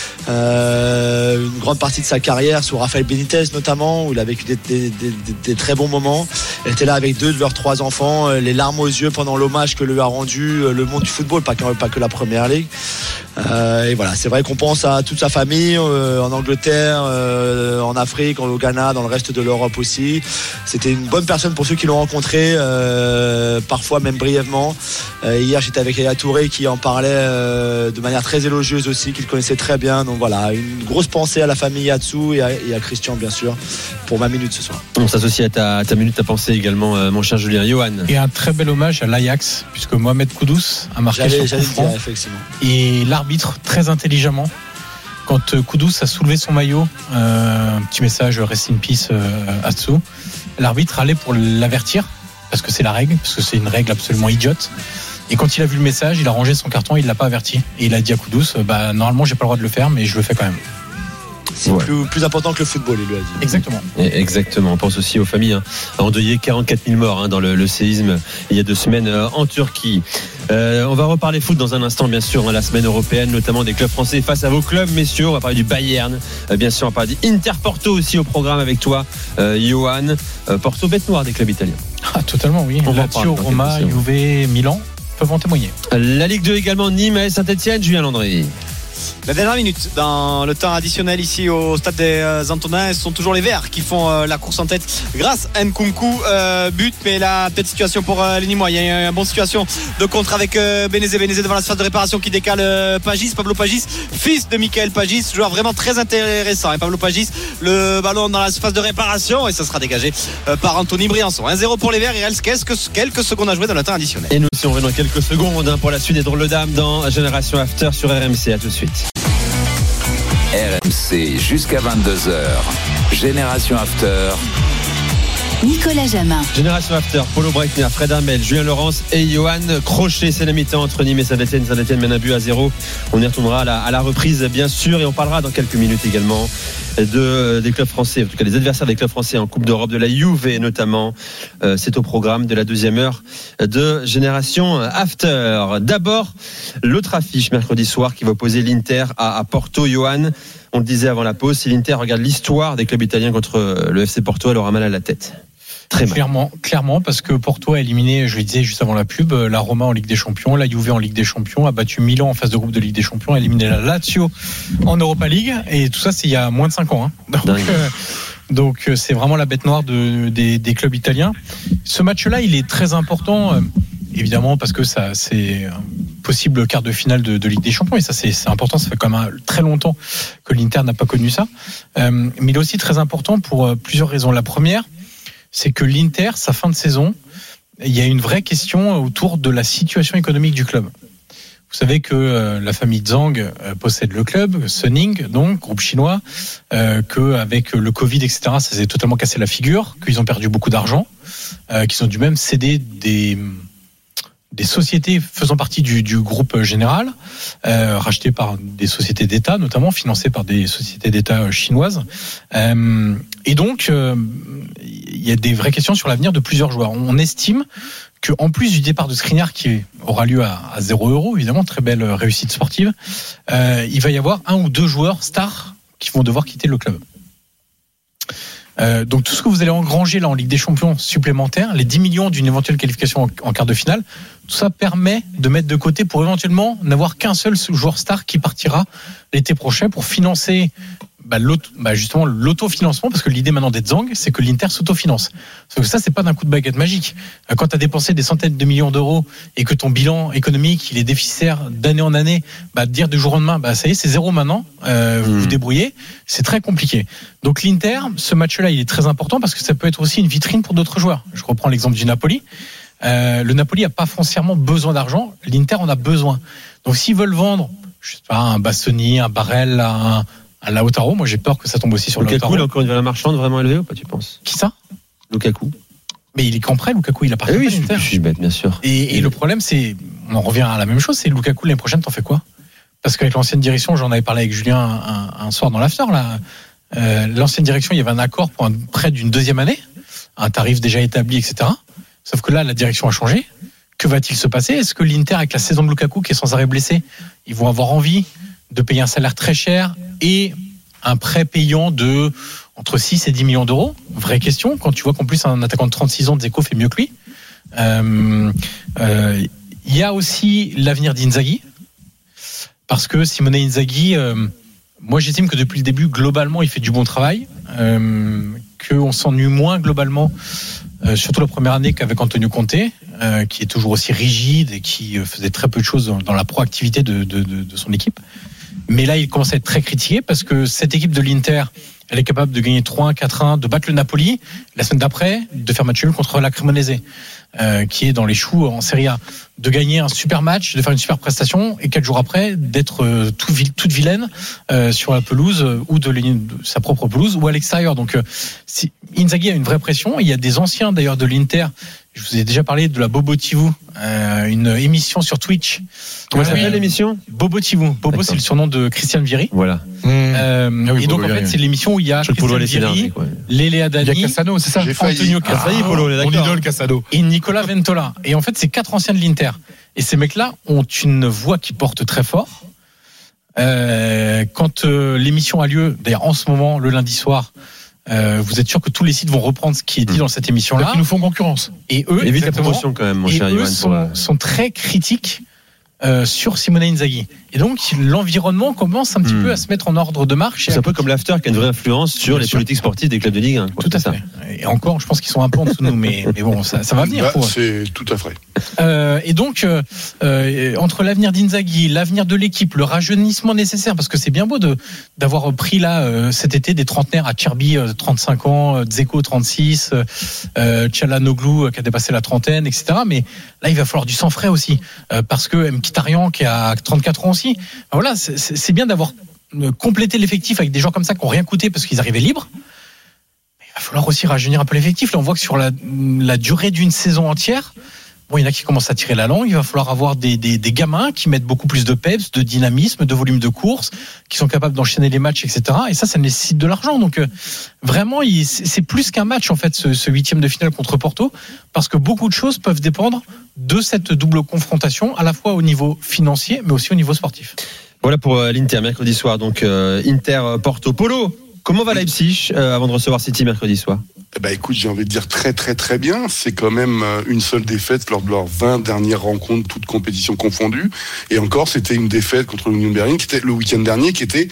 Euh, une grande partie de sa carrière sous Rafael Benitez notamment, où il a vécu des, des, des, des très bons moments. Elle était là avec deux de leurs trois enfants, les larmes aux yeux pendant l'hommage que lui a rendu le monde du football, pas que, pas que la Première Ligue. Euh, et voilà, c'est vrai qu'on pense à toute sa famille euh, en Angleterre, euh, en Afrique, au Ghana, dans le reste de l'Europe aussi. C'était une bonne personne pour ceux qui l'ont rencontré, euh, parfois même brièvement. Euh, hier, j'étais avec Yaya Touré qui en parlait euh, de manière très élogieuse aussi, qu'il connaissait très bien. Donc voilà, une grosse pensée à la famille Atsu et à, et à Christian, bien sûr, pour ma minute ce soir. On s'associe à ta, ta minute, ta pensée également, euh, mon cher Julien. Johan. Et un très bel hommage à l'Ajax, puisque Mohamed Kudus a marqué j'allais, sur coup franc. Dire, effectivement. Et l'arbitre, très intelligemment, quand Kudus a soulevé son maillot, euh, un petit message rest in peace euh, Atsu, l'arbitre allait pour l'avertir, parce que c'est la règle, parce que c'est une règle absolument idiote. Et quand il a vu le message, il a rangé son carton, il l'a pas averti. Et il a dit à Kudus, bah, normalement j'ai pas le droit de le faire, mais je le fais quand même. C'est ouais. plus, plus important que le football, il lui a dit. Exactement. Et exactement. On pense aussi aux familles hein, endeuillées quarante-quatre mille morts hein, dans le, le séisme il y a deux semaines euh, en Turquie. Euh, on va reparler foot dans un instant, bien sûr, hein, la semaine européenne, notamment des clubs français face à vos clubs, messieurs. On va parler du Bayern, euh, bien sûr, on va parler d'Inter Porto aussi au programme avec toi, euh, Johan. Euh, Porto, bête noire des clubs italiens. Ah, totalement, oui. Lazio, Roma, Juve, Milan peuvent en témoigner. La Ligue deux également, Nîmes et Saint-Etienne, Julien Landry. La dernière minute dans le temps additionnel ici au stade des Antonins, ce sont toujours les Verts qui font euh, la course en tête grâce à Nkunku, euh, but, mais la petite situation pour euh, les Nîmois. Il y a une bonne situation de contre avec euh, Benezé, Benezé devant la surface de réparation qui décale euh, Pagis, Pablo Pagis, fils de Michael Pagis, joueur vraiment très intéressant. Et Pablo Pagis, le ballon dans la surface de réparation et ça sera dégagé euh, par Anthony Briançon. un zéro pour les Verts, il reste quelques, quelques secondes à jouer dans le temps additionnel. Et nous aussi on revient dans quelques secondes hein, pour la suite des drôles de dames dans Génération After sur R M C. À tout de suite. R M C jusqu'à vingt-deux heures. Génération After. Nicolas Jamin. Génération After, Polo Breitner, Fred Hermel, Julien Laurence et Johan Crochet. C'est la mi-temps entre Nîmes et Saint-Etienne. Saint-Etienne mène un but à zéro. On y retournera à la, à la reprise, bien sûr. Et on parlera dans quelques minutes également de, des clubs français, en tout cas des adversaires des clubs français en Coupe d'Europe, de la Juve notamment. Euh, c'est au programme de la deuxième heure de Génération After. D'abord, l'autre affiche mercredi soir qui va opposer l'Inter à, à Porto. Johan, on le disait avant la pause, si l'Inter regarde l'histoire des clubs italiens contre le F C Porto, elle aura mal à la tête. Très clairement, clairement, parce que Porto a éliminé, je le disais juste avant la pub, la Roma en Ligue des Champions, la Juve en Ligue des Champions, a battu Milan en phase de groupe de Ligue des Champions, a éliminé la Lazio en Europa League, et tout ça c'est il y a moins de cinq ans. Hein. Donc, euh, donc c'est vraiment la bête noire de, des, des clubs italiens. Ce match-là, il est très important, euh, évidemment, parce que ça, c'est possible quart de finale de, de Ligue des Champions. Et ça, c'est, c'est important. Ça fait quand même un, très longtemps que l'Inter n'a pas connu ça. Euh, mais il est aussi très important pour euh, plusieurs raisons. La première, c'est que l'Inter, sa fin de saison, il y a une vraie question autour de la situation économique du club. Vous savez que euh, la famille Zhang euh, possède le club, Suning, donc groupe chinois, euh, qu'avec le Covid, et cetera, ça s'est totalement cassé la figure, qu'ils ont perdu beaucoup d'argent, euh, qu'ils ont dû même céder des des sociétés faisant partie du, du groupe général, euh, rachetées par des sociétés d'État, notamment financées par des sociétés d'État chinoises. Euh, et donc, euh, il y a des vraies questions sur l'avenir de plusieurs joueurs. On estime qu'en plus du départ de Skriniar, qui aura lieu à, à zéro euro, évidemment, très belle réussite sportive, euh, il va y avoir un ou deux joueurs stars qui vont devoir quitter le club. Euh, donc tout ce que vous allez engranger là en Ligue des Champions supplémentaires, les dix millions d'une éventuelle qualification en, en quart de finale, tout ça permet de mettre de côté pour éventuellement n'avoir qu'un seul joueur star qui partira l'été prochain pour financer bah, l'auto, bah, justement l'autofinancement, parce que l'idée maintenant d'être Zhang, c'est que l'Inter s'autofinance. Parce que ça, c'est pas d'un coup de baguette magique. Quand tu as dépensé des centaines de millions d'euros et que ton bilan économique il est déficitaire d'année en année, bah, dire du jour au lendemain, bah, ça y est, c'est zéro maintenant, euh, vous mmh. vous débrouillez, c'est très compliqué. Donc l'Inter, ce match-là, il est très important parce que ça peut être aussi une vitrine pour d'autres joueurs. Je reprends l'exemple du Napoli. Euh, le Napoli n'a pas foncièrement besoin d'argent, l'Inter en a besoin. Donc s'ils veulent vendre, je sais pas, un Bastoni, un Barrel, un à Lautaro, moi j'ai peur que ça tombe aussi sur Lukaku, Lautaro. Lukaku, il a encore une valeur marchande vraiment élevée ou pas, tu penses? Qui ça? Lukaku. Mais il est qu'en prêt, Lukaku, il a pas eh oui, je, je suis bête, bien sûr. Et, et le problème, c'est, on en revient à la même chose, c'est Lukaku l'année prochaine, t'en fais quoi? Parce qu'avec l'ancienne direction, j'en avais parlé avec Julien un, un soir dans l'after, là, euh, l'ancienne direction, il y avait un accord pour un prêt d'une deuxième année, un tarif déjà établi, et cetera. Sauf que là, la direction a changé. Que va-t-il se passer? Est-ce que l'Inter, avec la saison de Lukaku, qui est sans arrêt blessé, ils vont avoir envie de payer un salaire très cher et un prêt payant de entre six et dix millions d'euros? Vraie question, quand tu vois qu'en plus un attaquant de trente-six ans de Dzeko fait mieux que lui. Euh, euh, il y a aussi l'avenir d'Inzaghi, parce que Simone Inzaghi, euh, moi j'estime que depuis le début, globalement, il fait du bon travail, euh, qu'on s'ennuie moins globalement, euh, surtout la première année qu'avec Antonio Conte, euh, qui est toujours aussi rigide et qui faisait très peu de choses dans, dans la proactivité de, de, de, de son équipe. Mais là, il commence à être très critiqué parce que cette équipe de l'Inter, elle est capable de gagner trois un, quatre un, de battre le Napoli, la semaine d'après, de faire match nul contre la Cremonese, euh, qui est dans les choux en Serie A, de gagner un super match, de faire une super prestation, et quatre jours après, d'être euh, tout, toute vilaine euh, sur la pelouse, euh, ou de, de sa propre pelouse, ou à l'extérieur. Donc, euh, si, Inzaghi a une vraie pression. Il y a des anciens, d'ailleurs, de l'Inter. Je vous ai déjà parlé de la Bobo Tivou, euh, une émission sur Twitch. Comment s'appelle l'émission? Bobo Tivou. Bobo, D'accord. C'est le surnom de Christian Vieri. Voilà. Euh, ah oui, et donc, Bobo en fait, Vieri. c'est l'émission où il y a Je Christian Vieri, Lele Adani, il y a Cassano, c'est ça? J'ai failli. Antonio Ah, failli, Cassano, Polo, on est Mon d'accord. idole Cassano. et Nicolas Ventola. Et en fait, c'est quatre anciens de l'Inter. Et ces mecs-là ont une voix qui porte très fort. Euh, quand euh, l'émission a lieu, d'ailleurs en ce moment, le lundi soir, euh, vous êtes sûr que tous les sites vont reprendre ce qui est dit mmh. dans cette émission-là. Ils nous font concurrence. Et eux, évite la promotion quand même, mon et cher eux Ivan. sont, La... sont très critiques euh, sur Simone Inzaghi. Et donc, l'environnement commence un petit mmh. peu à se mettre en ordre de marche. C'est un peu comme l'after qui a une vraie influence sur Bien les sûr. politiques sportives des clubs de Ligue un. Quoi. Tout à c'est fait. Ça. Et encore, je pense qu'ils sont un peu en dessous de nous, mais, mais bon, ça, ça va venir. Bah, pour eux. c'est tout à fait. Euh, et donc, euh, euh, entre l'avenir d'Inzaghi, l'avenir de l'équipe, le rajeunissement nécessaire, parce que c'est bien beau de d'avoir pris là euh, cet été des trentenaires à Cherby, euh, trente-cinq ans, euh, Dzeko trente-six, euh, Çalhanoğlu euh, qui a dépassé la trentaine, et cetera. Mais là, il va falloir du sang frais aussi, euh, parce que Mkhitaryan qui a trente-quatre ans aussi. Ben voilà, c'est, c'est bien d'avoir complété l'effectif avec des gens comme ça qui n'ont rien coûté parce qu'ils arrivaient libres. Mais il va falloir aussi rajeunir un peu l'effectif. Là, on voit que sur la, la durée d'une saison entière, bon, il y en a qui commencent à tirer la langue. Il va falloir avoir des, des, des gamins qui mettent beaucoup plus de peps, de dynamisme, de volume de course, qui sont capables d'enchaîner les matchs, et cetera. Et ça, ça nécessite de l'argent. Donc, euh, vraiment, il, c'est plus qu'un match, en fait, ce, ce huitième de finale contre Porto, parce que beaucoup de choses peuvent dépendre de cette double confrontation, à la fois au niveau financier, mais aussi au niveau sportif. Voilà pour euh, l'Inter, mercredi soir. Donc, euh, Inter-Porto. Polo, comment va Leipzig euh, avant de recevoir City mercredi soir? Eh ben, écoute, j'ai envie de dire très très très bien. C'est quand même une seule défaite lors de leurs vingt dernières rencontres, toutes compétitions confondues. Et encore, c'était une défaite contre l'Union Berlin, qui était le week-end dernier, qui était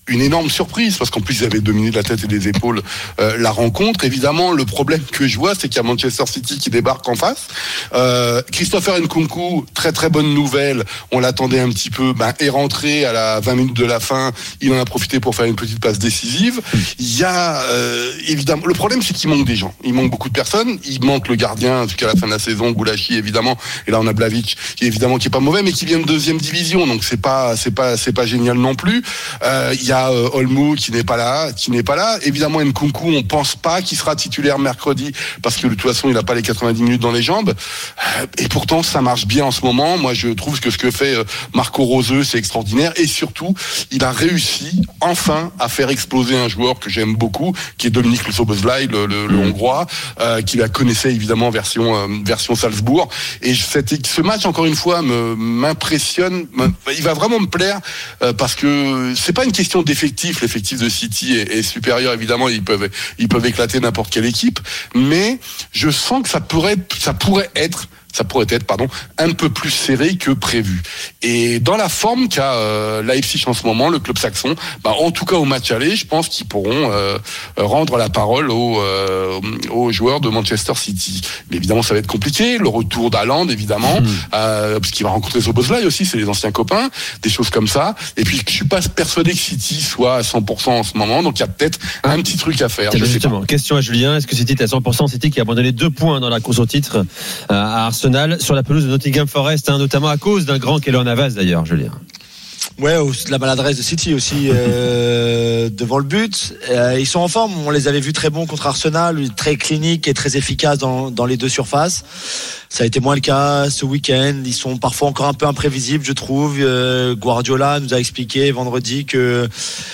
une énorme surprise parce qu'en plus ils avaient dominé de la tête et des épaules euh, la rencontre. Évidemment, le problème que je vois, c'est qu'il y a Manchester City qui débarque en face. Euh, Christopher Nkunku, très très bonne nouvelle. On l'attendait un petit peu, ben, est rentré à la vingt minutes de la fin. Il en a profité pour faire une petite passe décisive. Il y a euh, évidemment le problème, c'est qu'il manque des gens. Il manque beaucoup de personnes. Il manque le gardien jusqu'à la fin de la saison, Goulachi évidemment. Et là on a Blavic qui évidemment qui est pas mauvais, mais qui vient de deuxième division, donc c'est pas c'est pas c'est pas génial non plus. Euh, il y a Euh, Olmo qui n'est pas là, qui n'est pas là. Évidemment, Nkunku, on pense pas qu'il sera titulaire mercredi parce que de toute façon, il n'a pas les quatre-vingt-dix minutes dans les jambes. Euh, et pourtant, ça marche bien en ce moment. Moi, je trouve que ce que fait euh, Marco Rose, c'est extraordinaire. Et surtout, il a réussi enfin à faire exploser un joueur que j'aime beaucoup, qui est Dominique Szoboszlai, le, le, le Hongrois, euh, qui la connaissait évidemment version euh, version Salzbourg. Et cette, ce match, encore une fois, me, m'impressionne. Me, il va vraiment me plaire euh, parce que c'est pas une question d'effectif. L'effectif de City est, est supérieur, évidemment, ils peuvent ils peuvent éclater n'importe quelle équipe, mais je sens que ça pourrait ça pourrait être ça pourrait être pardon un peu plus serré que prévu. Et dans la forme qu'a euh, Leipzig en ce moment, le club saxon, bah, en tout cas au match aller, je pense qu'ils pourront euh, rendre la parole aux, euh, aux joueurs de Manchester City. Mais évidemment, ça va être compliqué. Le retour d'Haaland, évidemment, mmh. euh, parce qu'il va rencontrer Szoboszlai aussi, c'est les anciens copains, des choses comme ça. Et puis, je suis pas persuadé que City soit à cent pour cent en ce moment, donc il y a peut-être un petit truc à faire. Je justement, sais pas. Question à Julien, est-ce que City est à cent pour cent? City qui a abandonné deux points dans la course au titre euh, à Arsenal sur la pelouse de Nottingham Forest, hein, notamment à cause d'un grand Keylor Navas d'ailleurs, Julien. Ouais, de la maladresse de City aussi euh, devant le but. Euh, ils sont en forme. On les avait vus très bons contre Arsenal, très cliniques et très efficaces dans, dans les deux surfaces. Ça a été moins le cas ce week-end. Ils sont parfois encore un peu imprévisibles, je trouve. Euh, Guardiola nous a expliqué vendredi que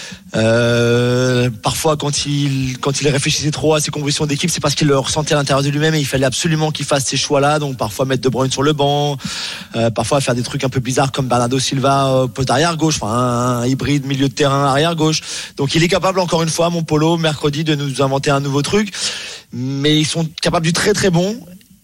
euh, parfois quand il quand il réfléchissait trop à ses compositions d'équipe, c'est parce qu'il le ressentait à l'intérieur de lui-même et il fallait absolument qu'il fasse ces choix-là. Donc parfois mettre De Bruyne sur le banc, euh, parfois faire des trucs un peu bizarres comme Bernardo Silva au poste arrière gauche, enfin un, un hybride milieu de terrain arrière gauche. Donc il est capable encore une fois, mon Polo, mercredi, de nous inventer un nouveau truc. Mais ils sont capables du très très bon.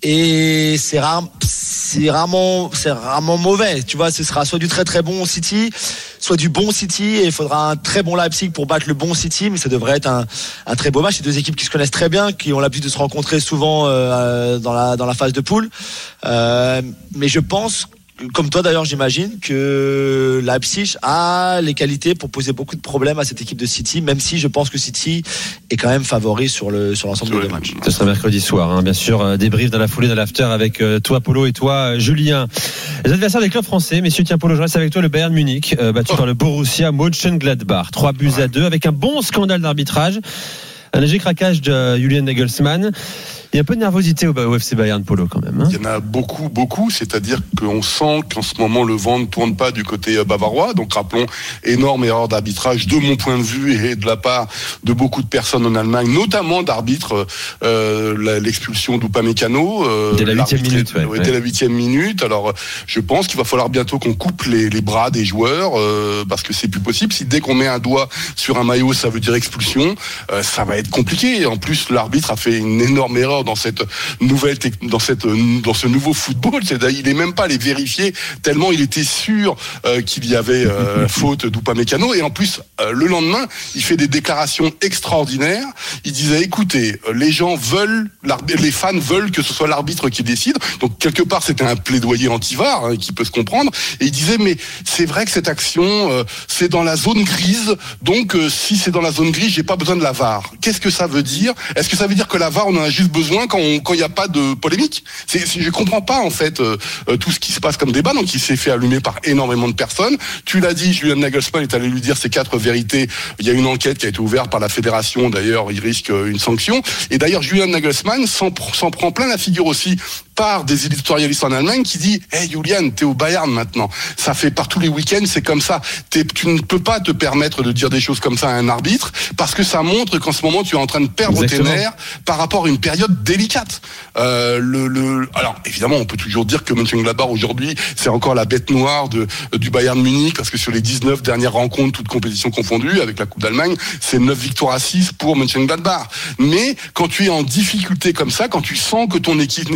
Et c'est rare, c'est rarement, c'est rarement mauvais. Tu vois, ce sera soit du très très bon City, soit du bon City, et il faudra un très bon Leipzig pour battre le bon City. Mais ça devrait être un, un très beau match. C'est deux équipes qui se connaissent très bien, qui ont l'habitude de se rencontrer souvent euh, dans la dans la phase de poule. Euh, mais je pense, comme toi d'ailleurs, j'imagine que Leipzig a les qualités pour poser beaucoup de problèmes à cette équipe de City, même si je pense que City est quand même favori sur le sur l'ensemble des matchs. Ce sera mercredi soir, hein, bien sûr. Débrief dans la foulée, dans l'after avec euh, toi Polo et toi Julien. Les adversaires des clubs français, messieurs, tiens Polo, je reste avec toi. Le Bayern Munich, euh, battu oh. par le Borussia Mönchengladbach, trois buts ouais. à deux, avec un bon scandale d'arbitrage, un léger craquage de Julian Nagelsmann. Il y a un peu de nervosité au F C Bayern, Polo, quand même. Hein. Il y en a beaucoup, beaucoup. C'est-à-dire qu'on sent qu'en ce moment, le vent ne tourne pas du côté bavarois. Donc, rappelons, énorme erreur d'arbitrage de mon point de vue et de la part de beaucoup de personnes en Allemagne, notamment d'arbitres, euh, l'expulsion d'Upamecano. Euh, dès la huitième minute. Ouais, ouais. Dès la huitième minute. Alors, je pense qu'il va falloir bientôt qu'on coupe les, les bras des joueurs euh, parce que c'est plus possible. Si dès qu'on met un doigt sur un maillot, ça veut dire expulsion, euh, ça va être compliqué. En plus, l'arbitre a fait une énorme erreur dans cette nouvelle dans cette dans ce nouveau football, c'est-à-dire il est même pas allé vérifier tellement il était sûr euh, qu'il y avait euh, faute d'Upamecano. Et en plus euh, le lendemain il fait des déclarations extraordinaires. Il disait écoutez, les gens veulent les fans veulent que ce soit l'arbitre qui décide. Donc quelque part c'était un plaidoyer anti-V A R hein, qui peut se comprendre. Et il disait mais c'est vrai que cette action euh, c'est dans la zone grise, donc euh, si c'est dans la zone grise j'ai pas besoin de la V A R. Qu'est-ce que ça veut dire? Est-ce que ça veut dire que la V A R on en a juste besoin quand il quand n'y a pas de polémique? C'est, c'est, je comprends pas en fait euh, tout ce qui se passe comme débat. Donc il s'est fait allumer par énormément de personnes. Tu l'as dit, Julian Nagelsmann est allé lui dire ces quatre vérités. Il y a une enquête qui a été ouverte par la fédération. D'ailleurs, il risque une sanction. Et d'ailleurs, Julian Nagelsmann s'en, s'en prend plein la figure aussi par des éditorialistes en Allemagne qui dit hey Julian, t'es au Bayern maintenant. Ça fait par tous les week-ends, c'est comme ça. T'es, tu ne peux pas te permettre de dire des choses comme ça à un arbitre parce que ça montre qu'en ce moment tu es en train de perdre Exactement. tes nerfs par rapport à une période délicate. Euh, le, le, alors évidemment, on peut toujours dire que Mönchengladbach aujourd'hui, c'est encore la bête noire de du Bayern Munich parce que sur les dix-neuf dernières rencontres, toutes compétitions confondues, avec la Coupe d'Allemagne, c'est neuf victoires à six pour Mönchengladbach. Mais quand tu es en difficulté comme ça, quand tu sens que ton équipe n'est pas à cent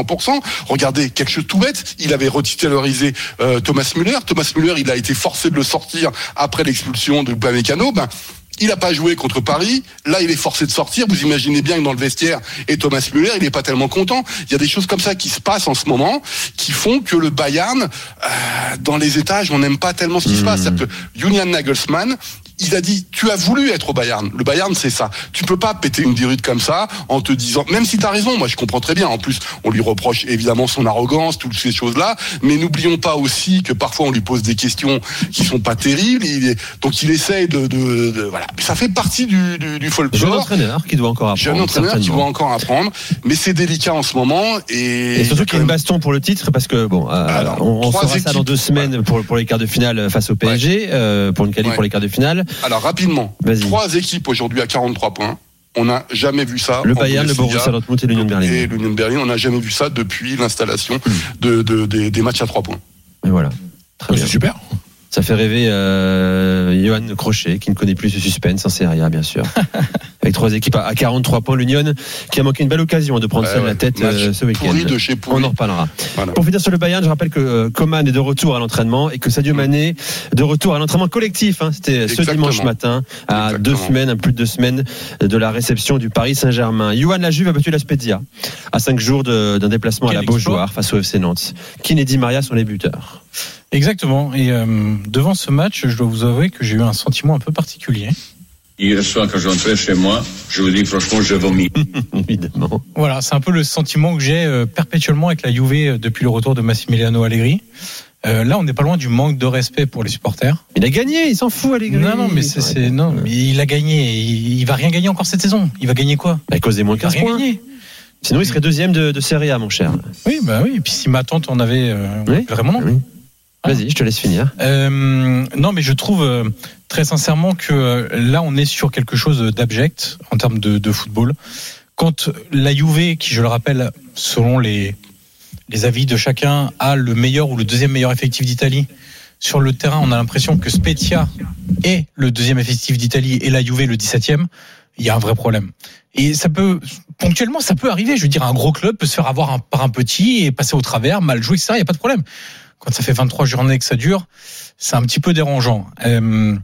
cent pour cent. Regardez, quelque chose de tout bête, il avait retitularisé euh, Thomas Müller. Thomas Müller, il a été forcé de le sortir après l'expulsion de Upamecano. Ben, il n'a pas joué contre Paris. Là, il est forcé de sortir. Vous imaginez bien que dans le vestiaire, et Thomas Müller, il n'est pas tellement content. Il y a des choses comme ça qui se passent en ce moment, qui font que le Bayern, euh, dans les étages, on n'aime pas tellement ce qui mmh. se passe. C'est-à-dire que Julian Nagelsmann, il a dit, tu as voulu être au Bayern. Le Bayern, c'est ça. Tu peux pas péter une dirute comme ça en te disant, même si t'as raison, moi je comprends très bien. En plus, on lui reproche évidemment son arrogance, toutes ces choses-là. Mais n'oublions pas aussi que parfois on lui pose des questions qui sont pas terribles. Il est, donc il essaye de, de, de voilà. Ça fait partie du, du, du folklore. Jeune entraîneur qui doit encore apprendre. Jeune entraîneur qui doit encore apprendre. Mais c'est délicat en ce moment. Et, et surtout qu'il y a une baston pour le titre parce que bon, euh, alors, on, on saura ça dans deux semaines pour, pour les quarts de finale face au P S G, ouais. euh, pour une qualif ouais. pour les quarts de finale. Alors rapidement, Vas-y. trois équipes aujourd'hui à quarante-trois points. On n'a jamais vu ça. Le Bayern, le Borussia Dortmund et l'Union de Berlin. Et l'Union de Berlin, on n'a jamais vu ça depuis l'installation de, de, de, des matchs à trois points. Et voilà. Très oh, bien. C'est super. Ça fait rêver euh, Johan Crochet, qui ne connaît plus ce suspense en Serie A, bien sûr. Avec trois équipes à quarante-trois points, l'Union qui a manqué une belle occasion de prendre euh, ça ouais. la tête euh, ce week-end. De chez On en reparlera. Voilà. Pour finir sur le Bayern, je rappelle que euh, Coman est de retour à l'entraînement et que Sadio Mané de retour à l'entraînement collectif. Hein. C'était Exactement. ce dimanche matin, à Exactement. deux semaines, à plus de deux semaines de la réception du Paris Saint-Germain. Johan la Juve a battu la Spezia à cinq jours de, d'un déplacement Quel à la Beaujoire face au F C Nantes. Keane et Di Maria sont les buteurs. Exactement. Et euh, devant ce match, je dois vous avouer que j'ai eu un sentiment un peu particulier. Hier soir, quand je rentrais chez moi, je vous dis franchement, je vomis. Évidemment. Voilà, c'est un peu le sentiment que j'ai euh, perpétuellement avec la Juve depuis le retour de Massimiliano Allegri. Euh, là, on n'est pas loin du manque de respect pour les supporters. Il a gagné, il s'en fout, Allegri. Non, non, mais c'est, c'est non, mais il a gagné. Il, il va rien gagner encore cette saison. Il va gagner quoi ? À cause des moins quinze points. Gagner. Sinon, il serait deuxième de, de Serie A, mon cher. Oui, bah oui. Et puis si ma tante en avait euh, oui vraiment non. Oui. Vas-y, je te laisse finir. Euh, non, mais je trouve euh, très sincèrement que euh, là, on est sur quelque chose d'abject en termes de, de football. Quand la Juve, qui je le rappelle, selon les, les avis de chacun, a le meilleur ou le deuxième meilleur effectif d'Italie, sur le terrain, on a l'impression que Spezia est le deuxième effectif d'Italie et la Juve le dix-septième. Il y a un vrai problème. Et ça peut, ponctuellement, ça peut arriver. Je veux dire, un gros club peut se faire avoir un, par un petit et passer au travers, mal jouer, et cetera. Il n'y a pas de problème. Quand ça fait vingt-trois journées que ça dure, c'est un petit peu dérangeant. Euh,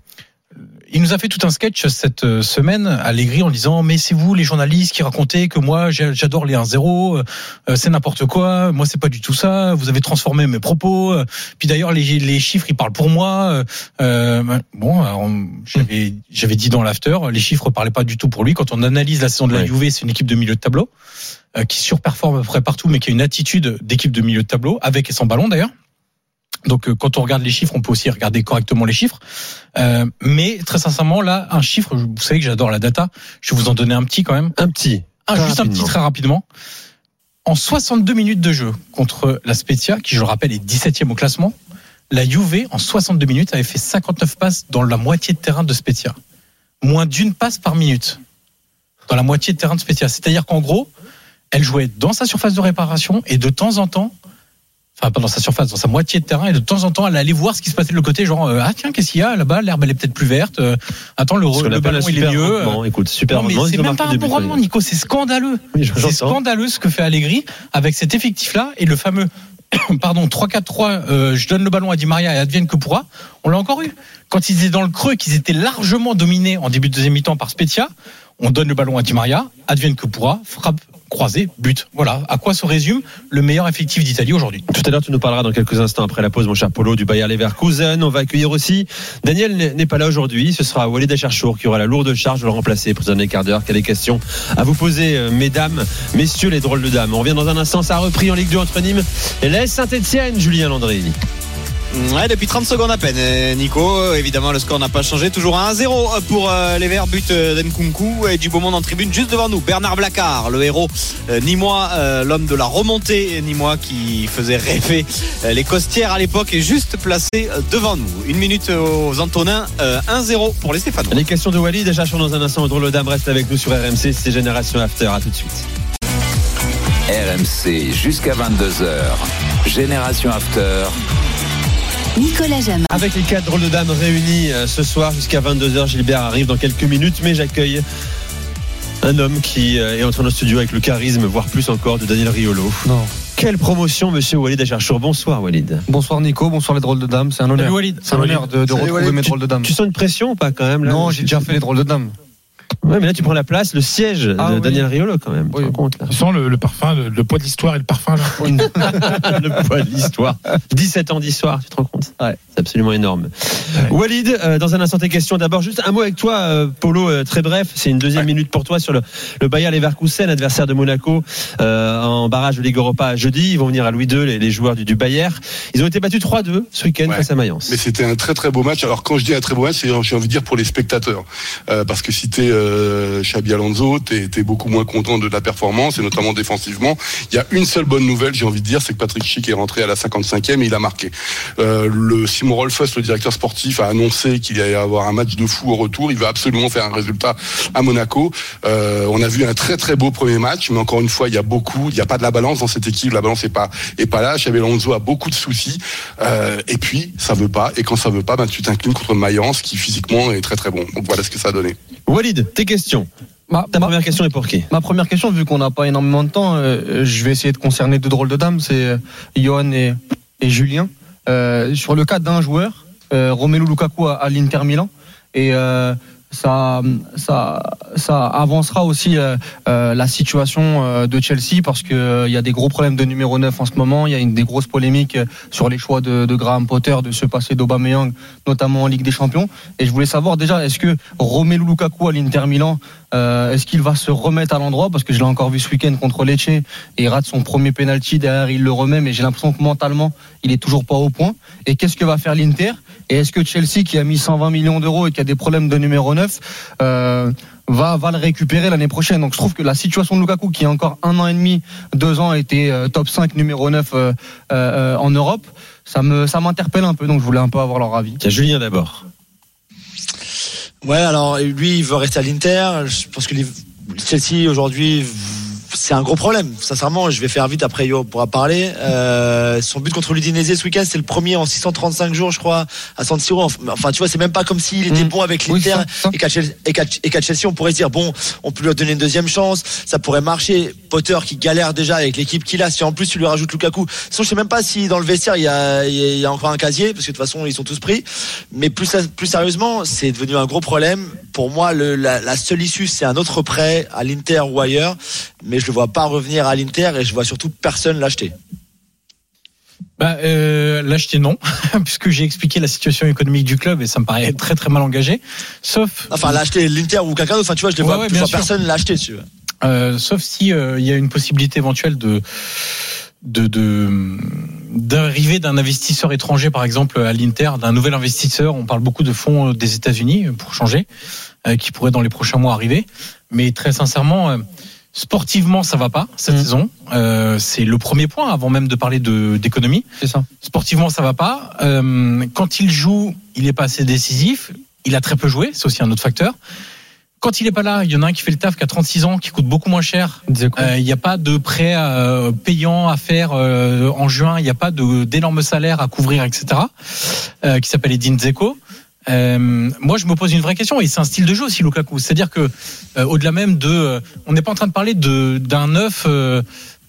il nous a fait tout un sketch cette semaine, Allegri, en disant « Mais c'est vous, les journalistes, qui racontez que moi, j'adore les un zéro, euh, c'est n'importe quoi, moi, c'est pas du tout ça, vous avez transformé mes propos, puis d'ailleurs, les, les chiffres, ils parlent pour moi. Euh, » Bon, alors, j'avais, j'avais dit dans l'after, les chiffres parlaient pas du tout pour lui. Quand on analyse la saison de la ouais. Juve, c'est une équipe de milieu de tableau, euh, qui surperforme à peu près partout, mais qui a une attitude d'équipe de milieu de tableau, avec et sans ballon d'ailleurs. Donc, quand on regarde les chiffres, on peut aussi regarder correctement les chiffres. Euh, mais très sincèrement, là, un chiffre, vous savez que j'adore la data. Je vais vous en donner un petit quand même. Un petit. Un, juste rapidement. un petit très rapidement. En soixante-deux minutes de jeu contre la Spezia, qui je le rappelle est dix-septième au classement, la Juve, en soixante-deux minutes, avait fait cinquante-neuf passes dans la moitié de terrain de Spezia. Moins d'une passe par minute. Dans la moitié de terrain de Spezia. C'est-à-dire qu'en gros, elle jouait dans sa surface de réparation et de temps en temps, enfin pas dans sa surface, dans sa moitié de terrain, et de temps en temps elle allait voir ce qui se passait de l'autre côté, genre euh, ah tiens, qu'est-ce qu'il y a là-bas, l'herbe elle est peut-être plus verte, euh, attends le, le ballon il est mieux. Bon, écoute, super. Non, mais c'est même pas un bon rendement, Nico, c'est scandaleux. Oui, c'est scandaleux ce que fait Allegri avec cet effectif-là et le fameux pardon trois quatre trois, euh, je donne le ballon à Di Maria et advienne que pourra. On l'a encore eu. Quand ils étaient dans le creux, qu'ils étaient largement dominés en début de deuxième mi-temps par Spezia, on donne le ballon à Di Maria, advienne que pourra, frappe croisé, but. Voilà à quoi se résume le meilleur effectif d'Italie aujourd'hui. Tout à l'heure, tu nous parleras dans quelques instants après la pause, mon cher Polo, du Bayer Leverkusen. On va accueillir aussi Daniel n'est pas là aujourd'hui. Ce sera Walid Acharchour qui aura la lourde charge de le remplacer pour un quart d'heure. Quelle est questions à vous poser, mesdames, messieurs les drôles de dames. On revient dans un instant. Ça a repris en Ligue deux entre Nîmes et l'A S Saint-Etienne. Julien Landry. Ouais, depuis trente secondes à peine, Nico. Évidemment, le score n'a pas changé. Toujours à un zéro pour les Verts. But d'Nkunku et du beau monde en tribune juste devant nous. Bernard Blacard, le héros nîmois, l'homme de la remontée nîmois qui faisait rêver les costières à l'époque, est juste placé devant nous. Une minute aux Antonins, un zéro pour les Stéphanois. Les questions de Walid, déjà dans un instant. Drôle de dame reste avec nous sur R M C. C'est Génération After. À tout de suite. R M C jusqu'à vingt-deux heures. Génération After. Nicolas Jamin. Avec les quatre drôles de dames réunis ce soir jusqu'à vingt-deux heures, Gilbert arrive dans quelques minutes, mais j'accueille un homme qui est entré dans le studio avec le charisme, voire plus encore, de Daniel Riolo. Non. Quelle promotion, monsieur Walid Acharchour. Bonsoir, Walid. Bonsoir, Nico. Bonsoir, les drôles de dames. C'est un honneur. Salut, Walid. C'est un honneur de, de retrouver Walid. mes drôles de dames. Tu, tu sens une pression ou pas, quand même là? Non, j'ai déjà fait les drôles de dames. Ouais, mais là, tu prends la place, le siège de Ah, oui. Daniel Riolo, quand même. Oui. Tu te rends compte, là. Tu sens le, le parfum, le, le poids de l'histoire et le parfum là. Le poids de l'histoire. dix-sept ans d'histoire, tu te rends compte? Ouais. C'est absolument énorme. Ouais. Walid, euh, dans un instant tes questions. D'abord, juste un mot avec toi, euh, Polo, euh, très bref. C'est une deuxième ouais. minute pour toi sur le, le Bayer Leverkusen, adversaire de Monaco, euh, en barrage de Ligue Europa jeudi. Ils vont venir à Louis deux, les, les joueurs du, du Bayer. Ils ont été battus trois deux ce week-end ouais. face à Mayence. Mais c'était un très très beau match. Alors quand je dis un très beau match, c'est, j'ai envie de dire pour les spectateurs. Euh, parce que si t'es euh, Xabi Alonso, t'es, t'es beaucoup moins content de la performance, et notamment défensivement. Il y a une seule bonne nouvelle, j'ai envie de dire, c'est que Patrick Schick est rentré à la cinquante-cinquième et il a marqué. Euh, le Simon Rolfes, le directeur sportif, a annoncé qu'il allait y avoir un match de fou au retour. Il va absolument faire un résultat à Monaco. Euh, on a vu un très très beau premier match, mais encore une fois, il y a beaucoup, il n'y a pas de la balance dans cette équipe. La balance est pas est pas là. Xabi Alonso a beaucoup de soucis. Euh, et puis ça veut pas. Et quand ça veut pas, ben tu t'inclines contre Mayence, qui physiquement est très très bon. Donc voilà ce que ça a donné. Walid, tes questions. Ma, Ta ma, première question est pour qui? Ma première question, vu qu'on n'a pas énormément de temps, euh, je vais essayer de concerner deux drôles de dames, c'est euh, Johan et, et Julien. Euh, sur le cas d'un joueur, euh, Romelu Lukaku à, à l'Inter Milan, et euh, ça, ça, ça avancera aussi euh, euh, la situation euh, de Chelsea, parce qu'il euh, y a des gros problèmes de numéro neuf en ce moment. Il y a une des grosses polémiques sur les choix de, de Graham Potter de se passer d'Aubameyang, notamment en Ligue des Champions. Et je voulais savoir déjà, est-ce que Romelu Lukaku à l'Inter Milan, Euh, est-ce qu'il va se remettre à l'endroit, parce que je l'ai encore vu ce week-end contre Lecce et il rate son premier penalty, derrière il le remet, mais j'ai l'impression que mentalement il est toujours pas au point. Et qu'est-ce que va faire l'Inter? Et est-ce que Chelsea, qui a mis cent vingt millions d'euros et qui a des problèmes de numéro neuf, euh, va, va le récupérer l'année prochaine? Donc je trouve que la situation de Lukaku, qui a encore un an et demi, deux ans, était euh, top cinq numéro neuf euh, euh, en Europe, ça me, ça m'interpelle un peu, donc je voulais un peu avoir leur avis. Tiens, Julien d'abord. Ouais, alors lui, il veut rester à l'Inter. Je pense que les... Chelsea aujourd'hui, c'est un gros problème. Sincèrement, je vais faire vite, après Yo pourra parler. Euh, son but contre l'Udinese ce week-end, c'est le premier en six cent trente-cinq jours, je crois, à San Siro. Enfin, tu vois, c'est même pas comme s'il était mmh. bon avec l'Inter, oui, ça, ça. Et, qu'à Chelsea, et, qu'à, et qu'à Chelsea, on pourrait se dire, bon, on peut lui donner une deuxième chance, ça pourrait marcher. Potter qui galère déjà avec l'équipe qu'il a, si en plus tu lui rajoutes Lukaku. Sinon, je sais même pas si dans le vestiaire il y a, il y a encore un casier, parce que de toute façon ils sont tous pris. Mais plus, plus sérieusement, c'est devenu un gros problème. Pour moi, le, la, la seule issue, c'est un autre prêt à l'Inter ou ailleurs. Mais je le vois pas revenir à l'Inter, et je vois surtout personne l'acheter. Bah, euh, l'acheter non, puisque j'ai expliqué la situation économique du club et ça me paraît très très mal engagé. Sauf. Enfin, l'acheter l'Inter ou quelqu'un d'autre. Enfin, tu vois, je ne ouais, vois, ouais, je vois personne l'acheter, si tu veux. Euh, sauf si il euh, y a une possibilité éventuelle de de, de d'arrivée d'un investisseur étranger, par exemple à l'Inter, d'un nouvel investisseur. On parle beaucoup de fonds des États-Unis pour changer, euh, qui pourraient dans les prochains mois arriver. Mais très sincèrement, euh, sportivement, ça va pas cette mmh. saison. Euh, c'est le premier point avant même de parler de d'économie. C'est ça. Sportivement, ça va pas. Euh, quand il joue, il est pas assez décisif. Il a très peu joué. C'est aussi un autre facteur. Quand il est pas là, il y en a un qui fait le taf, qui a trente-six ans, qui coûte beaucoup moins cher. Il n'y euh, a pas de prêt euh, payant à faire euh, en juin. Il n'y a pas de, d'énormes salaires à couvrir, et cetera. Euh, qui s'appelle Edin Dzeko. Euh, moi, je me pose une vraie question, et c'est un style de jeu aussi, Lukaku. C'est-à-dire que, euh, au-delà même de, euh, on n'est pas en train de parler de d'un neuf euh,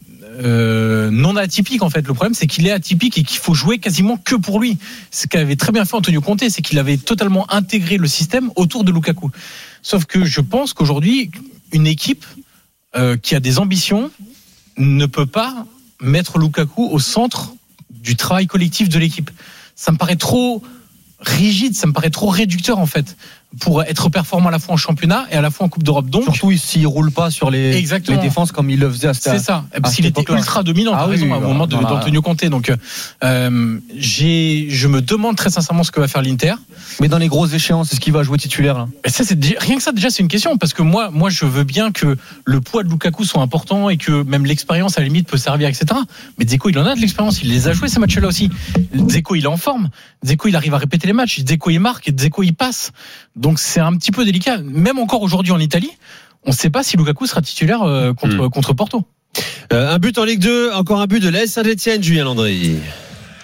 euh, non atypique en fait. Le problème, c'est qu'il est atypique et qu'il faut jouer quasiment que pour lui. Ce qu'avait très bien fait Antonio Conte, c'est qu'il avait totalement intégré le système autour de Lukaku. Sauf que je pense qu'aujourd'hui, une équipe euh, qui a des ambitions ne peut pas mettre Lukaku au centre du travail collectif de l'équipe. Ça me paraît trop rigide, ça me paraît trop réducteur en fait, pour être performant à la fois en championnat et à la fois en Coupe d'Europe. Donc, surtout s'il roule pas sur les, les défenses comme il le faisait à cette C'est ça, parce qu'il était ultra dominant, ah, par oui, exemple, oui, à un moment de, la... d'Antonio Conte. Donc, euh, j'ai, je me demande très sincèrement ce que va faire l'Inter. Mais dans les grosses échéances, est-ce qu'il va jouer titulaire là? Et ça, c'est rien que ça, déjà, c'est une question, parce que moi, moi, je veux bien que le poids de Lukaku soit important et que même l'expérience, à la limite, peut servir, et cetera. Mais Dzeko, il en a de l'expérience, il les a joués ces matchs-là aussi. Dzeko, il est en forme. Dzeko, il arrive à répéter les matchs. Dzeko, il marque et Dzeko, il passe. Donc, c'est un petit peu délicat. Même encore aujourd'hui en Italie, on ne sait pas si Lukaku sera titulaire euh, contre, mmh. contre Porto. Euh, un but en Ligue deux, encore un but de l'A S Saint-Etienne, Julien Landry.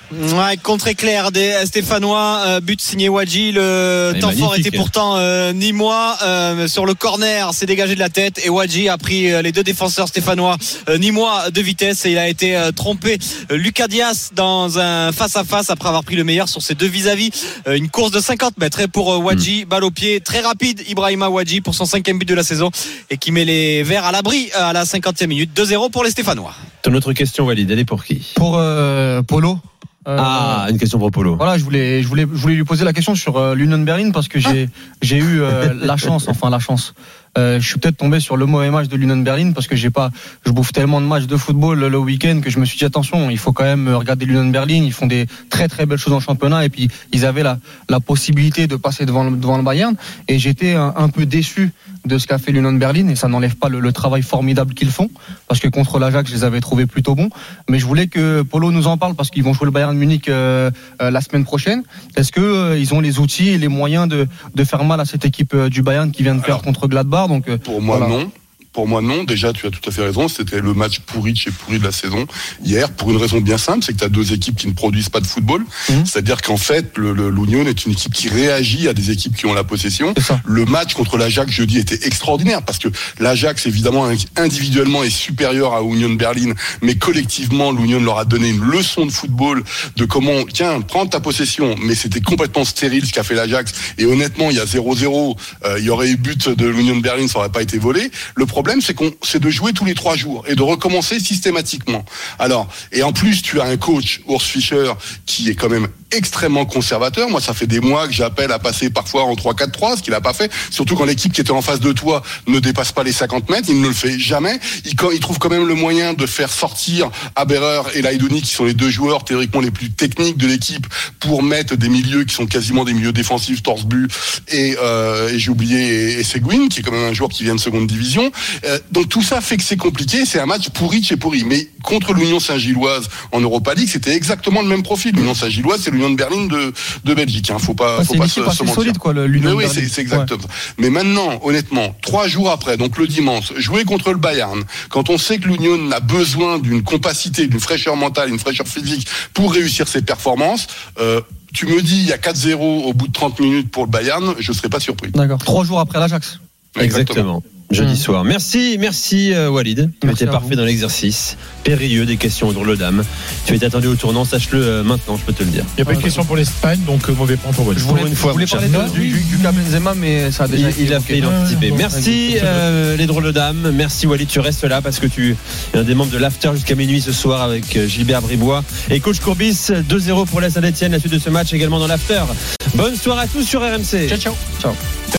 Ouais, contre éclair des Stéphanois, euh, but signé Wadji. Le Et temps fort était hein. pourtant euh, nîmois. Euh, sur le corner, s'est dégagé de la tête et Wadji a pris euh, les deux défenseurs stéphanois euh, nîmois de vitesse et il a été euh, trompé. Euh, Lucas Dias dans un face-à-face après avoir pris le meilleur sur ses deux vis-à-vis. Euh, une course de cinquante mètres hein, pour euh, Wadji, mmh. balle au pied, très rapide. Ibrahima Wadji pour son cinquième but de la saison et qui met les Verts à l'abri à la cinquantième minute. deux zéro pour les Stéphanois. Ton autre question, Walid, elle est pour qui? Pour euh, Polo. Euh, ah, une question pour Polo. Voilà, je voulais, je voulais, je voulais lui poser la question sur euh, l'Union Berlin parce que j'ai, j'ai eu euh, la chance, enfin la chance. Euh, je suis peut-être tombé sur le mauvais match de l'Union Berlin parce que j'ai pas, je bouffe tellement de matchs de football le week-end que je me suis dit attention, il faut quand même regarder l'Union Berlin. Ils font des très très belles choses en championnat et puis ils avaient la, la possibilité de passer devant le, devant le Bayern et j'étais un, un peu déçu de ce qu'a fait l'Union Berlin et ça n'enlève pas le, le travail formidable qu'ils font parce que contre l'Ajax je les avais trouvés plutôt bons. Mais je voulais que Polo nous en parle parce qu'ils vont jouer le Bayern Munich euh, euh, la semaine prochaine. Est-ce que euh, ils ont les outils et les moyens de, de faire mal à cette équipe euh, du Bayern qui vient de perdre contre Gladbach? Donc euh, pour moi voilà. non. Pour moi, non. Déjà, tu as tout à fait raison. C'était le match pourri de chez pourri de la saison hier, pour une raison bien simple, c'est que tu as deux équipes qui ne produisent pas de football. Mmh. C'est-à-dire qu'en fait, le, le, l'Union est une équipe qui réagit à des équipes qui ont la possession. Le match contre l'Ajax jeudi était extraordinaire parce que l'Ajax, évidemment, individuellement est supérieur à Union Berlin, mais collectivement, l'Union leur a donné une leçon de football de comment, tiens, prends ta possession. Mais c'était complètement stérile ce qu'a fait l'Ajax. Et honnêtement, il y a zéro zéro, euh, il y aurait eu but de l'Union Berlin, ça n'aurait pas été volé. Le problème, c'est qu'on, c'est de jouer tous les trois jours et de recommencer systématiquement. Alors, et en plus, tu as un coach, Urs Fischer, qui est quand même extrêmement conservateur. Moi, ça fait des mois que j'appelle à passer parfois en trois quatre trois, ce qu'il n'a pas fait. Surtout quand l'équipe qui était en face de toi ne dépasse pas les cinquante mètres, il ne le fait jamais. Il, il trouve quand même le moyen de faire sortir Haberer et Laidouni, qui sont les deux joueurs théoriquement les plus techniques de l'équipe, pour mettre des milieux qui sont quasiment des milieux défensifs, Torsbu et, euh, et j'ai oublié, et, et Seguin, qui est quand même un joueur qui vient de seconde division. Euh, donc tout ça fait que c'est compliqué. C'est un match pourri de chez pourri. Mais contre l'Union Saint-Gilloise en Europa League, c'était exactement le même profil. L'Union Saint-Gilloise, c'est l'Union de Berlin de, de Belgique. Hein. Faut pas, ouais, faut c'est pas une se, équipe se assez mentir. solide, quoi, l'Union. Mais oui, de Berlin. c'est, c'est exactement. Ouais. Mais maintenant, honnêtement, trois jours après, donc le dimanche, jouer contre le Bayern, quand on sait que l'Union a besoin d'une compacité, d'une fraîcheur mentale, d'une fraîcheur physique pour réussir ses performances. Euh, tu me dis, il y a quatre zéro au bout de trente minutes pour le Bayern, je ne serais pas surpris. D'accord. Trois jours après l'Ajax. Exactement. Jeudi mmh. soir. Merci, merci euh, Walid. Tu étais parfait vous. dans l'exercice. Périlleux des questions drôle de dame. Tu étais attendu au tournant, sache-le euh, maintenant, je peux te le dire. Il n'y a pas ah, de question pour l'Espagne, donc euh, mauvais point pour Walid. Je voulais, une fois, je voulais parler de, du, du, du cas Benzema, mais ça a déjà il, il a fait, il a anticipé. Merci euh, les drôles de dames. Merci Walid, tu restes là parce que tu es un des membres de l'After jusqu'à minuit ce soir avec euh, Gilbert Bribois et coach Courbis. deux zéro pour la Saint-Etienne. La suite de ce match également dans l'After. Bonne soirée à tous sur R M C. Ciao, ciao. Ciao.